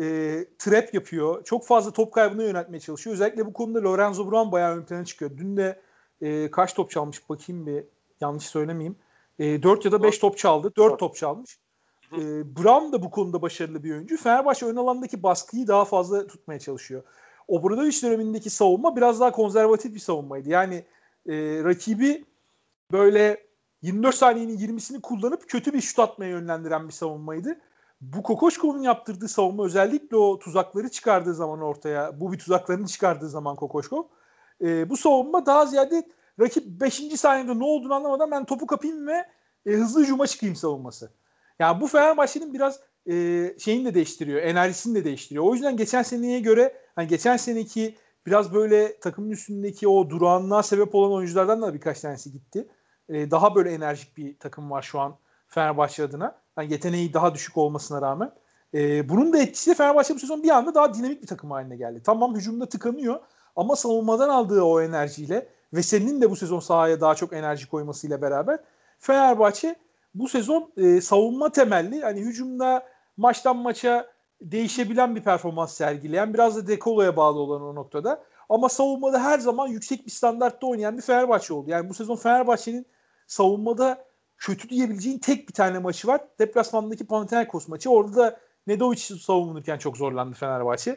A: trap yapıyor. Çok fazla top kaybına yöneltmeye çalışıyor. Özellikle bu konuda Lorenzo Brown bayağı ön plana çıkıyor. Dün de kaç top çalmış bakayım bir yanlış söylemeyeyim. 4 ya da 5 top çaldı. 4 top çalmış. Brown da bu konuda başarılı bir oyuncu. Fenerbahçe ön alandaki baskıyı daha fazla tutmaya çalışıyor. Obradoviç dönemindeki savunma biraz daha konservatif bir savunmaydı. Yani rakibi böyle 24 saniyenin 20'sini kullanıp kötü bir şut atmaya yönlendiren bir savunmaydı. Bu Kokoşkov'un yaptırdığı savunma özellikle o tuzakları çıkardığı zaman ortaya, bu bir tuzaklarını çıkardığı zaman Kokoşkov, bu savunma daha ziyade rakip 5. saniyede ne olduğunu anlamadan ben topu kapayım ve hızlı hücuma çıkayım savunması. Yani bu Fenerbahçe'nin biraz şeyini de değiştiriyor, enerjisini de değiştiriyor. O yüzden geçen seneye göre hani geçen seneki biraz böyle takımın üstündeki o durağanlığa sebep olan oyunculardan da birkaç tanesi gitti. Daha böyle enerjik bir takım var şu an Fenerbahçe adına. Yani yeteneği daha düşük olmasına rağmen. Bunun da etkisiyle Fenerbahçe bu sezon bir anda daha dinamik bir takım haline geldi. Tamam hücumda tıkanıyor ama savunmadan aldığı o enerjiyle ve senin de bu sezon sahaya daha çok enerji koymasıyla beraber Fenerbahçe bu sezon savunma temelli hani hücumda maçtan maça değişebilen bir performans sergileyen biraz da Dekolo'ya bağlı olan o noktada. Ama savunmada her zaman yüksek bir standartta oynayan bir Fenerbahçe oldu. Yani bu sezon Fenerbahçe'nin savunmada kötü diyebileceğin tek bir tane maçı var. Deplasmandaki Panathinaikos maçı. Orada da Nedovic savunurken çok zorlandı Fenerbahçe.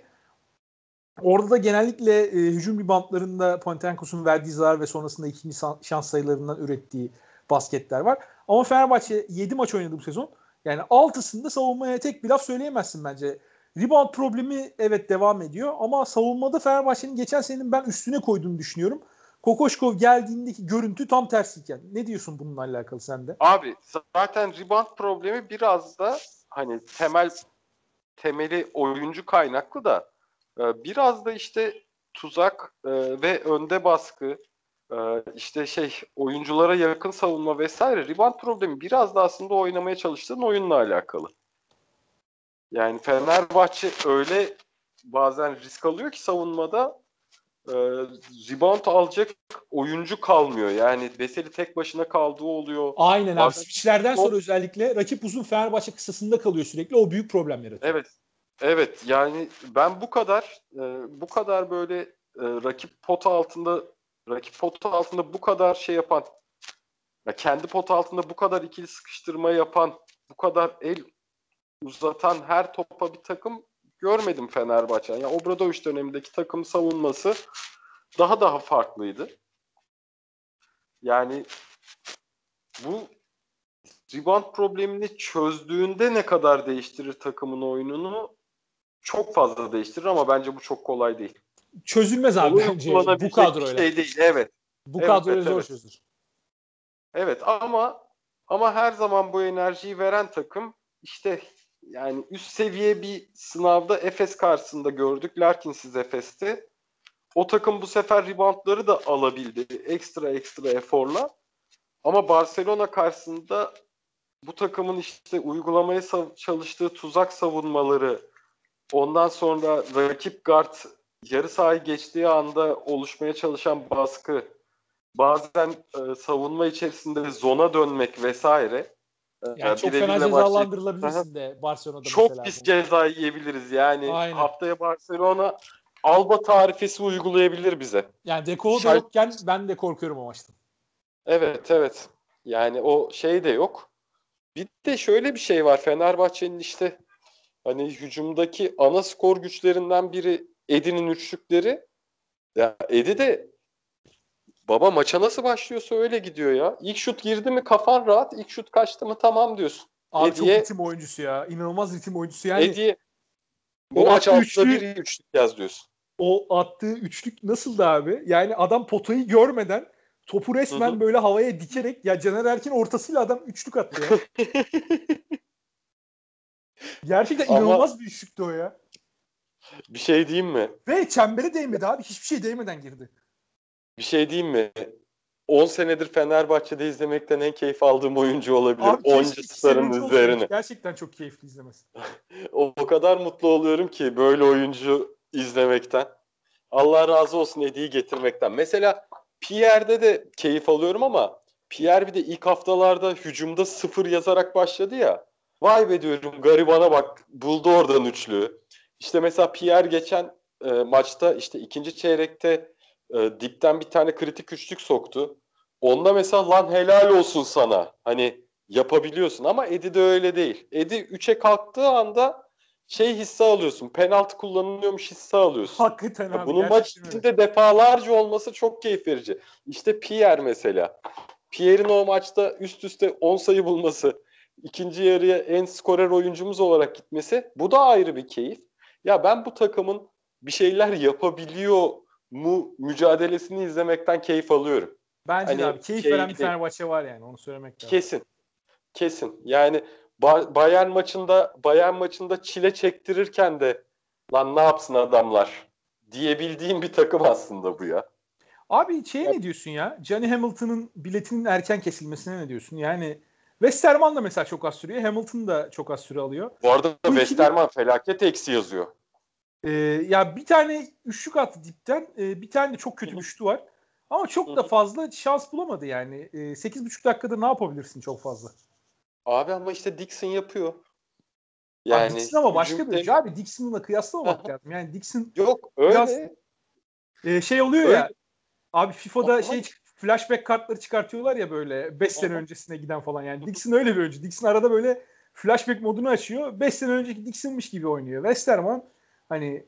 A: Orada da genellikle hücum reboundlarında Panathinaikos'un verdiği zarar ve sonrasında ikinci şans sayılarından ürettiği basketler var. Ama Fenerbahçe 7 maç oynadı bu sezon. Yani 6'sında savunmaya tek bir laf söyleyemezsin bence. Rebound problemi evet devam ediyor ama savunmada Fenerbahçe'nin geçen senenin ben üstüne koyduğunu düşünüyorum. Kokoşkov geldiğindeki görüntü tam tersiyken. Ne diyorsun bununla alakalı sen de?
B: Abi zaten rebound problemi biraz da hani temeli oyuncu kaynaklı da biraz da işte tuzak ve önde baskı işte oyunculara yakın savunma vesaire. Rebound problemi biraz da aslında oynamaya çalıştığın oyunla alakalı. Yani Fenerbahçe öyle bazen risk alıyor ki savunmada rebound alacak oyuncu kalmıyor. Yani Veseli tek başına kaldığı oluyor.
A: Aynen abi.
B: Bazen
A: Switchlerden sonra özellikle rakip uzun Fenerbahçe kısasında kalıyor sürekli. O büyük problem yaratıyor.
B: Evet. Evet yani ben bu kadar böyle rakip pota altında bu kadar şey yapan, ya kendi pota altında bu kadar ikili sıkıştırma yapan, bu kadar el uzatan her topa bir takım görmedim Fenerbahçe. Yani Obradoviç dönemindeki takım savunması daha farklıydı. Yani bu rebound problemini çözdüğünde ne kadar değiştirir takımın oyununu? Çok fazla değiştirir ama bence bu çok kolay değil.
A: Çözülmez abi bence bu kadroyla.
B: Şey değil. Evet.
A: Bu kadroyla zor çözülür.
B: Evet ama her zaman bu enerjiyi veren takım işte yani üst seviye bir sınavda Efes karşısında gördük. Larkinsiz Efes'ti. O takım bu sefer reboundları da alabildi. Ekstra eforla. Ama Barcelona karşısında bu takımın işte uygulamaya çalıştığı tuzak savunmaları, ondan sonra rakip guard yarı sahayı geçtiği anda oluşmaya çalışan baskı, bazen savunma içerisinde zona dönmek vesaire.
A: Yani çok fena
B: Birebirle
A: cezalandırılabilirsin de Barcelona'da
B: çok
A: mesela.
B: pis ceza yiyebiliriz. Yani
A: Aynen.
B: haftaya Barcelona Alba tarifesi uygulayabilir bize.
A: Yani Deco da yokken ben de korkuyorum o maçtan.
B: Evet. Yani o şey de yok. Bir de şöyle bir şey var. Fenerbahçe'nin işte hani hücumdaki ana skor güçlerinden biri Edin'in üçlükleri. Ya Edi de baba maça nasıl başlıyorsa öyle gidiyor ya. İlk şut girdi mi kafan rahat. İlk şut kaçtı mı tamam diyorsun.
A: Abi çok ritim oyuncusu ya. İnanılmaz ritim oyuncusu. Yani
B: Edi'ye bu
A: o
B: maç
A: attığı
B: 6'da
A: üçlü
B: 1 üçlük yaz diyorsun.
A: o attığı üçlük nasıldı abi? Yani adam potayı görmeden topu
B: Hı hı.
A: resmen böyle havaya dikerek ya Caner Erkin ortasıyla adam üçlük attı ya. Gerçekten
B: Ama
A: inanılmaz bir üçlüktü o ya.
B: bir şey diyeyim mi?
A: Ve çembere değmedi abi. Hiçbir şey değmeden girdi.
B: Bir şey diyeyim mi? 10 senedir Fenerbahçe'de izlemekten en keyif aldığım oyuncu olabilir.
A: Abi
B: Onca
A: keşke 2 sene
B: starın
A: önce olsaymış.
B: üzerine.
A: Gerçekten çok keyifli izlemesi.
B: O kadar mutlu oluyorum ki böyle oyuncu izlemekten. Allah razı olsun Edi'yi getirmekten. Mesela Pierre'de de keyif alıyorum ama Pierre bir de ilk haftalarda hücumda 0 yazarak başladı ya. Vay be diyorum garibana bak buldu oradan üçlü. İşte mesela Pierre geçen maçta işte ikinci çeyrekte dipten bir tane kritik üçlük soktu. Onda mesela lan helal olsun sana. Hani yapabiliyorsun ama Edi de öyle değil. Edi 3'e kalktığı anda şey hissi alıyorsun. Penaltı kullanılıyormuş hissi alıyorsun.
A: Hakikaten
B: Ya
A: abi.
B: bunun maç
A: Gerçekten öyle.
B: içinde defalarca olması çok keyif verici. İşte Pierre mesela. Pierre'in o maçta üst üste 10 sayı bulması, ikinci yarıya en skorer oyuncumuz olarak gitmesi bu da ayrı bir keyif. Ya ben bu takımın bir şeyler yapabiliyor mu mücadelesini izlemekten keyif alıyorum.
A: Bence de abi.
B: Hani
A: Keyif veren
B: şey
A: bir
B: değil.
A: Fenerbahçe var yani. Onu söylemek lazım.
B: Kesin. Yani Bayern maçında çile çektirirken de lan ne yapsın adamlar diyebildiğim bir takım aslında bu ya.
A: Abi şeye ne diyorsun ya? Johnny Hamilton'ın biletinin erken kesilmesine ne diyorsun? Yani Westerman da mesela çok az sürüyor. Hamilton da çok az süre alıyor.
B: Bu arada
A: Bu ikili
B: Westerman felaket eksi yazıyor.
A: ya bir tane üçlük attı dipten. Bir tane de çok kötü bir şutu var. Ama çok da fazla şans bulamadı yani. 8,5 dakikada ne yapabilirsin çok fazla?
B: Abi ama işte Dixon yapıyor.
A: Abi
B: Yani
A: Dixon ama
B: hücum
A: başka bir oyuncu. Abi Dixon'la kıyaslamamak lazım. Yani Dixon
B: yok
A: biraz
B: öyle.
A: şey oluyor
B: Öyle
A: ya. Abi FIFA'da
B: ama
A: flashback kartları çıkartıyorlar ya böyle 5 sene öncesine giden falan. Yani Dixon öyle bir oyuncu. Dixon arada böyle flashback modunu açıyor. 5 sene önceki Dixon'mış gibi oynuyor. Westerman hani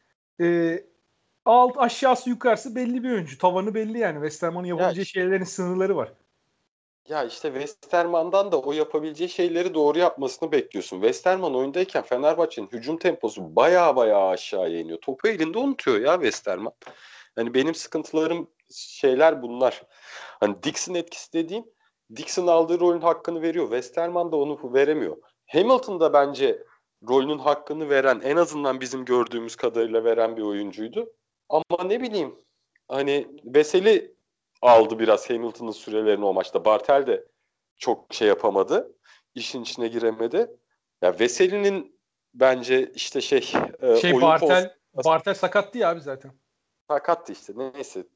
A: e, alt aşağısı yukarısı belli bir oyuncu. Tavanı belli yani. Westerman'ın
B: ya
A: yapabileceği
B: işte
A: şeylerin sınırları var.
B: ya işte Westerman'dan da o yapabileceği şeyleri doğru yapmasını bekliyorsun. Westerman oyundayken Fenerbahçe'nin hücum temposu baya aşağıya iniyor. Topu elinde unutuyor ya Westerman. Hani benim sıkıntılarım şeyler bunlar. Hani Dixon etkisi dediğim Dixon aldığı rolün hakkını veriyor. Westerman da onu veremiyor. Hamilton da bence rolünün hakkını veren en azından bizim gördüğümüz kadarıyla veren bir oyuncuydu. Ama ne bileyim hani Veseli aldı biraz Hamilton'ın sürelerini o maçta. Bartel de çok şey yapamadı. İşin içine giremedi. Ya Veseli'nin bence işte
A: Şey
B: oyun konusunda
A: Bartel sakat değil abi zaten.
B: sakattı işte. Neyse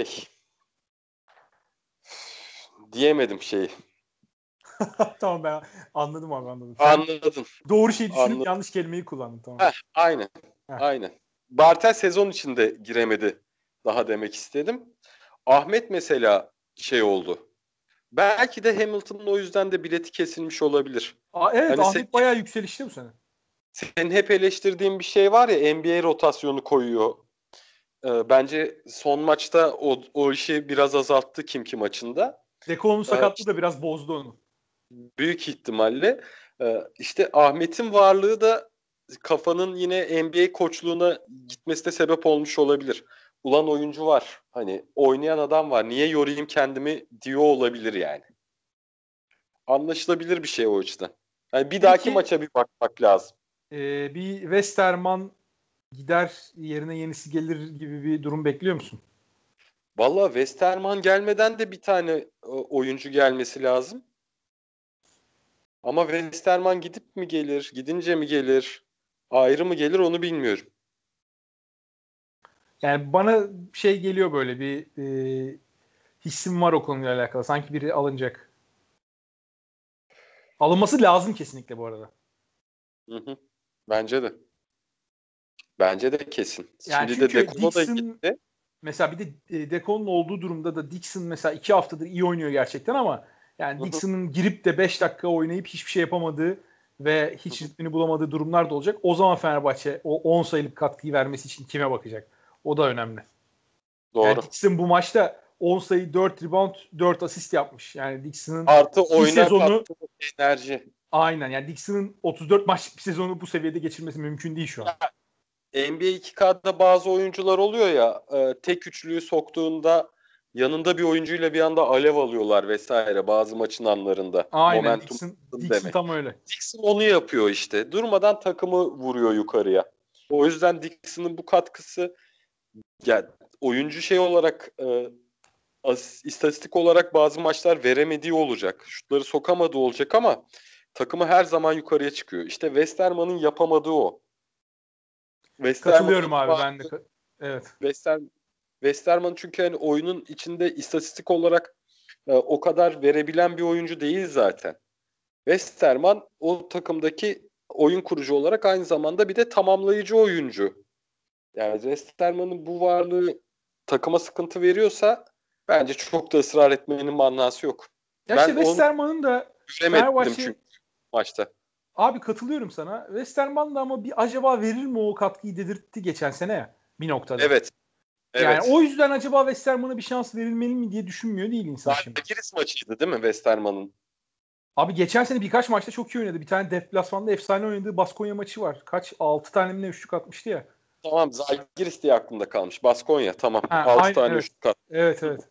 B: diyemedim şeyi.
A: Tamam ben anladım abi anladım. Sen
B: Anladın.
A: doğru şeyi düşünüp
B: Anladın.
A: yanlış kelimeyi kullandın tamam.
B: Heh, aynen.
A: Heh.
B: Aynen. Bartel sezon içinde giremedi. Daha demek istedim. Ahmet mesela şey oldu. Belki de Hamilton'ın o yüzden de bileti kesilmiş olabilir.
A: Evet
B: Hani
A: Ahmet bayağı yükselişte bu sene.
B: senin hep eleştirdiğin bir şey var ya NBA rotasyonu koyuyor. Bence son maçta o işi biraz azalttı Kimki maçında.
A: Deko'nun sakatlığı
B: İşte
A: da biraz bozdu onu.
B: büyük ihtimalle işte Ahmet'in varlığı da kafanın yine NBA koçluğuna gitmesine sebep olmuş olabilir. Ulan oyuncu var. Hani oynayan adam var. Niye yorayım kendimi diyor olabilir yani. Anlaşılabilir bir şey o açıdan. Yani bir dahaki
A: Peki
B: maça bir bakmak lazım.
A: bir Westerman gider yerine yenisi gelir gibi bir durum bekliyor musun?
B: Valla Westerman gelmeden de bir tane oyuncu gelmesi lazım. Ama Westerman gidip mi gelir, gidince mi gelir, ayrı mı gelir onu bilmiyorum.
A: Yani bana şey geliyor böyle bir hissim var o konuyla alakalı. Sanki biri alınacak. Alınması lazım kesinlikle bu arada.
B: Hı hı. Bence de. Bence de kesin.
A: Yani
B: Şimdi de
A: çünkü
B: Dekola da
A: Dixon
B: gitti.
A: mesela bir de Decon'un olduğu durumda da Dixon mesela 2 haftadır iyi oynuyor gerçekten ama yani
B: Hı hı.
A: Dixon'ın girip de 5 dakika oynayıp hiçbir şey yapamadığı ve
B: Hı
A: hiç
B: hı.
A: ritmini bulamadığı durumlar da olacak. O zaman Fenerbahçe o 10 sayılık katkıyı vermesi için kime bakacak? O da önemli. Yani
B: Doğru.
A: Dixon bu maçta 10 sayı, 4 rebound, 4 asist yapmış. Yani Dixon'ın
B: Artı
A: bir
B: oyuna
A: sezonu
B: kattığı enerji.
A: aynen yani Dixon'ın 34 maçlık bir sezonu bu seviyede geçirmesi mümkün değil şu an.
B: NBA 2K'da bazı oyuncular oluyor ya, tek üçlüyü soktuğunda yanında bir oyuncuyla bir anda alev alıyorlar vesaire bazı maçın anlarında.
A: Aynen
B: Momentum
A: Dixon
B: demek.
A: tam öyle.
B: Dixon onu yapıyor işte. Durmadan takımı vuruyor yukarıya. O yüzden Dixon'ın bu katkısı, yani oyuncu şey olarak, istatistik olarak bazı maçlar veremediği olacak. Şutları sokamadığı olacak ama takımı her zaman yukarıya çıkıyor. İşte Westerman'ın yapamadığı o.
A: Katılıyorum
B: Westerman'ın
A: abi
B: var.
A: ben de. Evet.
B: Wester, Westerman çünkü hani oyunun içinde istatistik olarak o kadar verebilen bir oyuncu değil zaten. Westerman o takımdaki oyun kurucu olarak aynı zamanda bir de tamamlayıcı oyuncu. Yani Westerman'ın bu varlığı takıma sıkıntı veriyorsa bence çok da ısrar etmenin manası yok.
A: Ya işte
B: Ben onu
A: Westerman'ın da
B: göremedim
A: Fenerbahçe
B: çünkü maçta.
A: abi katılıyorum sana. Westerman da ama bir acaba verir mi o katkıyı dedirtti geçen sene ya bir noktada.
B: Evet,
A: Yani
B: evet.
A: o yüzden acaba Westerman'a bir şans verilmeli mi diye düşünmüyor değil insan şimdi.
B: Zalgiris maçıydı değil mi Westerman'ın?
A: Abi geçen sene birkaç maçta çok iyi oynadı. Bir tane deplasmanda efsane oynadığı Baskonya maçı var. Kaç? 6 tane mi ne üçlük atmıştı ya.
B: Tamam, Zalgiris diye aklımda kalmış. Baskonya tamam.
A: Ha,
B: 6
A: aynen
B: tane
A: evet.
B: üçlük attı.
A: Evet evet.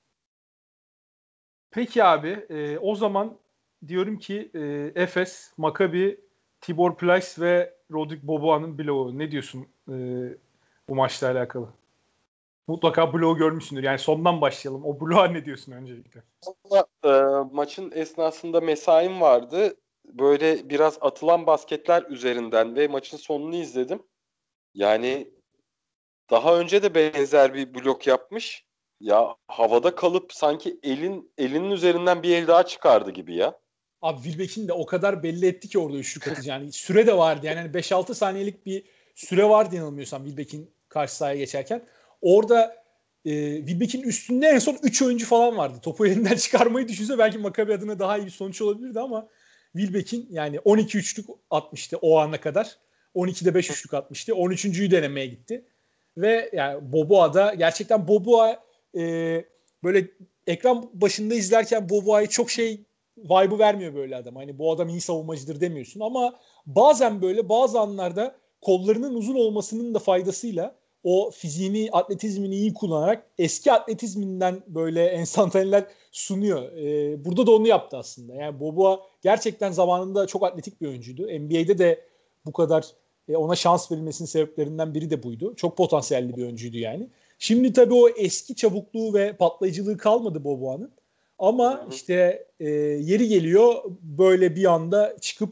A: Peki abi o zaman diyorum ki Efes, Maccabi, Tibor Plyce ve Rodrik Boboa'nın bloğu. Ne diyorsun bu maçla alakalı? Mutlaka bloğu görmüşsündür. Yani sondan başlayalım. O bloğa ne diyorsun öncelikle?
B: Ama, maçın esnasında mesaim vardı. Böyle biraz atılan basketler üzerinden ve maçın sonunu izledim. Yani daha önce de benzer bir blok yapmış. Ya havada kalıp sanki elinin üzerinden bir el daha çıkardı gibi ya.
A: Abi Wilbeck'in de o kadar belli etti ki orada üçlük atacağını. Yani süre de vardı. Yani 5-6 saniyelik bir süre vardı yanılmıyorsam Wilbeck'in karşı sahaya geçerken. Orada Wilbeck'in üstünde en son 3 oyuncu falan vardı. Topu elinden çıkarmayı düşünse belki Maccabi adına daha iyi bir sonuç olabilirdi ama Wilbeck'in yani 12 üçlük atmıştı o ana kadar. 12'de 5 üçlük atmıştı. 13.'yü denemeye gitti. Ve yani Boboa da gerçekten Boboa böyle ekran başında izlerken Boboa'yı çok şey vibe'ı vermiyor böyle adam. Hani bu adam iyi savunmacıdır demiyorsun ama bazen böyle bazı anlarda kollarının uzun olmasının da faydasıyla o fiziğini, atletizmini iyi kullanarak eski atletizminden böyle enstantaneler sunuyor. Burada da onu yaptı aslında. Yani Boboa gerçekten zamanında çok atletik bir oyuncuydu. NBA'de de bu kadar ona şans verilmesinin sebeplerinden biri de buydu. Çok potansiyelli bir oyuncuydu yani. Şimdi tabii o eski çabukluğu ve patlayıcılığı kalmadı Boboa'nın.
B: Hı
A: Ama
B: hı.
A: işte yeri geliyor böyle bir anda çıkıp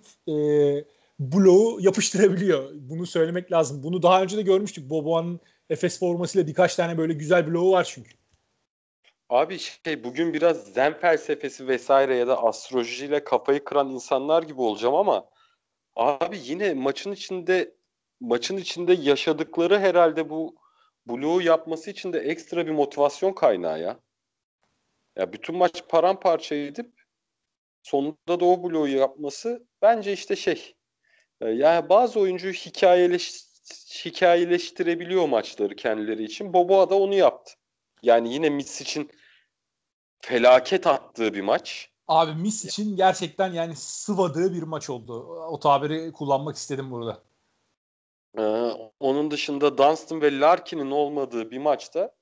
A: bloğu yapıştırabiliyor. Bunu söylemek lazım. Bunu daha önce de görmüştük. Boboa'nın Efes formasıyla birkaç tane böyle güzel bloğu var çünkü.
B: Abi bugün biraz zen felsefesi vesaire ya da astrolojiyle kafayı kıran insanlar gibi olacağım ama abi yine maçın içinde yaşadıkları herhalde bu bloğu yapması için de ekstra bir motivasyon kaynağı ya. Ya bütün maç paramparça edip sonunda da o bloğu yapması bence işte yani bazı oyuncu hikayeleştirebiliyor maçları kendileri için. Boboa da onu yaptı. Yani yine Mitch için felaket attığı bir maç.
A: Abi Miss için gerçekten yani sıvadığı bir maç oldu. O tabiri kullanmak istedim burada.
B: Ee, Onun dışında Dunstan ve Larkin'in olmadığı bir maçta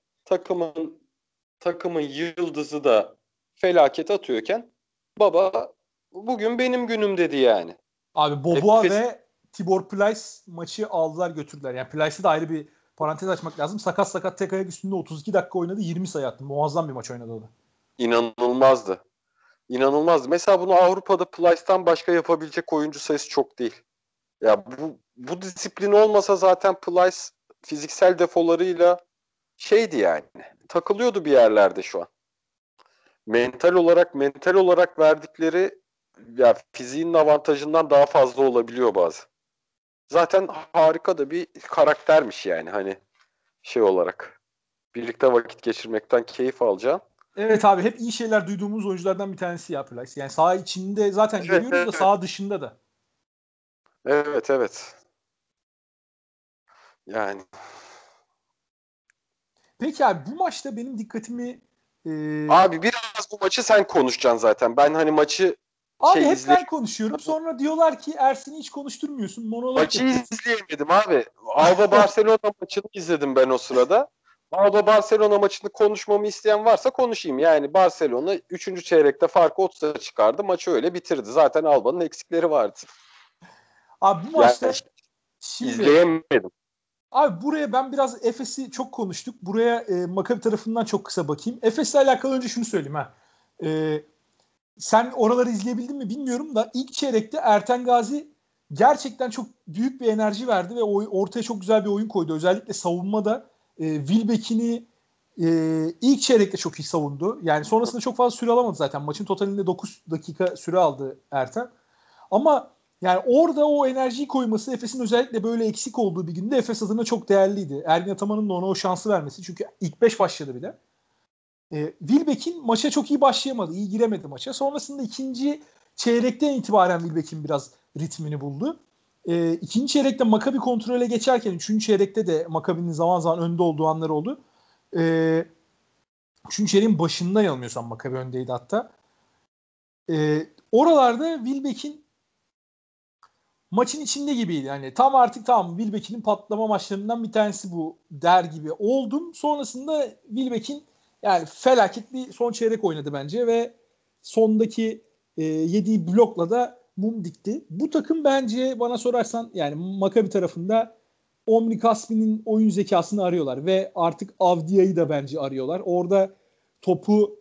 B: takımın yıldızı da felaket atıyorken baba bugün benim günüm dedi yani.
A: Abi Boboa ve Tibor Plyce maçı aldılar götürdüler. Yani Plyce'ı da ayrı bir parantez açmak lazım. Sakat tek ayak üstünde 32 dakika oynadı. 20 sayı attı. Muazzam bir maç oynadı o da.
B: İnanılmazdı. İnanılmazdı. Mesela bunu Avrupa'da Plyce'tan başka yapabilecek oyuncu sayısı çok değil. Ya bu disiplin olmasa zaten Plyce fiziksel defolarıyla şeydi yani. Takılıyordu bir yerlerde şu an. Mental olarak verdikleri ya fiziğin avantajından daha fazla olabiliyor bazı. Zaten harika da bir karaktermiş yani hani şey olarak. Birlikte vakit geçirmekten keyif alacağın.
A: Evet abi hep iyi şeyler duyduğumuz oyunculardan bir tanesi ya Plyce. Yani saha içinde zaten
B: Evet,
A: görüyoruz da
B: evet.
A: saha dışında da.
B: Evet, evet. Yani
A: Peki abi bu maçta benim dikkatimi e,
B: abi biraz bu maçı sen konuşacaksın zaten. Ben hani maçı
A: abi hep ben
B: izleyip
A: konuşuyorum. Sonra diyorlar ki Ersin'i hiç konuşturmuyorsun. Monolog
B: maçı
A: yapıyorsun.
B: izleyemedim abi. Alba Barcelona maçını izledim ben o sırada. Alba Barcelona maçını konuşmamı isteyen varsa konuşayım. Yani Barcelona 3. çeyrekte farkı 30'a çıkardı. Maçı öyle bitirdi. Zaten Alba'nın eksikleri vardı.
A: Abi bu
B: Yani
A: maçta şimdi
B: izleyemedim.
A: abi buraya ben biraz Efes'i çok konuştuk. Buraya Maccabi tarafından çok kısa bakayım. Efes'le alakalı önce şunu söyleyeyim ha. E, Sen oraları izleyebildin mi bilmiyorum da ilk çeyrekte Erten Gazi gerçekten çok büyük bir enerji verdi ve ortaya çok güzel bir oyun koydu. Özellikle savunmada Wilbeck'ini ilk çeyrekte çok iyi savundu. Yani sonrasında çok fazla süre alamadı zaten. Maçın totalinde 9 dakika süre aldı Erten. Ama yani orada o enerjiyi koyması Efes'in özellikle böyle eksik olduğu bir günde Efes adına çok değerliydi. Ergin Ataman'ın da ona o şansı vermesi. Çünkü ilk 5 başladı bile. Wilbeck'in maça çok iyi başlayamadı. İyi giremedi maça. Sonrasında ikinci çeyrekten itibaren Wilbeck'in biraz ritmini buldu. İkinci çeyrekte Maccabi kontrole geçerken üçüncü çeyrekte de Maccabi'nin zaman zaman önde olduğu anlar oldu. Üçüncü çeyreğin başında yanılmıyorsam Maccabi öndeydi hatta. Oralarda Wilbeck'in maçın içinde gibiydi. Yani tam artık tamam Wilbeck'in patlama maçlarından bir tanesi bu der gibi oldum. Sonrasında Wilbeck'in yani felaket bir son çeyrek oynadı bence ve sondaki yediği blokla da mum dikti. Bu takım bence bana sorarsan yani Maccabi tarafında Omri Kasmi'nin oyun zekasını arıyorlar ve artık Avdia'yı da bence arıyorlar. Orada topu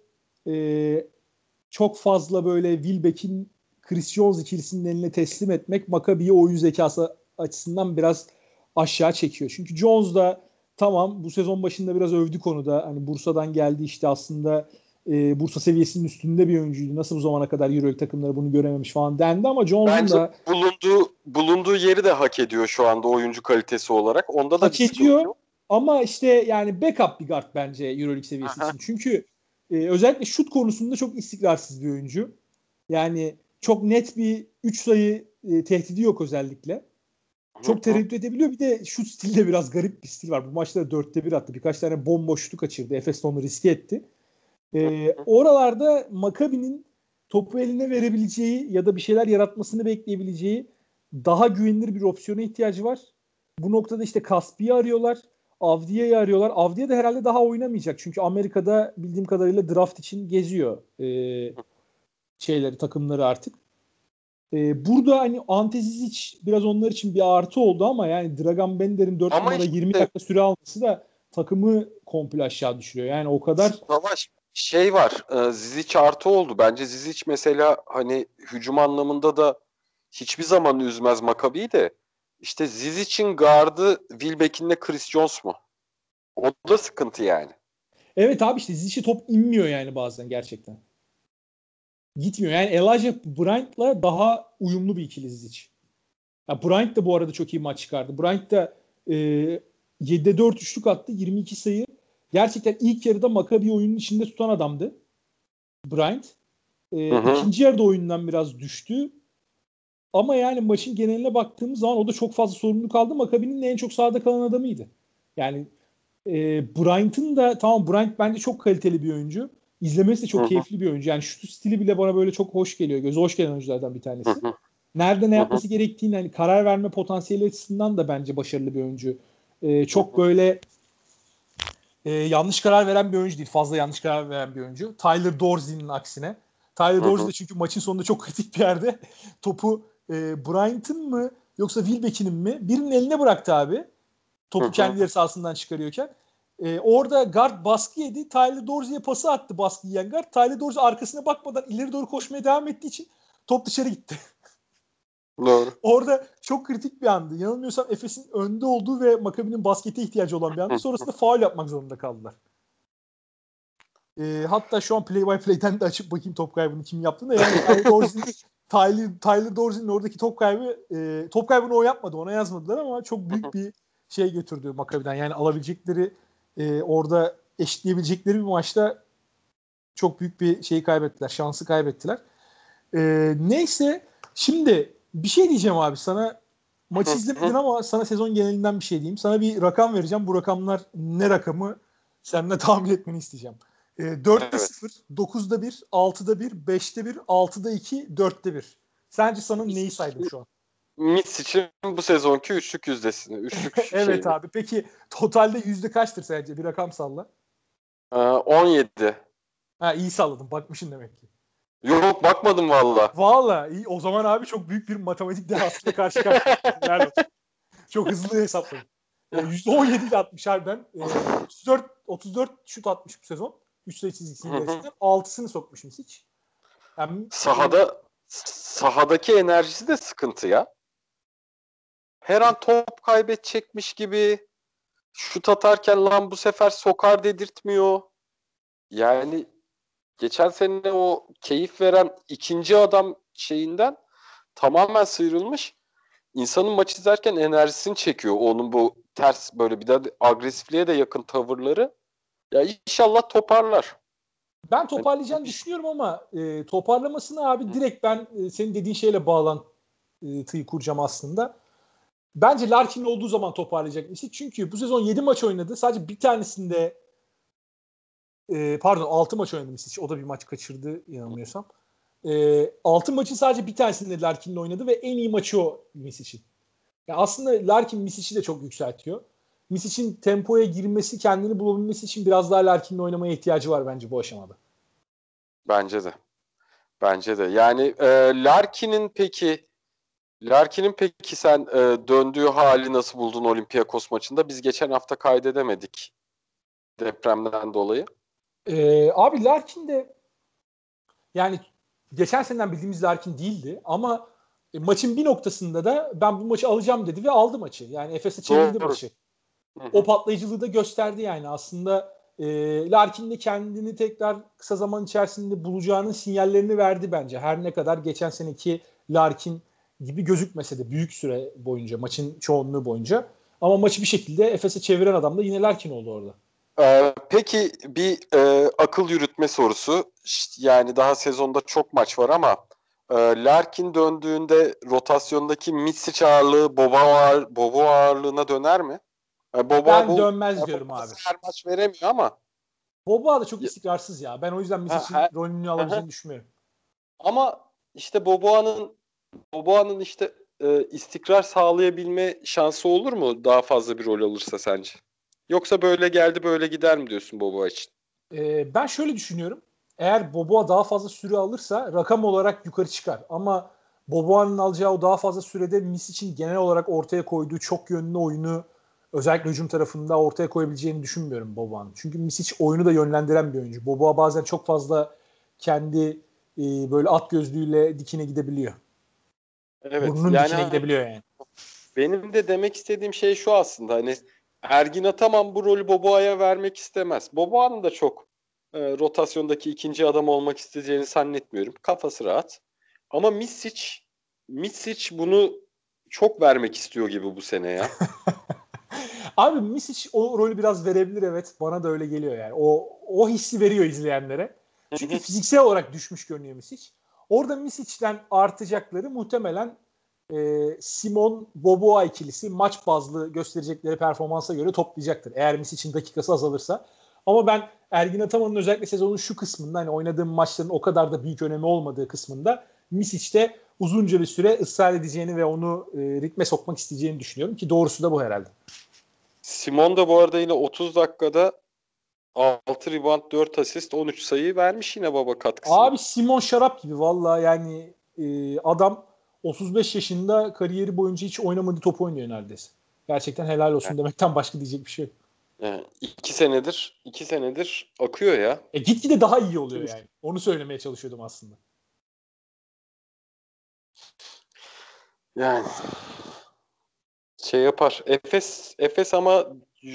A: çok fazla böyle Wilbeck'in Chris Jones ikilisinin eline teslim etmek Maccabi'yi oyun zekası açısından biraz aşağı çekiyor. Çünkü Jones da tamam bu sezon başında biraz övdü konuda. Hani Bursa'dan geldi işte aslında Bursa seviyesinin üstünde bir oyuncuydu. Nasıl bu zamana kadar EuroLeague takımları bunu görememiş falan dendi ama Jones'un
B: Bence
A: da
B: bulunduğu yeri de hak ediyor şu anda oyuncu kalitesi olarak. Onda da bir
A: hak
B: sıkıntı
A: ediyor
B: yok.
A: ama işte yani backup bir guard bence EuroLeague seviyesi
B: Aha.
A: için. Çünkü özellikle şut konusunda çok istikrarsız bir oyuncu. Yani çok net bir 3 sayı tehdidi yok özellikle. Çok tereddüt edebiliyor. Bir de şut stili de biraz garip bir stil var. Bu maçta da 4'te 1 attı. Birkaç tane bomboş şutu kaçırdı. Efes de onu riske etti. Oralarda Maccabi'nin topu eline verebileceği ya da bir şeyler yaratmasını bekleyebileceği daha güvenilir bir opsiyona ihtiyacı var. Bu noktada işte Kaspi'yi arıyorlar. Avdia'yı arıyorlar. Avdia da herhalde daha oynamayacak. Çünkü Amerika'da bildiğim kadarıyla draft için geziyor takımları artık. Burada hani Ante Zizic biraz onlar için bir artı oldu ama yani Dragan Bender'in 4
B: Ama
A: numara 20
B: işte
A: dakika süre alması da takımı komple aşağı düşürüyor. Yani o kadar
B: Savaş şey var. Zizic artı oldu. Bence Zizic mesela hani hücum anlamında da hiçbir zaman üzmez Maccabi'yi de. İşte Zizic'in gardı Wilbeck'inle Chris Jones mu? O da sıkıntı yani.
A: evet abi işte Zizic'e top inmiyor yani bazen gerçekten. Gitmiyor. Yani Elijah Bryant'la daha uyumlu bir ikili Zizic. Ya Bryant da bu arada çok iyi maç çıkardı. Bryant da 7'de 4 üçlük attı. 22 sayı. Gerçekten ilk yarıda Maccabi oyunun içinde tutan adamdı. Bryant.
B: Hı hı.
A: İkinci yarıda oyundan biraz düştü. Ama yani maçın geneline baktığımız zaman o da çok fazla sorumluluk aldı. Maccabi'nin en çok sahada kalan adamıydı. Yani Bryant'ın da tamam Bryant bence çok kaliteli bir oyuncu. İzlemesi de
B: Hı
A: çok
B: hı.
A: keyifli bir oyuncu. Yani şut stili bile bana böyle çok hoş geliyor. Göze hoş gelen oyunculardan bir
B: Hı
A: tanesi.
B: hı.
A: Nerede ne
B: Hı hı.
A: yapması gerektiğini hani karar verme potansiyeli açısından da bence başarılı bir oyuncu.
B: Hı
A: Çok
B: hı.
A: böyle yanlış karar veren bir oyuncu değil. Fazla yanlış karar veren bir oyuncu. Tyler Dorsey'nin aksine. Tyler
B: Hı
A: Dorsey de
B: hı.
A: çünkü maçın sonunda çok kritik bir yerde topu Bryant'ın mı yoksa Wilbeck'in mi? Birinin eline bıraktı abi. Topu kendi yarı sahasından çıkarıyorken. Orada guard baskı yedi. Tyler Dorsey'e pası attı baskı yiyen guard. Tyler Dorsey arkasına bakmadan ileri doğru koşmaya devam ettiği için top dışarı gitti.
B: Doğru.
A: Orada çok kritik bir andı. Yanılmıyorsam Efes'in önde olduğu ve Maccabi'nin baskete ihtiyacı olan bir andı. Sonrasında faul yapmak zorunda kaldılar. Hatta şu an play by play'den de açıp bakayım top kaybını kim yaptığını. Yani Tyler Dorsey'nin oradaki top kaybını o yapmadı. Ona yazmadılar ama çok büyük bir şey götürdü Maccabi'den. Yani alabilecekleri orada eşitleyebilecekleri bir maçta çok büyük bir şeyi kaybettiler. Şansı kaybettiler. Neyse şimdi bir şey diyeceğim abi sana. Maçı izlemedin ama sana sezon genelinden bir şey diyeyim. Sana bir rakam vereceğim. Bu rakamlar ne rakamı? Seninle tahmin etmeni isteyeceğim. 4'te 0, 9'da 1, 6'da 1, 5'te 1, 6'da 2, 4'te 1. Sence sana neyi saydım şu an?
B: Mitsic'in bu sezonki üçlük yüzdesini. Üçlük
A: evet abi. Peki totalde yüzde kaçtır sence? Bir rakam salla.
B: 17.
A: Ha, iyi salladın. Bakmışsın demek ki.
B: Yok bakmadım valla.
A: Valla iyi. O zaman abi çok büyük bir matematik dehasıyla karşı karşıya. Çok hızlı hesapladım. %17 ile atmış harbiden. 34 şut atmış bu sezon. 3 sayı çizgisinin gerisinde. 6'sını sokmuşum hiç. Yani,
B: sahadaki enerjisi de sıkıntı ya. Her an top kaybedecekmiş gibi şut atarken lan bu sefer sokar dedirtmiyor. Yani geçen sene o keyif veren ikinci adam şeyinden tamamen sıyrılmış. İnsanın maç izlerken enerjisini çekiyor. Onun bu ters böyle bir de agresifliğe de yakın tavırları. Ya inşallah toparlar.
A: Ben toparlayacağını düşünüyorum ama toparlamasını abi direkt ben senin dediğin şeyle bağlantıyı kuracağım aslında. Bence Larkin olduğu zaman toparlayacak Misic. Çünkü bu sezon 7 maç oynadı. Sadece bir tanesinde 6 maç oynadı Misic. O da bir maç kaçırdı yanılmıyorsam. 6 maçın sadece bir tanesinde Larkin'le oynadı ve en iyi maçı o Misic'in. Yani aslında Larkin Misic'i de çok yükseltiyor. Misic'in tempoya girmesi, kendini bulabilmesi için biraz daha Larkin'le oynamaya ihtiyacı var bence bu aşamada.
B: Bence de. Bence de. Yani Larkin'in peki sen döndüğü hali nasıl buldun Olympiakos maçında? Biz geçen hafta kaydedemedik depremden dolayı.
A: Abi Larkin de yani geçen seneden bildiğimiz Larkin değildi ama maçın bir noktasında da ben bu maçı alacağım dedi ve aldı maçı. Yani Efes'e çevirdi maçı. O patlayıcılığı da gösterdi yani. Aslında Larkin de kendini tekrar kısa zaman içerisinde bulacağının sinyallerini verdi bence. Her ne kadar geçen seneki Larkin gibi gözükmese de büyük süre boyunca, maçın çoğunluğu boyunca. Ama maçı bir şekilde Efes'e çeviren adam da yine Larkin oldu orada.
B: Peki bir akıl yürütme sorusu. Yani daha sezonda çok maç var ama Larkin döndüğünde rotasyondaki Misic ağırlığı Bobo ağırlığına döner mi?
A: Ben dönmez diyorum abi.
B: Her maç veremiyor ama.
A: Boba da çok istikrarsız ya. Ben o yüzden Misic'in rolünü alabileceğini düşünmüyorum.
B: Ama işte Boboa'nın işte istikrar sağlayabilme şansı olur mu daha fazla bir rol alırsa sence? Yoksa böyle geldi böyle gider mi diyorsun Boboa için?
A: Ben şöyle düşünüyorum. Eğer Boboa daha fazla süre alırsa rakam olarak yukarı çıkar. Ama Boboa'nın alacağı o daha fazla sürede Misic'in genel olarak ortaya koyduğu çok yönlü oyunu özellikle hücum tarafında ortaya koyabileceğini düşünmüyorum Boboa'nın. Çünkü Misic oyunu da yönlendiren bir oyuncu. Boboa bazen çok fazla kendi böyle at gözlüğüyle dikine gidebiliyor.
B: Evet.
A: Burnunun
B: yani
A: dikine gidebiliyor yani.
B: Benim de demek istediğim şey şu aslında hani Ergin Ataman bu rolü Boboa'ya vermek istemez. Boboa'nın da çok rotasyondaki ikinci adam olmak isteyeceğini zannetmiyorum. Kafası rahat. Ama Misic bunu çok vermek istiyor gibi bu sene ya.
A: Abi Misic o rolü biraz verebilir evet. Bana da öyle geliyor yani. O hissi veriyor izleyenlere. Çünkü fiziksel olarak düşmüş görünüyor Misic. Orada Misic'ten artacakları muhtemelen Simon Boboa ikilisi maç bazlı gösterecekleri performansa göre toplayacaktır. Eğer Misic'in dakikası azalırsa. Ama ben Ergin Ataman'ın özellikle sezonun şu kısmında hani oynadığım maçların o kadar da büyük önemi olmadığı kısmında Misic'te uzunca bir süre ısrar edeceğini ve onu ritme sokmak isteyeceğini düşünüyorum ki doğrusu da bu herhalde.
B: Simon da bu arada yine 30 dakikada 6 rebound 4 asist 13 sayı vermiş yine baba katkısını.
A: Abi Simon şarap gibi vallahi yani adam 35 yaşında kariyeri boyunca hiç oynamadığı top oynuyor neredeyse. Gerçekten helal olsun demekten başka diyecek bir şey yok.
B: Yani 2 senedir akıyor ya.
A: Gitgide daha iyi oluyor yani. Onu söylemeye çalışıyordum aslında.
B: Yani şey yapar. Efes ama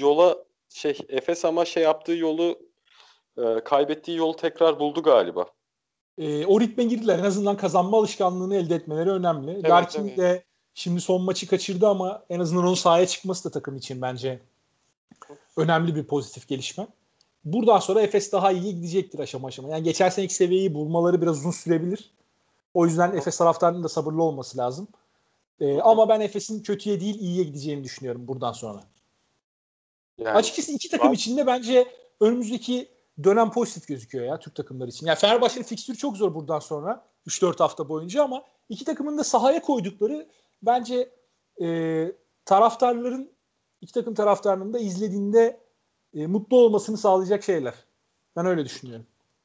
B: Efes ama yaptığı yolu kaybettiği yolu tekrar buldu galiba.
A: O ritme girdiler. En azından kazanma alışkanlığını elde etmeleri önemli.
B: Evet,
A: Larkin
B: evet.
A: de şimdi son maçı kaçırdı ama en azından onun sahaya çıkması da takım için bence önemli bir pozitif gelişme. Buradan sonra Efes daha iyi gidecektir aşama aşama. Yani geçen seneki seviyeyi bulmaları biraz uzun sürebilir. O yüzden Efes taraftarının da sabırlı olması lazım. Ama ben Efes'in kötüye değil iyiye gideceğini düşünüyorum buradan sonra.
B: Yani
A: Açıkçası iki takım için de bence önümüzdeki dönem pozitif gözüküyor ya Türk takımları için. Yani Fenerbahçe'nin fikstürü çok zor buradan sonra 3-4 hafta boyunca ama iki takımın da sahaya koydukları bence taraftarların iki takım taraftarının da izlediğinde mutlu olmasını sağlayacak şeyler. Ben öyle düşünüyorum.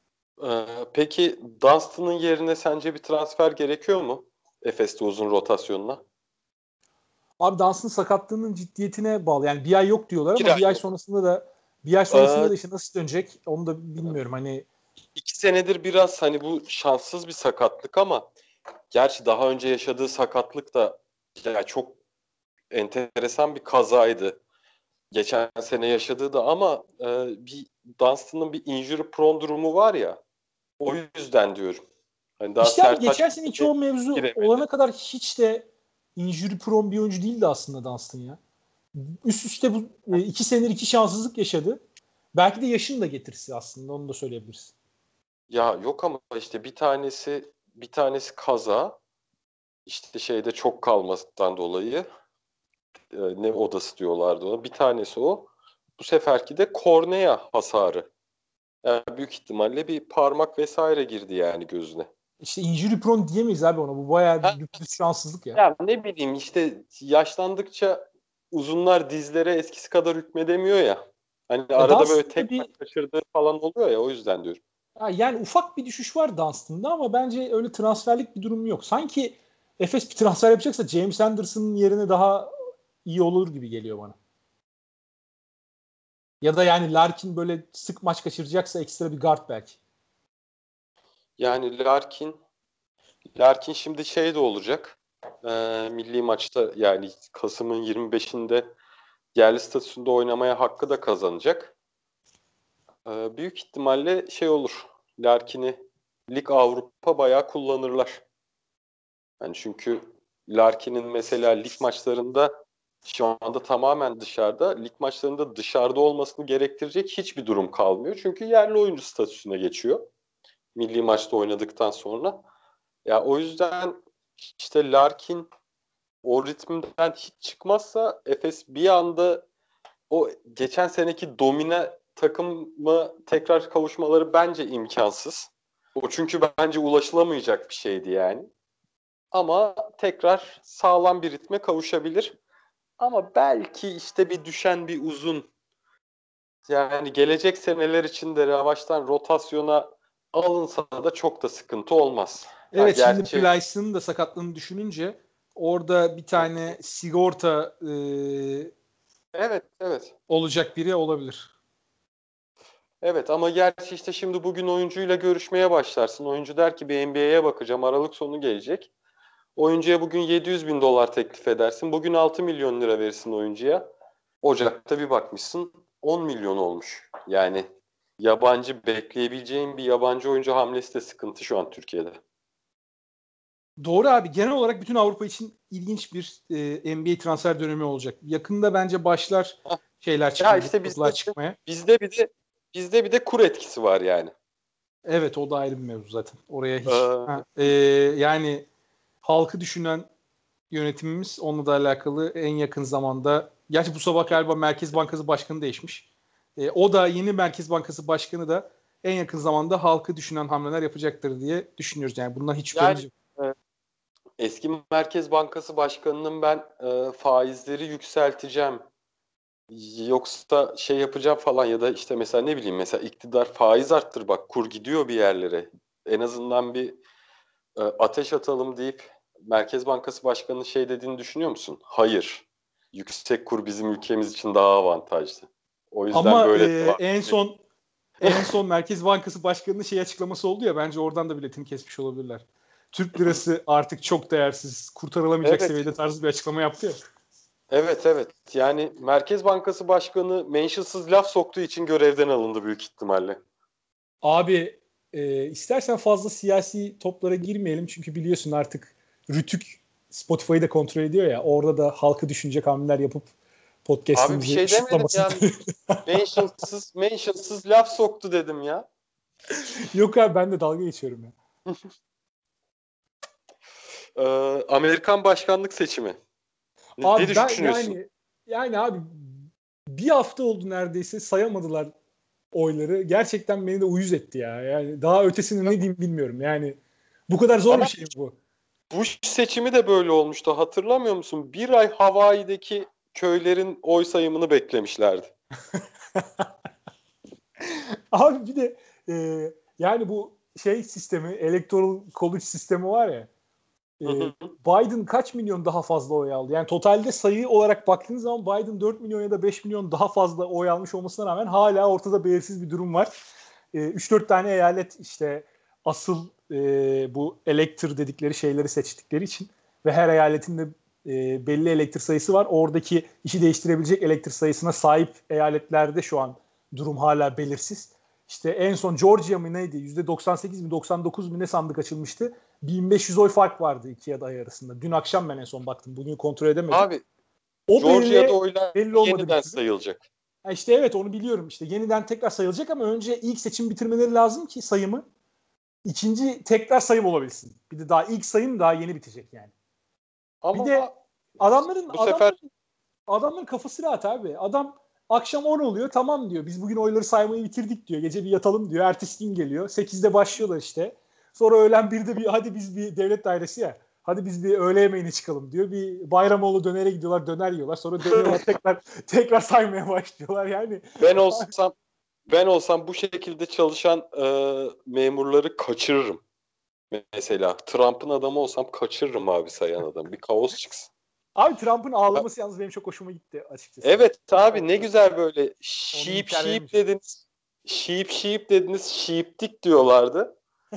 B: Peki Dunstan'ın yerine sence bir transfer gerekiyor mu? Efes'te uzun rotasyonuna.
A: Abi Dunstan sakatlığının ciddiyetine bağlı. Yani bir ay yok diyorlar ama
B: Bir ay
A: bir ay
B: yok.
A: sonrasında da işte nasıl dönecek onu da bilmiyorum. Hani
B: 2 senedir biraz hani bu şanssız bir sakatlık ama gerçi daha önce yaşadığı sakatlık da ya çok enteresan bir kazaydı. Geçen sene yaşadığı da ama bir Dunstan'ın bir injury prone durumu var ya. O yüzden diyorum. Hani daha
A: İşte abi
B: Sertaç
A: geçen seneki o mevzu
B: giremedi.
A: olana kadar hiç de injury prone bir oyuncu değildi aslında Dunstan ya. Üst üste bu 2 senedir 2 şanssızlık yaşadı. Belki de yaşın da getirisi aslında onu da söyleyebiliriz.
B: Ya yok ama işte bir tanesi kaza, işte şeyde çok kalmasından dolayı ne odası diyorlardı ona. Bir tanesi o. Bu seferki de kornea hasarı. Yani büyük ihtimalle bir parmak vesaire girdi yani gözüne.
A: İşte injury prone diyemeyiz abi ona. Bu bayağı
B: Ha,
A: düpedüz şanssızlık ya.
B: ya ne bileyim işte yaşlandıkça uzunlar dizlere eskisi kadar hükmedemiyor ya. Hani
A: Ya
B: arada böyle
A: Dunstan'da
B: tek maç
A: bir
B: kaçırdığı falan oluyor ya, o yüzden diyorum.
A: yani ufak bir düşüş var Dunstan'da ama bence öyle transferlik bir durum yok. Sanki Efes bir transfer yapacaksa James Anderson'ın yerine daha iyi olur gibi geliyor bana. Ya da yani Larkin böyle sık maç kaçıracaksa ekstra bir guard belki.
B: Yani Larkin şimdi şey de olacak. Milli maçta yani Kasım'ın 25'inde yerli statüsünde oynamaya hakkı da kazanacak. Büyük ihtimalle şey olur. Larkin'i Lig Avrupa bayağı kullanırlar. Yani çünkü Larkin'in mesela lig maçlarında şu anda tamamen dışarıda. Lig maçlarında dışarıda olmasını gerektirecek hiçbir durum kalmıyor. Çünkü yerli oyuncu statüsüne geçiyor. Milli maçta oynadıktan sonra. Ya o yüzden işte Larkin o ritmden hiç çıkmazsa Efes bir anda o geçen seneki domine takımı tekrar kavuşmaları bence imkansız. O çünkü bence ulaşılamayacak bir şeydi yani. Ama tekrar sağlam bir ritme kavuşabilir. Ama belki işte bir düşen bir uzun, yani gelecek seneler için de yavaştan rotasyona alınsa da çok da sıkıntı olmaz. Ha
A: Evet şimdi
B: gerçi
A: Plyce'ın da sakatlığını düşününce orada bir tane sigorta
B: evet, evet.
A: olacak biri olabilir.
B: Evet ama gerçi işte şimdi bugün oyuncuyla görüşmeye başlarsın. Oyuncu der ki bir NBA'ye bakacağım. Aralık sonu gelecek. Oyuncuya bugün 700 bin dolar teklif edersin. Bugün 6 milyon lira verirsin oyuncuya. Ocak'ta bir bakmışsın 10 milyon olmuş. Yani bekleyebileceğin bir yabancı oyuncu hamlesi de sıkıntı şu an Türkiye'de.
A: Doğru abi. Genel olarak bütün Avrupa için ilginç bir NBA transfer dönemi olacak. Yakında bence başlar
B: Hah.
A: şeyler
B: Ya
A: çıkmaya,
B: işte
A: dedikodular çıkmaya.
B: bizde bir de kur etkisi var yani.
A: Evet o da ayrı bir mevzu zaten. Oraya hiç.
B: Ee,
A: Yani halkı düşünen yönetimimiz onunla da alakalı en yakın zamanda. Gerçi bu sabah galiba Merkez Bankası Başkanı değişmiş. O da yeni Merkez Bankası Başkanı da en yakın zamanda halkı düşünen hamleler yapacaktır diye düşünüyoruz. Yani bundan hiç şüphemiz
B: yani
A: yok.
B: e, eski Merkez Bankası Başkanı'nın ben faizleri yükselteceğim yoksa şey yapacağım falan ya da işte mesela ne bileyim mesela iktidar faiz arttır bak kur gidiyor bir yerlere. En azından bir ateş atalım deyip Merkez Bankası Başkanı'nın şey dediğini düşünüyor musun? Hayır. Yüksek kur bizim ülkemiz için daha avantajlı. O yüzden
A: Ama
B: böyle
A: en son Merkez Bankası Başkanı'nın açıklaması oldu ya, bence oradan da biletini kesmiş olabilirler. Türk lirası artık çok değersiz, kurtarılamayacak
B: Evet.
A: seviyede tarzı bir açıklama yaptı ya.
B: Evet. Yani Merkez Bankası Başkanı menşelsiz laf soktuğu için görevden alındı büyük ihtimalle.
A: Abi istersen fazla siyasi toplara girmeyelim çünkü biliyorsun artık Rütük Spotify'ı da kontrol ediyor ya, orada da halkı düşünecek hamleler yapıp
B: Abi bir
A: podcast'imizi
B: şey demedim
A: şutlamasın.
B: ya. Menşelsiz laf soktu dedim ya.
A: Yok abi, ben de dalga geçiyorum ya.
B: Amerikan başkanlık seçimi. Ne
A: Abi ben
B: düşünüyorsun?
A: yani abi bir hafta oldu neredeyse, sayamadılar oyları. Gerçekten beni de uyuz etti ya. Yani daha ötesini ne diyeyim bilmiyorum. Yani bu kadar zor bir
B: Ama
A: şey mi bu?
B: Bush seçimi de böyle olmuştu. Hatırlamıyor musun? Bir ay Hawaii'deki köylerin oy sayımını beklemişlerdi.
A: Abi bir de yani bu sistemi, Electoral College sistemi var ya, e,
B: Hı hı.
A: Biden kaç milyon daha fazla oy aldı? Yani totalde sayı olarak baktığınız zaman Biden 4 milyon ya da 5 milyon daha fazla oy almış olmasına rağmen hala ortada belirsiz bir durum var. 3-4 tane eyalet işte asıl bu elector dedikleri şeyleri seçtikleri için ve her eyaletin de belli elector sayısı var. Oradaki işi değiştirebilecek elector sayısına sahip eyaletlerde şu an durum hala belirsiz. İşte en son Georgia mı neydi? %98 mi 99 mi ne sandık açılmıştı. 1500 oy fark vardı iki aday arasında. Dün akşam ben en son baktım. Bugün kontrol edemedim.
B: Abi
A: O
B: Georgia'da oylar
A: belli olmadı bir
B: yeniden
A: türlü.
B: sayılacak.
A: Ha işte evet, onu biliyorum. İşte yeniden tekrar sayılacak ama önce ilk seçim bitirmeleri lazım ki sayımı. İkinci tekrar sayım olabilsin. Bir de daha ilk sayım daha yeni bitecek yani. Bir de
B: Ama
A: adamların
B: bu sefer
A: adamların adamların kafası rahat abi. Adam akşam 10 oluyor, tamam diyor. Biz bugün oyları saymayı bitirdik diyor. Gece bir yatalım diyor. Ertesi gün geliyor. 8'de başlıyorlar işte. Sonra öğlen 1'de hadi biz bir devlet dairesi ya. Hadi biz bir öğle yemeğine çıkalım diyor. Bir Bayramoğlu dönere gidiyorlar, döner yiyorlar. Sonra dönüyorlar tekrar saymaya başlıyorlar yani.
B: ben olsam bu şekilde çalışan memurları kaçırırım. Mesela Trump'ın adamı olsam kaçırırım abi sayan adam. Bir kaos çıksın.
A: Abi Trump'ın ağlaması yalnız benim çok hoşuma gitti açıkçası.
B: Evet abi ne güzel böyle
A: Onu
B: sheep
A: inkar
B: sheep
A: edemeyeceğim.
B: dediniz. Sheep dediniz. Sheep'tik diyorlardı.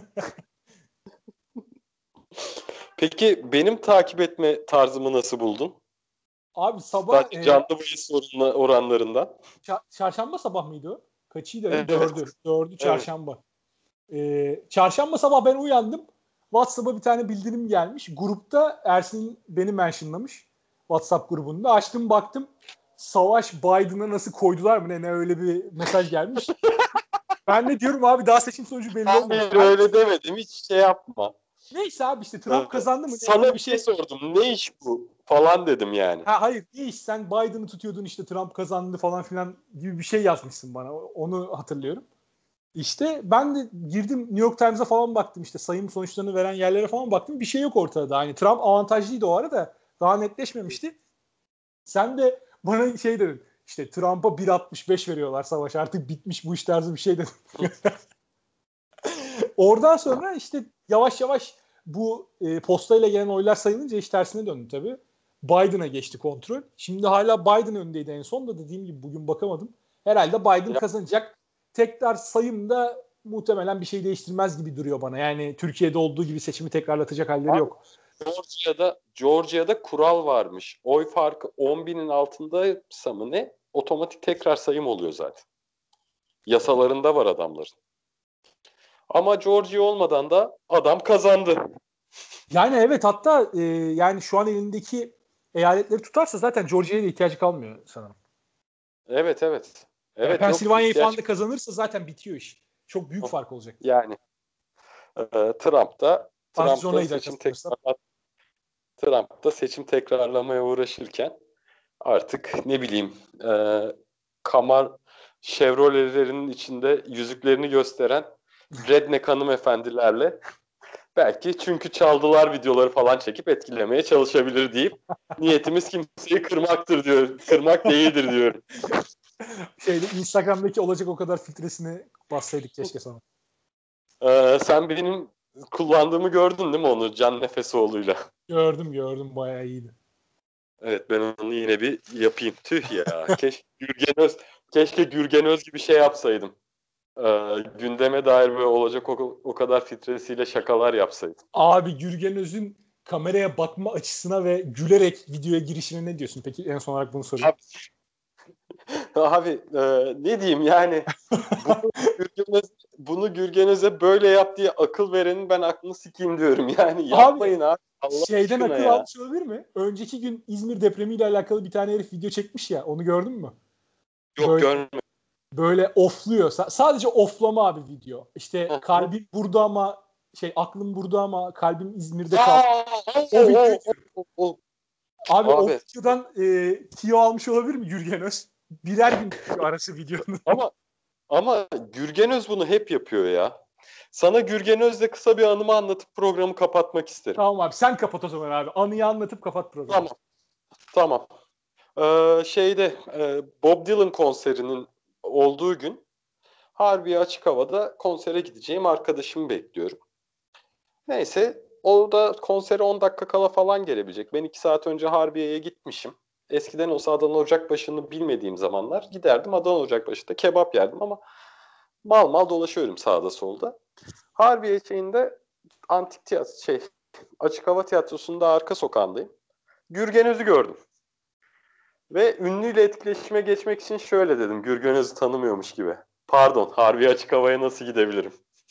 B: Peki benim takip etme tarzımı nasıl buldun?
A: Abi sabah
B: Sadece canlı bahis oranlarından.
A: çarşamba sabah mıydı o? Kaçıydı ayın?
B: Evet.
A: Dördü
B: Evet.
A: çarşamba. Çarşamba sabah ben uyandım. WhatsApp'a bir tane bildirim gelmiş. Grupta Ersin beni mentionlamış. WhatsApp grubunda. Açtım baktım. Savaş Biden'a nasıl koydular mı ne öyle bir mesaj gelmiş. Ben de diyorum abi daha seçim sonucu belli olmadı.
B: Hayır öyle demedim. Hiç şey yapma.
A: Neyse abi işte
B: Ee,
A: Trump kazandı mı ne öyle
B: Sana
A: bir
B: bir şey
A: şey.
B: sordum. Ne iş bu? Falan dedim yani.
A: Ha hayır, ne iş, sen Biden'ı tutuyordun işte Trump kazandı falan filan gibi bir şey yazmışsın bana. Onu hatırlıyorum. İşte ben de girdim New York Times'a falan baktım, işte sayım sonuçlarını veren yerlere falan baktım. Bir şey yok ortada. Hani Trump avantajlıydı o arada. Daha netleşmemişti. Sen de bana şey dedin. İşte Trump'a 1.65 veriyorlar savaş. Artık bitmiş bu iş tarzı bir şey dedin. Oradan sonra işte yavaş yavaş bu postayla gelen oylar sayılınca iş tersine döndü tabii. Biden'a geçti kontrol. Şimdi hala Biden öndeydi en son da, dediğim gibi bugün bakamadım. Herhalde Biden
B: Ya,
A: kazanacak. Tekrar sayımda muhtemelen bir şey değiştirmez gibi duruyor bana. Yani Türkiye'de olduğu gibi seçimi tekrarlatacak halleri
B: abi,
A: yok.
B: Georgia'da kural varmış. Oy farkı 10 binin altındaysa mı ne? Otomatik tekrar sayım oluyor zaten. Yasalarında var adamların. Ama Georgia olmadan da adam kazandı.
A: Yani evet, hatta yani şu an elindeki eyaletleri tutarsa zaten Georgia'ya da ihtiyacı kalmıyor sanırım.
B: Evet evet.
A: Yani
B: Evet yok
A: Pensilvanya'yı falan
B: ihtiyaç
A: da kazanırsa zaten bitiyor iş. Çok büyük fark olacak.
B: yani Trump da
A: Arizona'yı da
B: seçim
A: kazanırsa.
B: tekrarlamaya uğraşırken artık ne bileyim Kamar Chevrolet'lerinin içinde yüzüklerini gösteren redneck hanımefendilerle belki çünkü çaldılar videoları falan çekip etkilemeye çalışabilir deyip niyetimiz kimseyi kırmaktır diyor. Kırmak değildir diyorum.
A: Instagram'daki olacak o kadar filtresini bassaydık keşke sana.
B: Sen benim kullandığımı gördün değil mi onu Can Nefesoğlu'yla?
A: Gördüm bayağı iyiydi.
B: Evet, ben onu yine bir yapayım. Tüh ya. Keşke Gürgen Öz gibi şey yapsaydım. Gündeme dair böyle olacak o kadar filtresiyle şakalar yapsaydım.
A: Abi Gürgen Öz'ün kameraya bakma açısına ve gülerek videoya girişine ne diyorsun? Peki en son olarak bunu sorayım.
B: Abi ne diyeyim yani bunu Gürgen Öz'e böyle yap diye akıl verenin ben aklını sikeyim diyorum. Yani yapmayın abi. Allah
A: Şeyden
B: aşkına
A: akıl
B: ya.
A: almış olabilir mi? Önceki gün İzmir depremiyle alakalı bir tane herif video çekmiş ya. Onu gördün mü?
B: Yok, görmedim.
A: Böyle ofluyor. Sadece oflama abi video. İşte kalbim burada ama aklım burada ama kalbim İzmir'de kaldı. O video. Abi o videodan tiyo almış olabilir mi Gürgen Öz? Birer gün arası videonun.
B: Ama Gürgen Öz bunu hep yapıyor ya. Sana Gürgen Öz'le kısa bir anımı anlatıp programı kapatmak isterim.
A: Tamam abi sen kapat o zaman abi. Anıyı anlatıp kapat programı.
B: Tamam. Bob Dylan konserinin olduğu gün Harbiye Açık Hava'da konsere gideceğim arkadaşımı bekliyorum. Neyse o da konsere 10 dakika kala falan gelebilecek. Ben 2 saat önce Harbiye'ye gitmişim. Eskiden olsa Adana Ocakbaşı'nı bilmediğim zamanlar giderdim Adana Ocakbaşı'da kebap yerdim ama mal dolaşıyorum sağda solda. Harbiye şeyinde antik tiyatro Açık Hava Tiyatrosu'nda arka sokağındayım. Gürgen Öz'ü gördüm. Ve ünlüyle etkileşime geçmek için şöyle dedim. Gürgen Öz'ü tanımıyormuş gibi. Pardon, Harbiye Açık Hava'ya nasıl gidebilirim?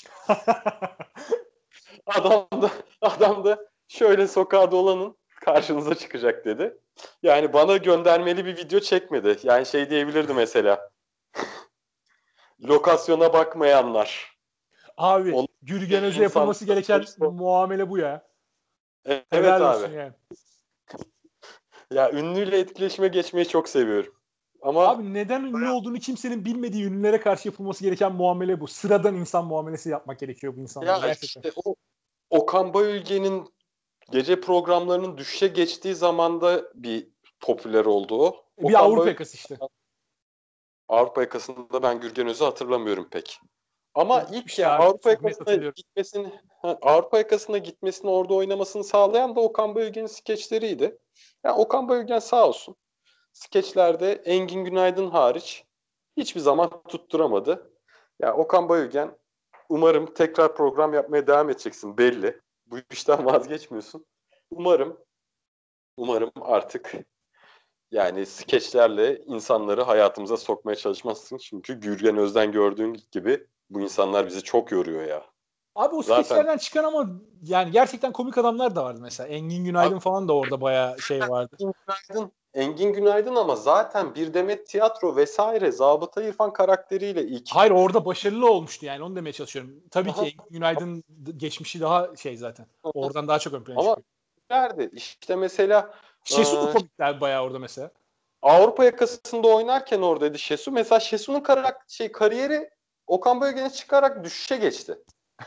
B: Adam da şöyle sokağa dolanın karşınıza çıkacak dedi. Yani bana göndermeli bir video çekmedi. Yani şey diyebilirdi mesela. Lokasyona bakmayanlar.
A: Abi Gürgen Öz'e yapılması gereken muamele bu ya.
B: Evet
A: helal
B: abi.
A: Olsun yani.
B: Ya ünlüyle etkileşime geçmeyi çok seviyorum. Ama
A: abi neden ünlü olduğunu kimsenin bilmediği ünlülere karşı yapılması gereken muamele bu. Sıradan insan muamelesi yapmak gerekiyor bu insanlara.
B: ya
A: gerçekten.
B: işte Okan Bayülgen'in gece programlarının düşüşe geçtiği zamanda bir popüler oldu o.
A: Bir Avrupa yakası işte.
B: Avrupa yakasında ben Gürgen Öz'ü hatırlamıyorum pek. Ama ilk
A: işte
B: ya
A: abi,
B: Avrupa yakasına gitmesini orada oynamasını sağlayan da Okan Bayülgen'in skeçleriydi. Yani Okan Bayülgen sağ olsun. Skeçlerde Engin Günaydın hariç hiçbir zaman tutturamadı. Ya Okan Bayülgen umarım tekrar program yapmaya devam edeceksin belli. Bu işten vazgeçmiyorsun. Umarım artık yani skeçlerle insanları hayatımıza sokmaya çalışmazsın. Çünkü Gürgen Öz'den gördüğün gibi bu insanlar bizi çok yoruyor ya.
A: Abi o skeçlerden çıkan ama yani gerçekten komik adamlar da vardı mesela. Engin Günaydın falan da orada bayağı şey vardı.
B: Engin Günaydın ama zaten Bir Demet Tiyatro vesaire Zabıta İrfan karakteriyle ilk.
A: Hayır orada başarılı olmuştu yani onu demeye çalışıyorum. Tabii ki Engin Günaydın geçmişi daha şey zaten. Oradan daha çok ön plana çıkıyor.
B: Nerede? İşte mesela
A: Şesu da komikler bayağı orada mesela.
B: Avrupa yakasında oynarken oradaydı Şesu. Mesela Şesu'nun kariyeri Okan Bayülgen'e çıkarak düşüşe geçti.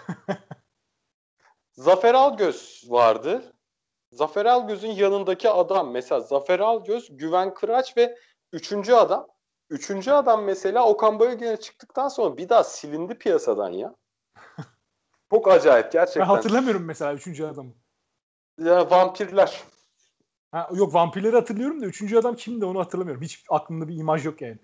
B: Zafer Algöz vardı. Zafer Algöz'ün yanındaki adam mesela Zafer Algöz, Güven Kıraç ve üçüncü adam. Üçüncü adam mesela Okan Bayülgen'e çıktıktan sonra bir daha silindi piyasadan ya. Çok acayip gerçekten.
A: Ben hatırlamıyorum mesela üçüncü adamı.
B: Ya vampirler.
A: Yok vampirleri hatırlıyorum da üçüncü adam kimdi onu hatırlamıyorum. Hiç aklımda bir imaj yok yani.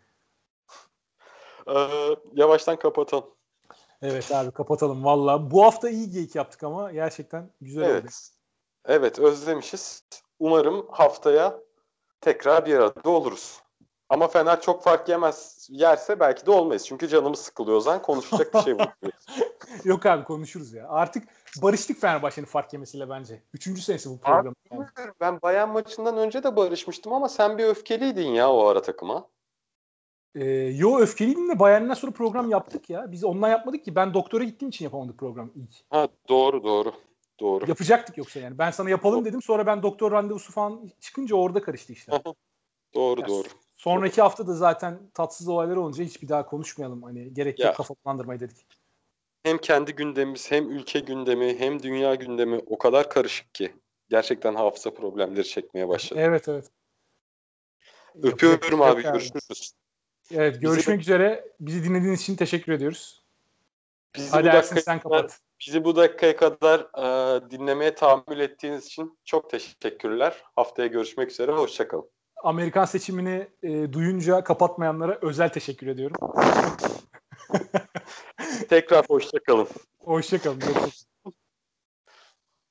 B: Yavaştan kapatalım.
A: Evet abi kapatalım valla. Bu hafta iyi geyik yaptık ama gerçekten güzel oldu.
B: Evet özlemişiz. Umarım haftaya tekrar bir arada oluruz. Ama Fener çok fark yerse belki de olmayız. Çünkü canımız sıkılıyor o zaman konuşacak bir şey bulmuyoruz.
A: Yok abi konuşuruz ya. Artık barıştık Fenerbahçe'nin fark yemesiyle bence. 3. senesi bu program.
B: Yani. Ben Bayern maçından önce de barışmıştım ama sen bir öfkeliydin ya o ara takıma.
A: Yo öfkeliydim de Bayern'den sonra program yaptık ya. Biz ondan yapmadık ki. Ben doktora gittiğim için yapamadık program ilk.
B: Ha doğru.
A: Yapacaktık yoksa yani. Ben sana yapalım dedim. Sonra ben doktor randevusu falan çıkınca orada karıştı işte.
B: Doğru.
A: Sonraki hafta da zaten tatsız olaylar olunca hiç bir daha konuşmayalım. Hani gerek yok kafalandırmayı dedik.
B: Hem kendi gündemimiz hem ülke gündemi hem dünya gündemi o kadar karışık ki. Gerçekten hafıza problemleri çekmeye başladı.
A: Evet.
B: Öpüyorum abi. Görüşürüz.
A: Evet görüşmek üzere. Bizi dinlediğiniz için teşekkür ediyoruz. Hadi Ersin sen kapat.
B: Bizi bu dakikaya kadar dinlemeye tahammül ettiğiniz için çok teşekkürler. Haftaya görüşmek üzere. Hoşçakalın.
A: Amerikan seçimini duyunca kapatmayanlara özel teşekkür ediyorum.
B: Tekrar hoşçakalın.
A: Hoşçakalın.